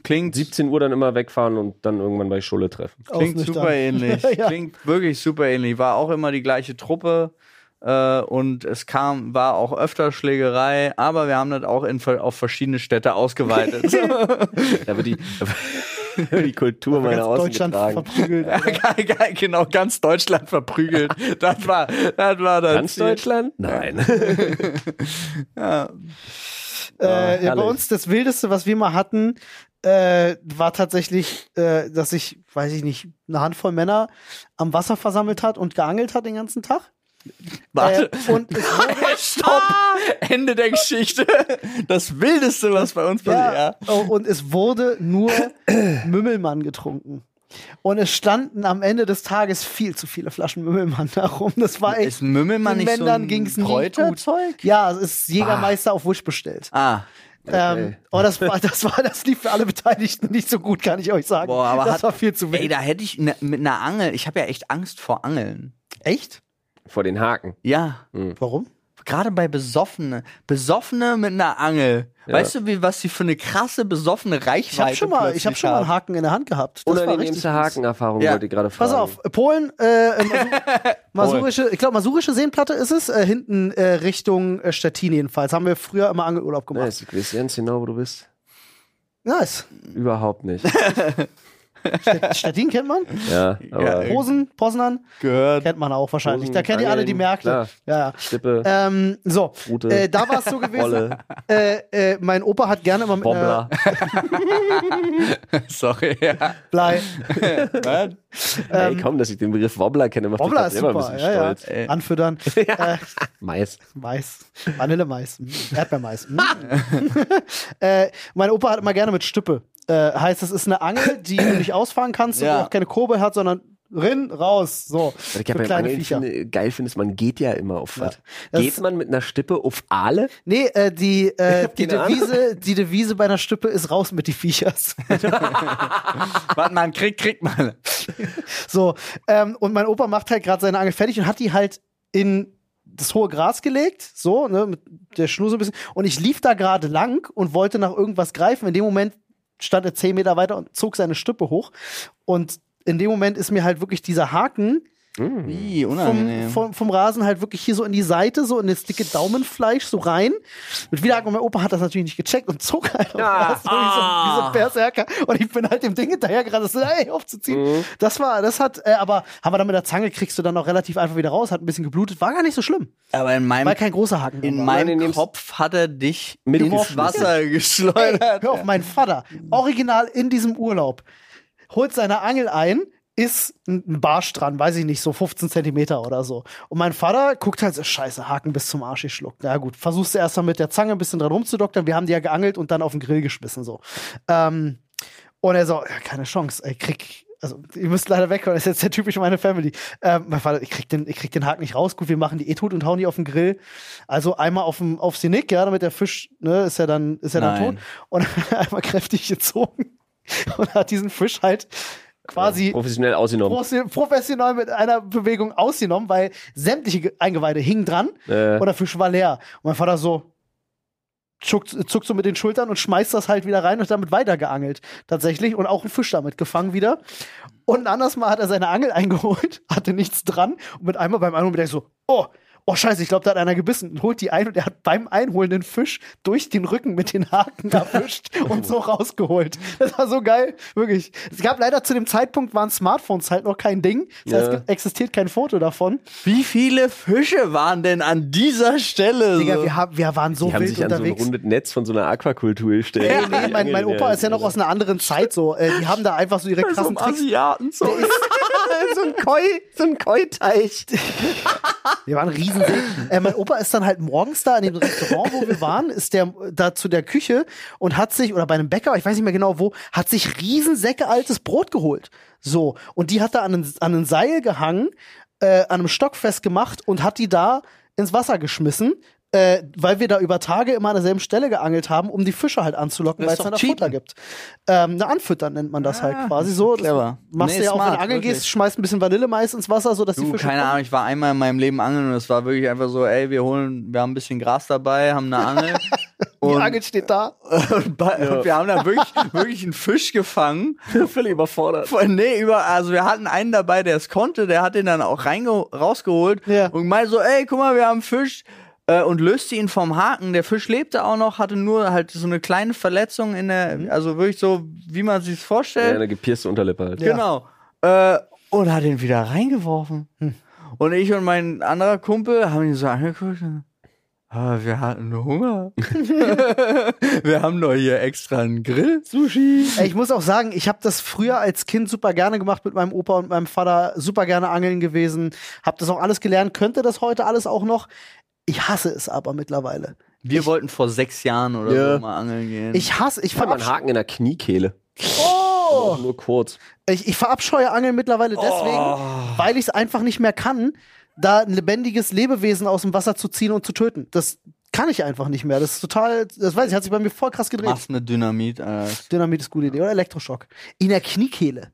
[SPEAKER 1] Klingt
[SPEAKER 3] 17 Uhr dann immer wegfahren und dann irgendwann bei Schulle treffen.
[SPEAKER 1] Klingt
[SPEAKER 2] Ausnüchtern.
[SPEAKER 1] super ähnlich.
[SPEAKER 2] Ja.
[SPEAKER 1] Klingt wirklich super ähnlich. War auch immer die gleiche Truppe und war auch öfter Schlägerei, aber wir haben das auch auf verschiedene Städte ausgeweitet.
[SPEAKER 3] Da wird die Kultur
[SPEAKER 2] Ganz
[SPEAKER 3] meiner Außen
[SPEAKER 2] Deutschland
[SPEAKER 3] getragen.
[SPEAKER 2] verprügelt.
[SPEAKER 1] Genau, ganz Deutschland verprügelt. Das war das
[SPEAKER 3] Ganz
[SPEAKER 1] Ziel.
[SPEAKER 3] Deutschland? Nein.
[SPEAKER 1] Ja.
[SPEAKER 2] Bei
[SPEAKER 3] herrlich.
[SPEAKER 2] uns das Wildeste, was wir mal hatten, war tatsächlich, dass sich, weiß ich nicht, eine Handvoll Männer am Wasser versammelt hat und geangelt hat den ganzen Tag.
[SPEAKER 1] Warte.
[SPEAKER 2] Und es wurde,
[SPEAKER 1] Stopp! Ende der Geschichte. Das Wildeste, was bei uns passiert. Ja.
[SPEAKER 2] und es wurde nur Mümmelmann getrunken. Und es standen am Ende des Tages viel zu viele Flaschen Mümmelmann herum. Das war echt.
[SPEAKER 1] Ist Mümmelmann
[SPEAKER 2] den
[SPEAKER 1] nicht so
[SPEAKER 2] Männern
[SPEAKER 1] ein
[SPEAKER 2] ging's nicht gut.
[SPEAKER 1] Kräuterzeug?
[SPEAKER 2] Ja, es ist Jägermeister auf Wish bestellt.
[SPEAKER 1] Ah.
[SPEAKER 2] Aber das lief für alle Beteiligten nicht so gut, kann ich euch sagen.
[SPEAKER 1] Boah, aber
[SPEAKER 2] das war viel zu
[SPEAKER 1] Ey,
[SPEAKER 2] wild.
[SPEAKER 1] da hätte ich mit einer Angel, ich habe ja echt Angst vor Angeln.
[SPEAKER 2] Echt?
[SPEAKER 3] Vor den Haken.
[SPEAKER 1] Ja.
[SPEAKER 2] Warum?
[SPEAKER 1] Gerade bei Besoffene mit einer Angel.
[SPEAKER 3] Ja.
[SPEAKER 1] Weißt du, was die für eine krasse besoffene Reichweite
[SPEAKER 2] Ich habe schon mal
[SPEAKER 1] plötzlich
[SPEAKER 2] einen
[SPEAKER 1] haben?
[SPEAKER 2] Haken in der Hand gehabt. Das war richtig
[SPEAKER 3] Unangenehmste
[SPEAKER 2] mies.
[SPEAKER 3] Hakenerfahrung,
[SPEAKER 1] Ja.
[SPEAKER 3] wollte ich gerade fragen.
[SPEAKER 2] Pass auf, Polen, ich glaube masurische Seenplatte ist es, hinten Richtung Stettin jedenfalls. Haben wir früher immer Angelurlaub
[SPEAKER 3] Ja,
[SPEAKER 2] gemacht.
[SPEAKER 3] ich weiß ganz genau, wo du bist.
[SPEAKER 2] Nice.
[SPEAKER 3] Überhaupt nicht.
[SPEAKER 2] Stettin kennt man?
[SPEAKER 3] Ja, aber
[SPEAKER 2] Posen, Poznan
[SPEAKER 1] Gehört.
[SPEAKER 2] kennt man auch wahrscheinlich.
[SPEAKER 3] Posen,
[SPEAKER 2] Da kennt ihr alle die
[SPEAKER 3] Angeln,
[SPEAKER 2] Märkte.
[SPEAKER 3] klar.
[SPEAKER 2] Ja,
[SPEAKER 3] Stippe,
[SPEAKER 2] ja. So,
[SPEAKER 3] Rute,
[SPEAKER 2] da war es so gewesen.
[SPEAKER 3] Rolle,
[SPEAKER 2] Mein Opa hat gerne immer mit einer
[SPEAKER 3] Wobbler.
[SPEAKER 1] Sorry, ja.
[SPEAKER 2] Blei.
[SPEAKER 3] Ey, komm, dass ich den Begriff Wobbler kenne, macht
[SPEAKER 2] Wobbler
[SPEAKER 3] mich
[SPEAKER 2] ist
[SPEAKER 3] grad selber
[SPEAKER 2] super.
[SPEAKER 3] ein
[SPEAKER 2] Ja,
[SPEAKER 3] bisschen stolz.
[SPEAKER 2] ja. Anfüttern.
[SPEAKER 3] Mais.
[SPEAKER 2] Mais. Vanillemais. Erdbeermais. Mein Opa hat immer gerne mit Stüppe. Heißt, es ist eine Angel, die du nicht ausfahren kannst und
[SPEAKER 1] Ja.
[SPEAKER 2] auch keine Kurbel hat, sondern raus. So.
[SPEAKER 3] Was ich
[SPEAKER 2] Für
[SPEAKER 3] ja beim
[SPEAKER 2] kleine
[SPEAKER 3] Angeln
[SPEAKER 2] Viecher.
[SPEAKER 3] geil finde, ist, man geht ja immer auf was.
[SPEAKER 2] Das-
[SPEAKER 3] Geht man mit einer Stippe auf Aale?
[SPEAKER 2] Nee, die
[SPEAKER 3] keine Ahnung.
[SPEAKER 2] Devise bei einer Stüppe ist raus mit die Viechers.
[SPEAKER 1] Was man kriegt man.
[SPEAKER 2] So, und mein Opa macht halt gerade seine Angel fertig und hat die halt in das hohe Gras gelegt, so, ne, mit der Schnur so ein bisschen. Und ich lief da gerade lang und wollte nach irgendwas greifen. In dem Moment stand er 10 Meter weiter und zog seine Stippe hoch. Und in dem Moment ist mir halt wirklich dieser Haken
[SPEAKER 1] Wie unangenehm.
[SPEAKER 2] vom Rasen halt wirklich hier so in die Seite, so in das dicke Daumenfleisch so rein. Mit Wiederhaken. Und mein Opa hat das natürlich nicht gecheckt und zog halt auf das, wie so ein Berserker. Und ich bin halt dem Ding hinterher gerade so, ey, aufzuziehen. Aber haben wir dann mit der Zange, kriegst du dann auch relativ einfach wieder raus, hat ein bisschen geblutet, war gar nicht so schlimm.
[SPEAKER 1] Aber in
[SPEAKER 2] Weil
[SPEAKER 1] meinem,
[SPEAKER 2] kein großer Haken
[SPEAKER 1] in
[SPEAKER 2] war.
[SPEAKER 1] meinem Kopf hat er dich ins
[SPEAKER 3] Mitgeschmissen.
[SPEAKER 1] Wasser
[SPEAKER 2] Ey,
[SPEAKER 1] geschleudert.
[SPEAKER 2] hör auf, mein Vater, original in diesem Urlaub, holt seine Angel ein, ist ein Barsch dran, weiß ich nicht, so 15 Zentimeter oder so. Und mein Vater guckt halt so, scheiße, Haken bis zum Arsch geschluckt. Na gut, versuchst du erst mal mit der Zange ein bisschen dran rumzudoktern. Wir haben die ja geangelt und dann auf den Grill geschmissen, so. Und er so, ja, keine Chance, ey, also, ihr müsst leider weg, das ist jetzt der typische meine Family. Mein Vater, ich krieg den Haken nicht raus. Gut, wir machen die tot und hauen die auf den Grill. Also einmal auf den Nick, ja, damit der Fisch, ne, ist ja dann
[SPEAKER 1] Nein.
[SPEAKER 2] tot. Und einmal kräftig gezogen und hat diesen Fisch halt quasi
[SPEAKER 3] Professionell ausgenommen.
[SPEAKER 2] professionell mit einer Bewegung ausgenommen, weil sämtliche Eingeweide hingen dran und der Fisch war leer. Und mein Vater so zuckt so mit den Schultern und schmeißt das halt wieder rein und damit weitergeangelt. Tatsächlich. Und auch einen Fisch damit gefangen wieder. Und ein anderes Mal hat er seine Angel eingeholt, hatte nichts dran und mit einmal beim Einholen wieder so, oh scheiße, ich glaube, da hat einer gebissen und holt die ein und er hat beim Einholen den Fisch durch den Rücken mit den Haken erwischt und so rausgeholt. Das war so geil, wirklich. Es gab leider zu dem Zeitpunkt waren Smartphones halt noch kein Ding. Das heißt, es existiert kein Foto davon.
[SPEAKER 1] Wie viele Fische waren denn an dieser Stelle?
[SPEAKER 2] Digga,
[SPEAKER 1] so?
[SPEAKER 2] wir waren so
[SPEAKER 3] Die haben
[SPEAKER 2] wild
[SPEAKER 3] sich an so ein
[SPEAKER 2] unterwegs.
[SPEAKER 3] rundes Netz von so einer Aquakultur gestellt.
[SPEAKER 2] Nee, mein Opa ist ja noch aus einer anderen Zeit so. Die haben da einfach so ihre
[SPEAKER 1] so
[SPEAKER 2] krassen
[SPEAKER 1] einem
[SPEAKER 2] Tricks.
[SPEAKER 1] Asiaten so.
[SPEAKER 3] so ein Koi-Teich.
[SPEAKER 2] Wir waren riesensee. Mein Opa ist dann halt morgens da in dem Restaurant, wo wir waren, ist der da zu der Küche und hat sich, oder bei einem Bäcker, ich weiß nicht mehr genau wo, hat sich Riesensäcke altes Brot geholt. So. Und die hat er an ein Seil gehangen, an einem Stock festgemacht und hat die da ins Wasser geschmissen. Weil wir da über Tage immer an derselben Stelle geangelt haben, um die Fische halt anzulocken,
[SPEAKER 1] Das
[SPEAKER 2] weil
[SPEAKER 1] ist
[SPEAKER 2] es
[SPEAKER 1] doch
[SPEAKER 2] dann da Futter gibt. Anfüttern nennt man das halt quasi so. Das
[SPEAKER 1] clever.
[SPEAKER 2] machst
[SPEAKER 1] Nee,
[SPEAKER 2] du ja auch, wenn
[SPEAKER 1] smart,
[SPEAKER 2] du angeln
[SPEAKER 1] wirklich.
[SPEAKER 2] gehst, schmeißt ein bisschen Vanillemais ins Wasser, sodass die
[SPEAKER 1] Du,
[SPEAKER 2] Fische
[SPEAKER 1] keine
[SPEAKER 2] kommen.
[SPEAKER 1] Ahnung, ich war einmal in meinem Leben angeln und es war wirklich einfach so, ey, wir haben ein bisschen Gras dabei, haben eine Angel
[SPEAKER 2] Die Angel steht da.
[SPEAKER 1] Und wir haben da wirklich einen Fisch gefangen.
[SPEAKER 3] Völlig überfordert.
[SPEAKER 1] Also wir hatten einen dabei, der es konnte, der hat den dann auch rausgeholt und meinte so, ey, guck mal, wir haben einen Fisch. Und löste ihn vom Haken. Der Fisch lebte auch noch, hatte nur halt so eine kleine Verletzung in der, also wirklich so, wie man sich vorstellt.
[SPEAKER 3] Ja, eine gepierste Unterlippe halt.
[SPEAKER 1] Genau. Und hat ihn wieder reingeworfen. Und ich und mein anderer Kumpel haben ihn so angeguckt. Wir hatten Hunger. Wir haben doch hier extra einen Grill. Sushi.
[SPEAKER 2] Ich muss auch sagen, ich habe das früher als Kind super gerne gemacht mit meinem Opa und meinem Vater. Super gerne angeln gewesen. Hab das auch alles gelernt. Könnte das heute alles auch noch. Ich hasse es aber mittlerweile.
[SPEAKER 1] Wir wollten vor 6 Jahren oder so mal angeln gehen.
[SPEAKER 2] Ich
[SPEAKER 3] fand einen Haken in der Kniekehle.
[SPEAKER 2] Oh!
[SPEAKER 3] Nur kurz.
[SPEAKER 2] Ich verabscheue Angeln mittlerweile deswegen, weil ich es einfach nicht mehr kann, da ein lebendiges Lebewesen aus dem Wasser zu ziehen und zu töten. Das kann ich einfach nicht mehr. Das ist total, das weiß ich, hat sich bei mir voll krass gedreht.
[SPEAKER 1] Machst eine Dynamit.
[SPEAKER 2] Dynamit ist eine gute Idee. Oder Elektroschock. In der Kniekehle.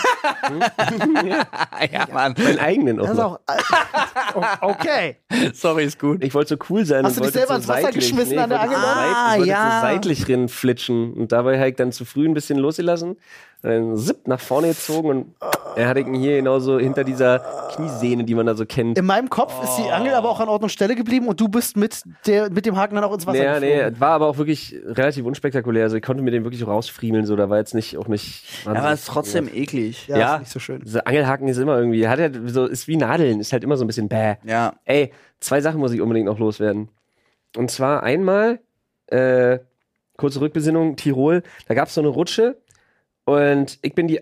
[SPEAKER 3] Ja, Mann. Meinen eigenen
[SPEAKER 2] Das ist auch, okay.
[SPEAKER 1] Sorry, ist gut.
[SPEAKER 3] Ich wollte so cool sein.
[SPEAKER 2] Hast du dich selber ins Wasser geschmissen an der Angel?
[SPEAKER 3] Ich wollte so seitlich flitschen. Und dabei habe ich dann zu früh ein bisschen losgelassen. Dann zipp nach vorne gezogen und er hatte ihn hier genauso hinter dieser Kniesehne, die man da so kennt.
[SPEAKER 2] In meinem Kopf ist die Angel aber auch an Ort und Stelle geblieben und du bist mit dem Haken dann auch ins Wasser geflogen.
[SPEAKER 3] War aber auch wirklich relativ unspektakulär. Also ich konnte mir den wirklich rausfriemeln, so, da war jetzt nicht.
[SPEAKER 1] Aber es ist trotzdem eklig.
[SPEAKER 2] Ja, ist nicht so schön.
[SPEAKER 3] Dieser Angelhaken ist immer irgendwie, ist wie Nadeln, ist halt immer so ein bisschen bäh.
[SPEAKER 1] Ja.
[SPEAKER 3] Ey, 2 Sachen muss ich unbedingt noch loswerden. Und zwar einmal, kurze Rückbesinnung, Tirol, da gab es so eine Rutsche und ich bin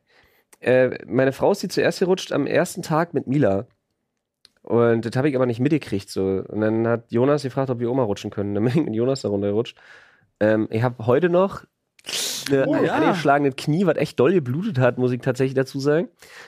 [SPEAKER 3] meine Frau ist die zuerst gerutscht am ersten Tag mit Mila. Und das habe ich aber nicht mitgekriegt, so. Und dann hat Jonas gefragt, ob wir Oma rutschen können. Dann bin ich mit Jonas da runtergerutscht. Ich habe heute noch ein angeschlagenes Knie, was echt doll geblutet hat, muss ich tatsächlich dazu sagen.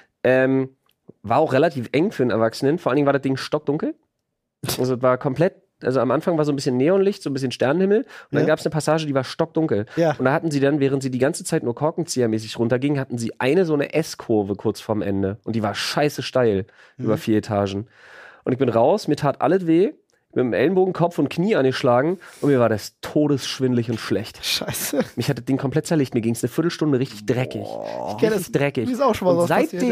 [SPEAKER 3] War auch relativ eng für einen Erwachsenen. Vor allen Dingen war das Ding stockdunkel. Also es war komplett, also am Anfang war so ein bisschen Neonlicht, so ein bisschen Sternenhimmel. Und dann gab es eine Passage, die war stockdunkel. Ja. Und da hatten sie dann, während sie die ganze Zeit nur korkenziehermäßig runtergingen, hatten sie so eine S-Kurve kurz vorm Ende. Und die war scheiße steil, über 4 Etagen. Und ich bin raus, mir tat alles weh. Mit dem Ellenbogen, Kopf und Knie angeschlagen und mir war das todesschwindelig und schlecht.
[SPEAKER 2] Scheiße.
[SPEAKER 3] Mich hat das Ding komplett zerlegt. Mir ging es eine Viertelstunde richtig dreckig.
[SPEAKER 2] Ich kenne das
[SPEAKER 3] dreckig.
[SPEAKER 2] Ist auch schon mal
[SPEAKER 3] und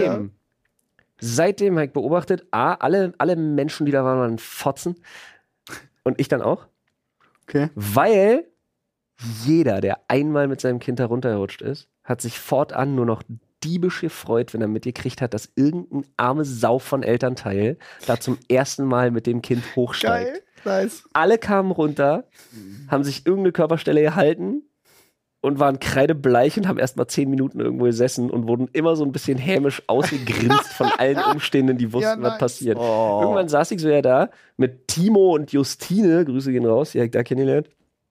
[SPEAKER 3] seitdem habe ich beobachtet, alle Menschen, die da waren Fotzen. Und ich dann auch.
[SPEAKER 1] Okay.
[SPEAKER 3] Weil jeder, der einmal mit seinem Kind da runtergerutscht ist, hat sich fortan nur noch diebisch gefreut, wenn er mitgekriegt hat, dass irgendein arme Sau von Elternteil da zum ersten Mal mit dem Kind hochsteigt.
[SPEAKER 2] Geil, nice.
[SPEAKER 3] Alle kamen runter, haben sich irgendeine Körperstelle gehalten und waren kreidebleich und haben erst mal 10 Minuten irgendwo gesessen und wurden immer so ein bisschen hämisch ausgegrinst von allen Umstehenden, die wussten, was passiert. Irgendwann saß ich so da mit Timo und Justine, Grüße gehen raus, die habe ich da kennengelernt.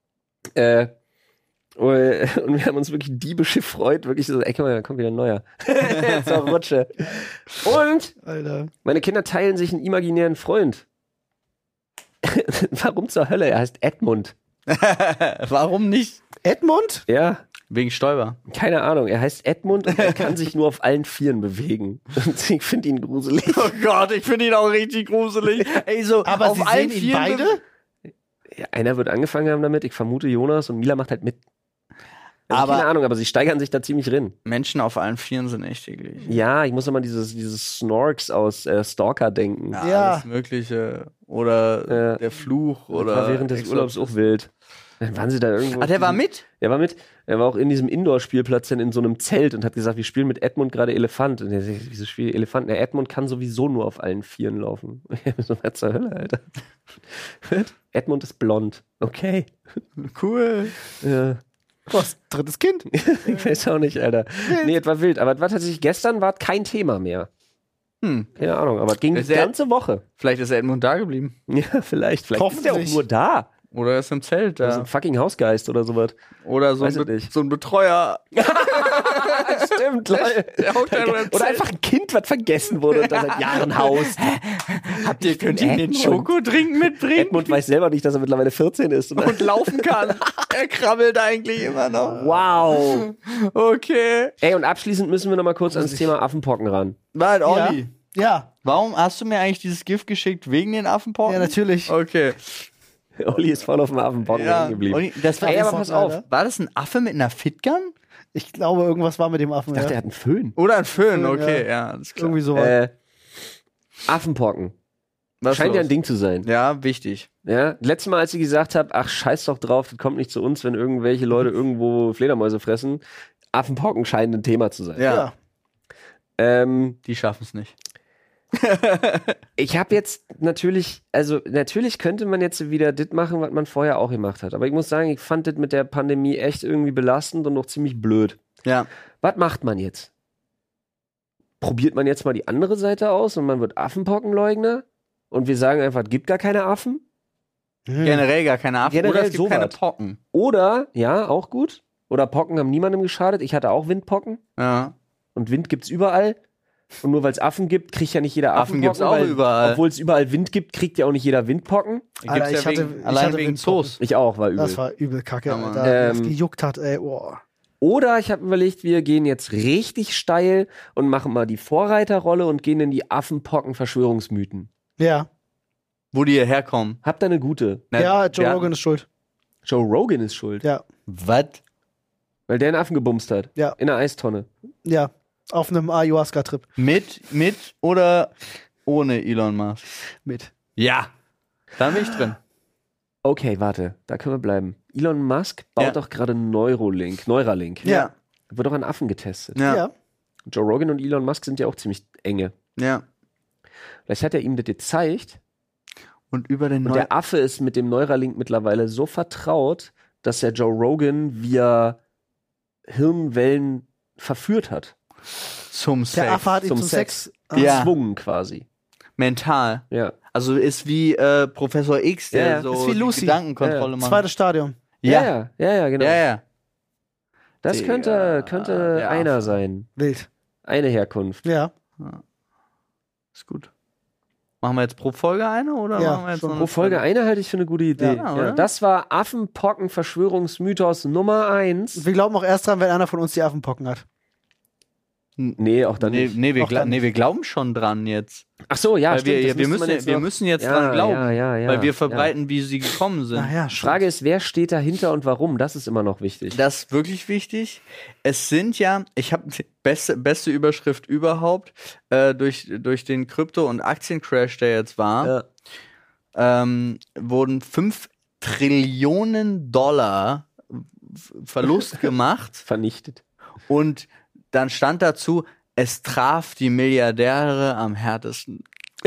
[SPEAKER 3] Und wir haben uns wirklich diebisch gefreut, wirklich so, ey, guck mal, da kommt wieder ein neuer. Zur Rutsche. Und
[SPEAKER 2] Alter.
[SPEAKER 3] Meine Kinder teilen sich einen imaginären Freund. Warum zur Hölle? Er heißt Edmund.
[SPEAKER 1] Warum nicht?
[SPEAKER 2] Edmund?
[SPEAKER 3] Ja.
[SPEAKER 1] Wegen Stäuber.
[SPEAKER 3] Keine Ahnung, er heißt Edmund und er kann sich nur auf allen 4 bewegen. Und ich finde ihn gruselig.
[SPEAKER 1] Oh Gott, ich finde ihn auch richtig gruselig. Ey, so
[SPEAKER 2] aber
[SPEAKER 1] auf
[SPEAKER 2] Sie
[SPEAKER 1] allen
[SPEAKER 2] sehen ihn
[SPEAKER 1] 4
[SPEAKER 2] beide?
[SPEAKER 3] Ja, einer wird angefangen haben damit, ich vermute Jonas und Mila macht halt mit. Also
[SPEAKER 1] aber
[SPEAKER 3] keine Ahnung, aber sie steigern sich da ziemlich drin.
[SPEAKER 1] Menschen auf allen 4 sind echt eklig.
[SPEAKER 3] Ja, ich muss immer dieses Snorks aus Stalker denken.
[SPEAKER 1] Ja, alles Mögliche. Oder der Fluch. Oder
[SPEAKER 3] war während des Urlaubs auch wild. Dann waren sie da irgendwo.
[SPEAKER 1] Ah, der war mit?
[SPEAKER 3] Der war mit. Er war auch in diesem Indoor-Spielplatz dann in so einem Zelt und hat gesagt, wir spielen mit Edmund gerade Elefant. Und er sagt, wieso spielen wir Elefant? Der Edmund kann sowieso nur auf allen 4 laufen. So, was zur Hölle, Alter. Edmund ist blond. Okay.
[SPEAKER 1] Cool.
[SPEAKER 3] Ja.
[SPEAKER 2] Was? 3. Kind?
[SPEAKER 3] Ich weiß auch nicht, Alter. Nee, es war wild. Aber es war tatsächlich, gestern war kein Thema mehr. Keine Ahnung, aber es ging die ganze Woche.
[SPEAKER 1] Vielleicht ist Edmund da geblieben.
[SPEAKER 3] Ja, vielleicht. Vielleicht ist er auch nur da.
[SPEAKER 1] Oder er ist im Zelt da.
[SPEAKER 3] Oder so ein fucking Hausgeist oder sowas.
[SPEAKER 1] Oder so ein Betreuer.
[SPEAKER 3] Stimmt, Leute. Oder einfach ein Kind, was vergessen wurde und da seit Jahren haust.
[SPEAKER 1] Könnt ihr den Schokodrink mitbringen?
[SPEAKER 3] Edmund weiß selber nicht, dass er mittlerweile 14 ist.
[SPEAKER 1] Und laufen kann. Er krabbelt eigentlich immer noch.
[SPEAKER 3] Wow.
[SPEAKER 1] Okay.
[SPEAKER 3] Ey, und abschließend müssen wir noch mal kurz ans Thema Affenpocken ran.
[SPEAKER 1] Warte, Olli.
[SPEAKER 2] Ja.
[SPEAKER 1] Warum hast du mir eigentlich dieses Gift geschickt? Wegen den Affenpocken?
[SPEAKER 2] Ja, natürlich.
[SPEAKER 1] Okay.
[SPEAKER 3] Olli ist voll auf dem Affenpocken hängen geblieben.
[SPEAKER 1] Und das war,
[SPEAKER 3] Ey, aber pass auf.
[SPEAKER 1] war das ein Affe mit einer Fitgun?
[SPEAKER 2] Ich glaube, irgendwas war mit dem Affen.
[SPEAKER 3] Ich dachte,
[SPEAKER 2] ja.
[SPEAKER 3] er hat einen Föhn.
[SPEAKER 1] Oder ein Föhn,
[SPEAKER 2] Föhn,
[SPEAKER 1] okay, ja, alles klar.
[SPEAKER 2] Irgendwie sowas.
[SPEAKER 3] Affenpocken.
[SPEAKER 1] Was
[SPEAKER 3] Scheint
[SPEAKER 1] los?
[SPEAKER 3] ja ein Ding zu sein.
[SPEAKER 1] Ja, wichtig.
[SPEAKER 3] Ja, letztes Mal, als ich gesagt habe, ach, scheiß doch drauf, das kommt nicht zu uns, wenn irgendwelche Leute irgendwo Fledermäuse fressen. Affenpocken scheint ein Thema zu sein.
[SPEAKER 1] Ja,
[SPEAKER 2] Ja.
[SPEAKER 1] die schaffen es nicht.
[SPEAKER 3] Ich habe jetzt natürlich könnte man jetzt wieder das machen, was man vorher auch gemacht hat. Aber ich muss sagen, ich fand das mit der Pandemie echt irgendwie belastend und auch ziemlich blöd.
[SPEAKER 1] Ja.
[SPEAKER 3] Was macht man jetzt? Probiert man jetzt mal die andere Seite aus und man wird Affenpockenleugner? Und wir sagen einfach, es gibt gar keine Affen?
[SPEAKER 1] Generell gar keine Affen.
[SPEAKER 3] Generell
[SPEAKER 1] Oder es gibt keine
[SPEAKER 3] sowas.
[SPEAKER 1] Pocken.
[SPEAKER 3] Oder, ja, auch gut. Oder Pocken haben niemandem geschadet. Ich hatte auch Windpocken.
[SPEAKER 1] Ja.
[SPEAKER 3] Und Wind gibt's überall. Und nur weil es Affen gibt, kriegt ja nicht jeder
[SPEAKER 1] Affen
[SPEAKER 3] Affenpocken.
[SPEAKER 1] gibt's auch
[SPEAKER 3] weil,
[SPEAKER 1] überall.
[SPEAKER 3] Obwohl es überall Wind gibt, kriegt ja auch nicht jeder Windpocken.
[SPEAKER 2] Alter,
[SPEAKER 1] Gibt's ja
[SPEAKER 2] ich hatte
[SPEAKER 1] allein wegen
[SPEAKER 2] Windpocken.
[SPEAKER 1] Zoos.
[SPEAKER 3] Ich auch, war übel.
[SPEAKER 2] Das war übel kacke,
[SPEAKER 1] Ja, Mann.
[SPEAKER 2] Alter. Das gejuckt hat, ey. Oh.
[SPEAKER 3] Oder ich habe überlegt, wir gehen jetzt richtig steil und machen mal die Vorreiterrolle und gehen in die Affenpocken-Verschwörungsmythen.
[SPEAKER 2] Ja.
[SPEAKER 1] Wo die hierher kommen.
[SPEAKER 3] Habt ihr eine gute?
[SPEAKER 2] Ja, Joe Rogan ist schuld.
[SPEAKER 3] Joe Rogan ist schuld,
[SPEAKER 2] Ja.
[SPEAKER 1] Was?
[SPEAKER 3] weil der einen Affen gebumst hat.
[SPEAKER 2] Ja.
[SPEAKER 3] In einer Eistonne.
[SPEAKER 2] Ja. Auf einem Ayahuasca-Trip.
[SPEAKER 1] Mit oder ohne Elon Musk?
[SPEAKER 2] Mit.
[SPEAKER 1] Ja. Da bin ich drin.
[SPEAKER 3] Okay, warte, da können wir bleiben. Elon Musk baut
[SPEAKER 1] Ja.
[SPEAKER 3] doch gerade Neuralink.
[SPEAKER 2] Ja.
[SPEAKER 3] Wird doch an Affen getestet.
[SPEAKER 1] Ja.
[SPEAKER 2] Ja.
[SPEAKER 3] Joe Rogan und Elon Musk sind ja auch ziemlich enge.
[SPEAKER 1] Ja.
[SPEAKER 3] Vielleicht hat er ihm das gezeigt
[SPEAKER 1] Und über den
[SPEAKER 3] und der Affe ist mit dem Neuralink mittlerweile so vertraut, dass er Joe Rogan via Hirnwellen verführt hat.
[SPEAKER 1] zum Sex.
[SPEAKER 2] Der Affe hat ihn
[SPEAKER 3] Zum
[SPEAKER 2] zum Sex.
[SPEAKER 1] Ja.
[SPEAKER 3] Gezwungen quasi.
[SPEAKER 1] Mental.
[SPEAKER 3] Ja.
[SPEAKER 1] Also ist wie Professor X, der
[SPEAKER 3] Ja, ja.
[SPEAKER 1] so
[SPEAKER 2] Ist wie
[SPEAKER 1] die
[SPEAKER 2] Lucy.
[SPEAKER 1] Gedankenkontrolle
[SPEAKER 3] Ja.
[SPEAKER 1] macht.
[SPEAKER 2] Zweites Stadium.
[SPEAKER 3] Ja, genau.
[SPEAKER 1] Ja, ja.
[SPEAKER 3] Das
[SPEAKER 1] Digga,
[SPEAKER 3] könnte
[SPEAKER 1] der
[SPEAKER 3] einer
[SPEAKER 1] Affe.
[SPEAKER 3] sein.
[SPEAKER 2] Wild.
[SPEAKER 3] Eine Herkunft.
[SPEAKER 2] Ja.
[SPEAKER 1] Ist gut. Machen wir jetzt pro Folge eine oder
[SPEAKER 2] Ja,
[SPEAKER 1] machen wir jetzt
[SPEAKER 2] schon.
[SPEAKER 1] noch
[SPEAKER 3] Pro Folge eine halte ich für eine gute Idee.
[SPEAKER 1] Ja, oder?
[SPEAKER 3] Das war Affenpocken-Verschwörungsmythos Nummer 1.
[SPEAKER 2] Wir glauben auch erst dran, wenn einer von uns die Affenpocken hat.
[SPEAKER 3] Nee, auch dann
[SPEAKER 1] Nee,
[SPEAKER 3] nicht.
[SPEAKER 1] nee,
[SPEAKER 2] Auch dann
[SPEAKER 1] wir glauben schon dran jetzt.
[SPEAKER 3] Ach so, ja,
[SPEAKER 1] Weil
[SPEAKER 3] stimmt. das
[SPEAKER 1] wir
[SPEAKER 3] müsste man
[SPEAKER 1] müssen, wir
[SPEAKER 3] noch-
[SPEAKER 1] müssen jetzt
[SPEAKER 3] Ja,
[SPEAKER 1] dran glauben.
[SPEAKER 3] ja,
[SPEAKER 1] weil wir
[SPEAKER 3] ja.
[SPEAKER 1] verbreiten, wie sie gekommen sind.
[SPEAKER 2] Naja,
[SPEAKER 3] Frage ist, wer steht dahinter und warum? Das ist immer noch wichtig.
[SPEAKER 1] Das ist wirklich wichtig. Es sind ja, ich habe beste Überschrift überhaupt, durch den Krypto- und Aktiencrash, der jetzt war, wurden 5 Trillionen Dollar Verlust gemacht
[SPEAKER 3] Vernichtet.
[SPEAKER 1] und dann stand dazu, es traf die Milliardäre am härtesten.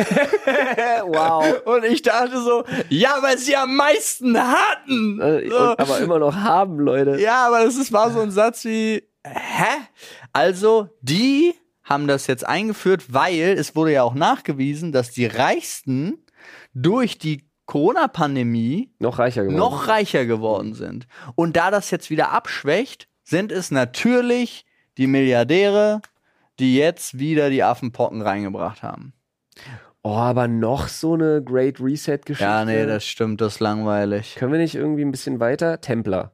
[SPEAKER 3] Wow.
[SPEAKER 1] Und ich dachte so, ja, weil sie am meisten hatten. So.
[SPEAKER 3] Aber immer noch haben, Leute.
[SPEAKER 1] Ja, aber war so ein Satz wie, hä? Also, die haben das jetzt eingeführt, weil es wurde ja auch nachgewiesen, dass die Reichsten durch die Corona-Pandemie
[SPEAKER 3] Noch reicher geworden.
[SPEAKER 1] noch reicher geworden sind. Und da das jetzt wieder abschwächt, sind es natürlich die Milliardäre, die jetzt wieder die Affenpocken reingebracht haben.
[SPEAKER 3] Oh, aber noch so eine Great Reset-Geschichte.
[SPEAKER 1] Ja, nee, das stimmt, das ist langweilig.
[SPEAKER 3] Können wir nicht irgendwie ein bisschen weiter? Templer.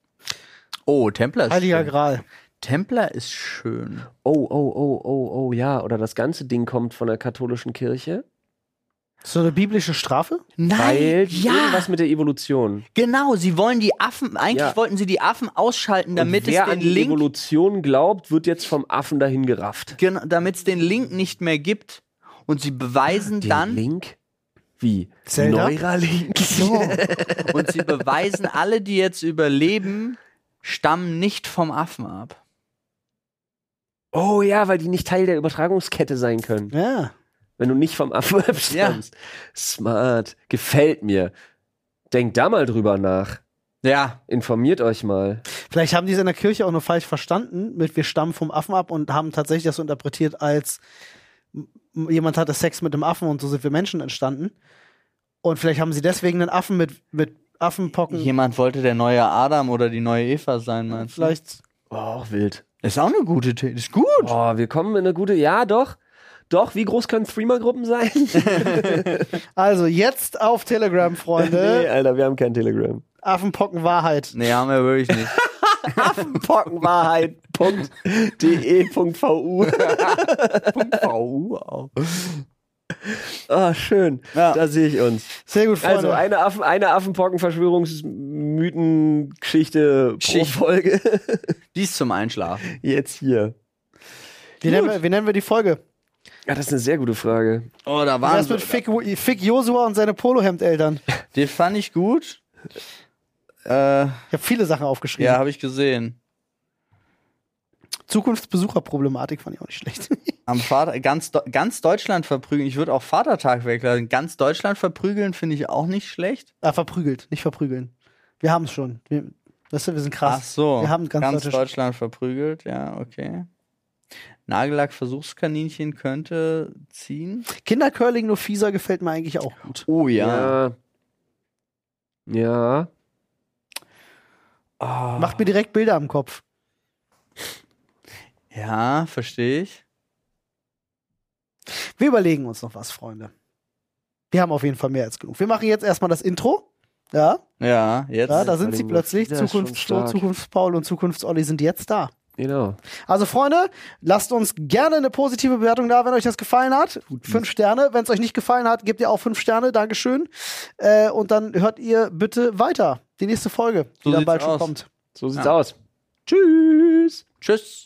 [SPEAKER 1] Oh, Templer ist
[SPEAKER 2] Heiliger
[SPEAKER 1] schön.
[SPEAKER 2] Gral.
[SPEAKER 1] Templer ist schön.
[SPEAKER 3] Oh, ja. Oder das ganze Ding kommt von der katholischen Kirche.
[SPEAKER 2] So eine biblische Strafe?
[SPEAKER 3] Weil
[SPEAKER 1] ja,
[SPEAKER 3] irgendwas mit der Evolution.
[SPEAKER 1] genau, sie wollen die Affen, eigentlich
[SPEAKER 3] Ja.
[SPEAKER 1] wollten sie die Affen ausschalten, damit
[SPEAKER 3] Und wer
[SPEAKER 1] es
[SPEAKER 3] an
[SPEAKER 1] den
[SPEAKER 3] die
[SPEAKER 1] Link,
[SPEAKER 3] Evolution glaubt, wird jetzt vom Affen dahin gerafft.
[SPEAKER 1] damit es den Link nicht mehr gibt. Und sie beweisen dann,
[SPEAKER 3] Link? Wie?
[SPEAKER 2] Zelda?
[SPEAKER 3] Neuralink?
[SPEAKER 1] und sie beweisen, alle, die jetzt überleben, stammen nicht vom Affen ab.
[SPEAKER 3] Oh ja, weil die nicht Teil der Übertragungskette sein können.
[SPEAKER 2] Ja.
[SPEAKER 3] Wenn du nicht vom Affen abstammst. Smart. Gefällt mir. Denkt da mal drüber nach.
[SPEAKER 1] Ja,
[SPEAKER 3] Informiert euch mal.
[SPEAKER 2] Vielleicht haben die es in der Kirche auch nur falsch verstanden, mit wir stammen vom Affen ab und haben tatsächlich das so interpretiert als jemand hatte Sex mit einem Affen und so sind wir Menschen entstanden. Und vielleicht haben sie deswegen einen Affen mit Affenpocken.
[SPEAKER 1] jemand wollte der neue Adam oder die neue Eva sein, meinst du?
[SPEAKER 2] Vielleicht.
[SPEAKER 3] Oh, auch wild.
[SPEAKER 1] Ist auch eine gute Idee, ist gut.
[SPEAKER 3] Oh, wir kommen in eine gute. Ja, doch. Doch, wie groß können Threema-Gruppen sein?
[SPEAKER 2] Also jetzt auf Telegram, Freunde.
[SPEAKER 3] Nee, Alter, wir haben kein Telegram.
[SPEAKER 2] Affenpocken Wahrheit.
[SPEAKER 1] Nee, haben wir wirklich nicht.
[SPEAKER 3] Affenpockenwahrheit.de.vu
[SPEAKER 1] VU auch.
[SPEAKER 3] Ah, schön.
[SPEAKER 1] Ja.
[SPEAKER 3] Da sehe ich uns.
[SPEAKER 2] Sehr gut, Freunde.
[SPEAKER 3] Also eine Affenpocken-Verschwörungsmythen-Geschichte pro Folge.
[SPEAKER 1] Dies zum Einschlafen.
[SPEAKER 3] Jetzt hier.
[SPEAKER 2] Wie nennen wir die Folge?
[SPEAKER 3] Ja, das ist eine sehr gute Frage.
[SPEAKER 1] Oh, da
[SPEAKER 2] Was
[SPEAKER 1] waren
[SPEAKER 2] mit Fick Josua und seine Polohemd-Eltern?
[SPEAKER 1] Den fand ich gut.
[SPEAKER 2] Ich habe viele Sachen aufgeschrieben.
[SPEAKER 1] Ja, habe ich gesehen.
[SPEAKER 2] Zukunftsbesucherproblematik fand ich auch nicht schlecht.
[SPEAKER 1] Am Vater, ganz Deutschland verprügeln. Ich würde auch Vatertag weglassen. Ganz Deutschland verprügeln finde ich auch nicht schlecht.
[SPEAKER 2] Verprügelt, nicht verprügeln. Wir haben es schon. Wir sind krass.
[SPEAKER 1] Ach so.
[SPEAKER 2] Wir haben ganz
[SPEAKER 1] Deutschland verprügelt. Ja, okay. Nagellack-Versuchskaninchen könnte ziehen.
[SPEAKER 2] Kindercurling nur fieser gefällt mir eigentlich auch gut.
[SPEAKER 1] Oh ja.
[SPEAKER 3] Ja.
[SPEAKER 1] Oh.
[SPEAKER 2] Macht mir direkt Bilder im Kopf.
[SPEAKER 1] Ja, verstehe ich.
[SPEAKER 2] Wir überlegen uns noch was, Freunde. Wir haben auf jeden Fall mehr als genug. Wir machen jetzt erstmal das Intro. Ja,
[SPEAKER 1] Ja, jetzt.
[SPEAKER 2] ja da sind sie plötzlich.
[SPEAKER 3] Das ist schon
[SPEAKER 2] Zukunftsflo,
[SPEAKER 3] stark.
[SPEAKER 2] Zukunftspaul und Zukunftsolli sind jetzt da.
[SPEAKER 3] Genau.
[SPEAKER 2] Also Freunde, lasst uns gerne eine positive Bewertung da, wenn euch das gefallen hat. 5 Sterne. Wenn es euch nicht gefallen hat, gebt ihr auch 5 Sterne. Dankeschön. Und dann hört ihr bitte weiter. Die nächste Folge, die
[SPEAKER 1] So
[SPEAKER 2] dann
[SPEAKER 1] sieht's
[SPEAKER 2] bald schon
[SPEAKER 1] aus.
[SPEAKER 2] kommt.
[SPEAKER 3] So sieht's
[SPEAKER 1] Ja.
[SPEAKER 3] aus. Tschüss.
[SPEAKER 1] Tschüss.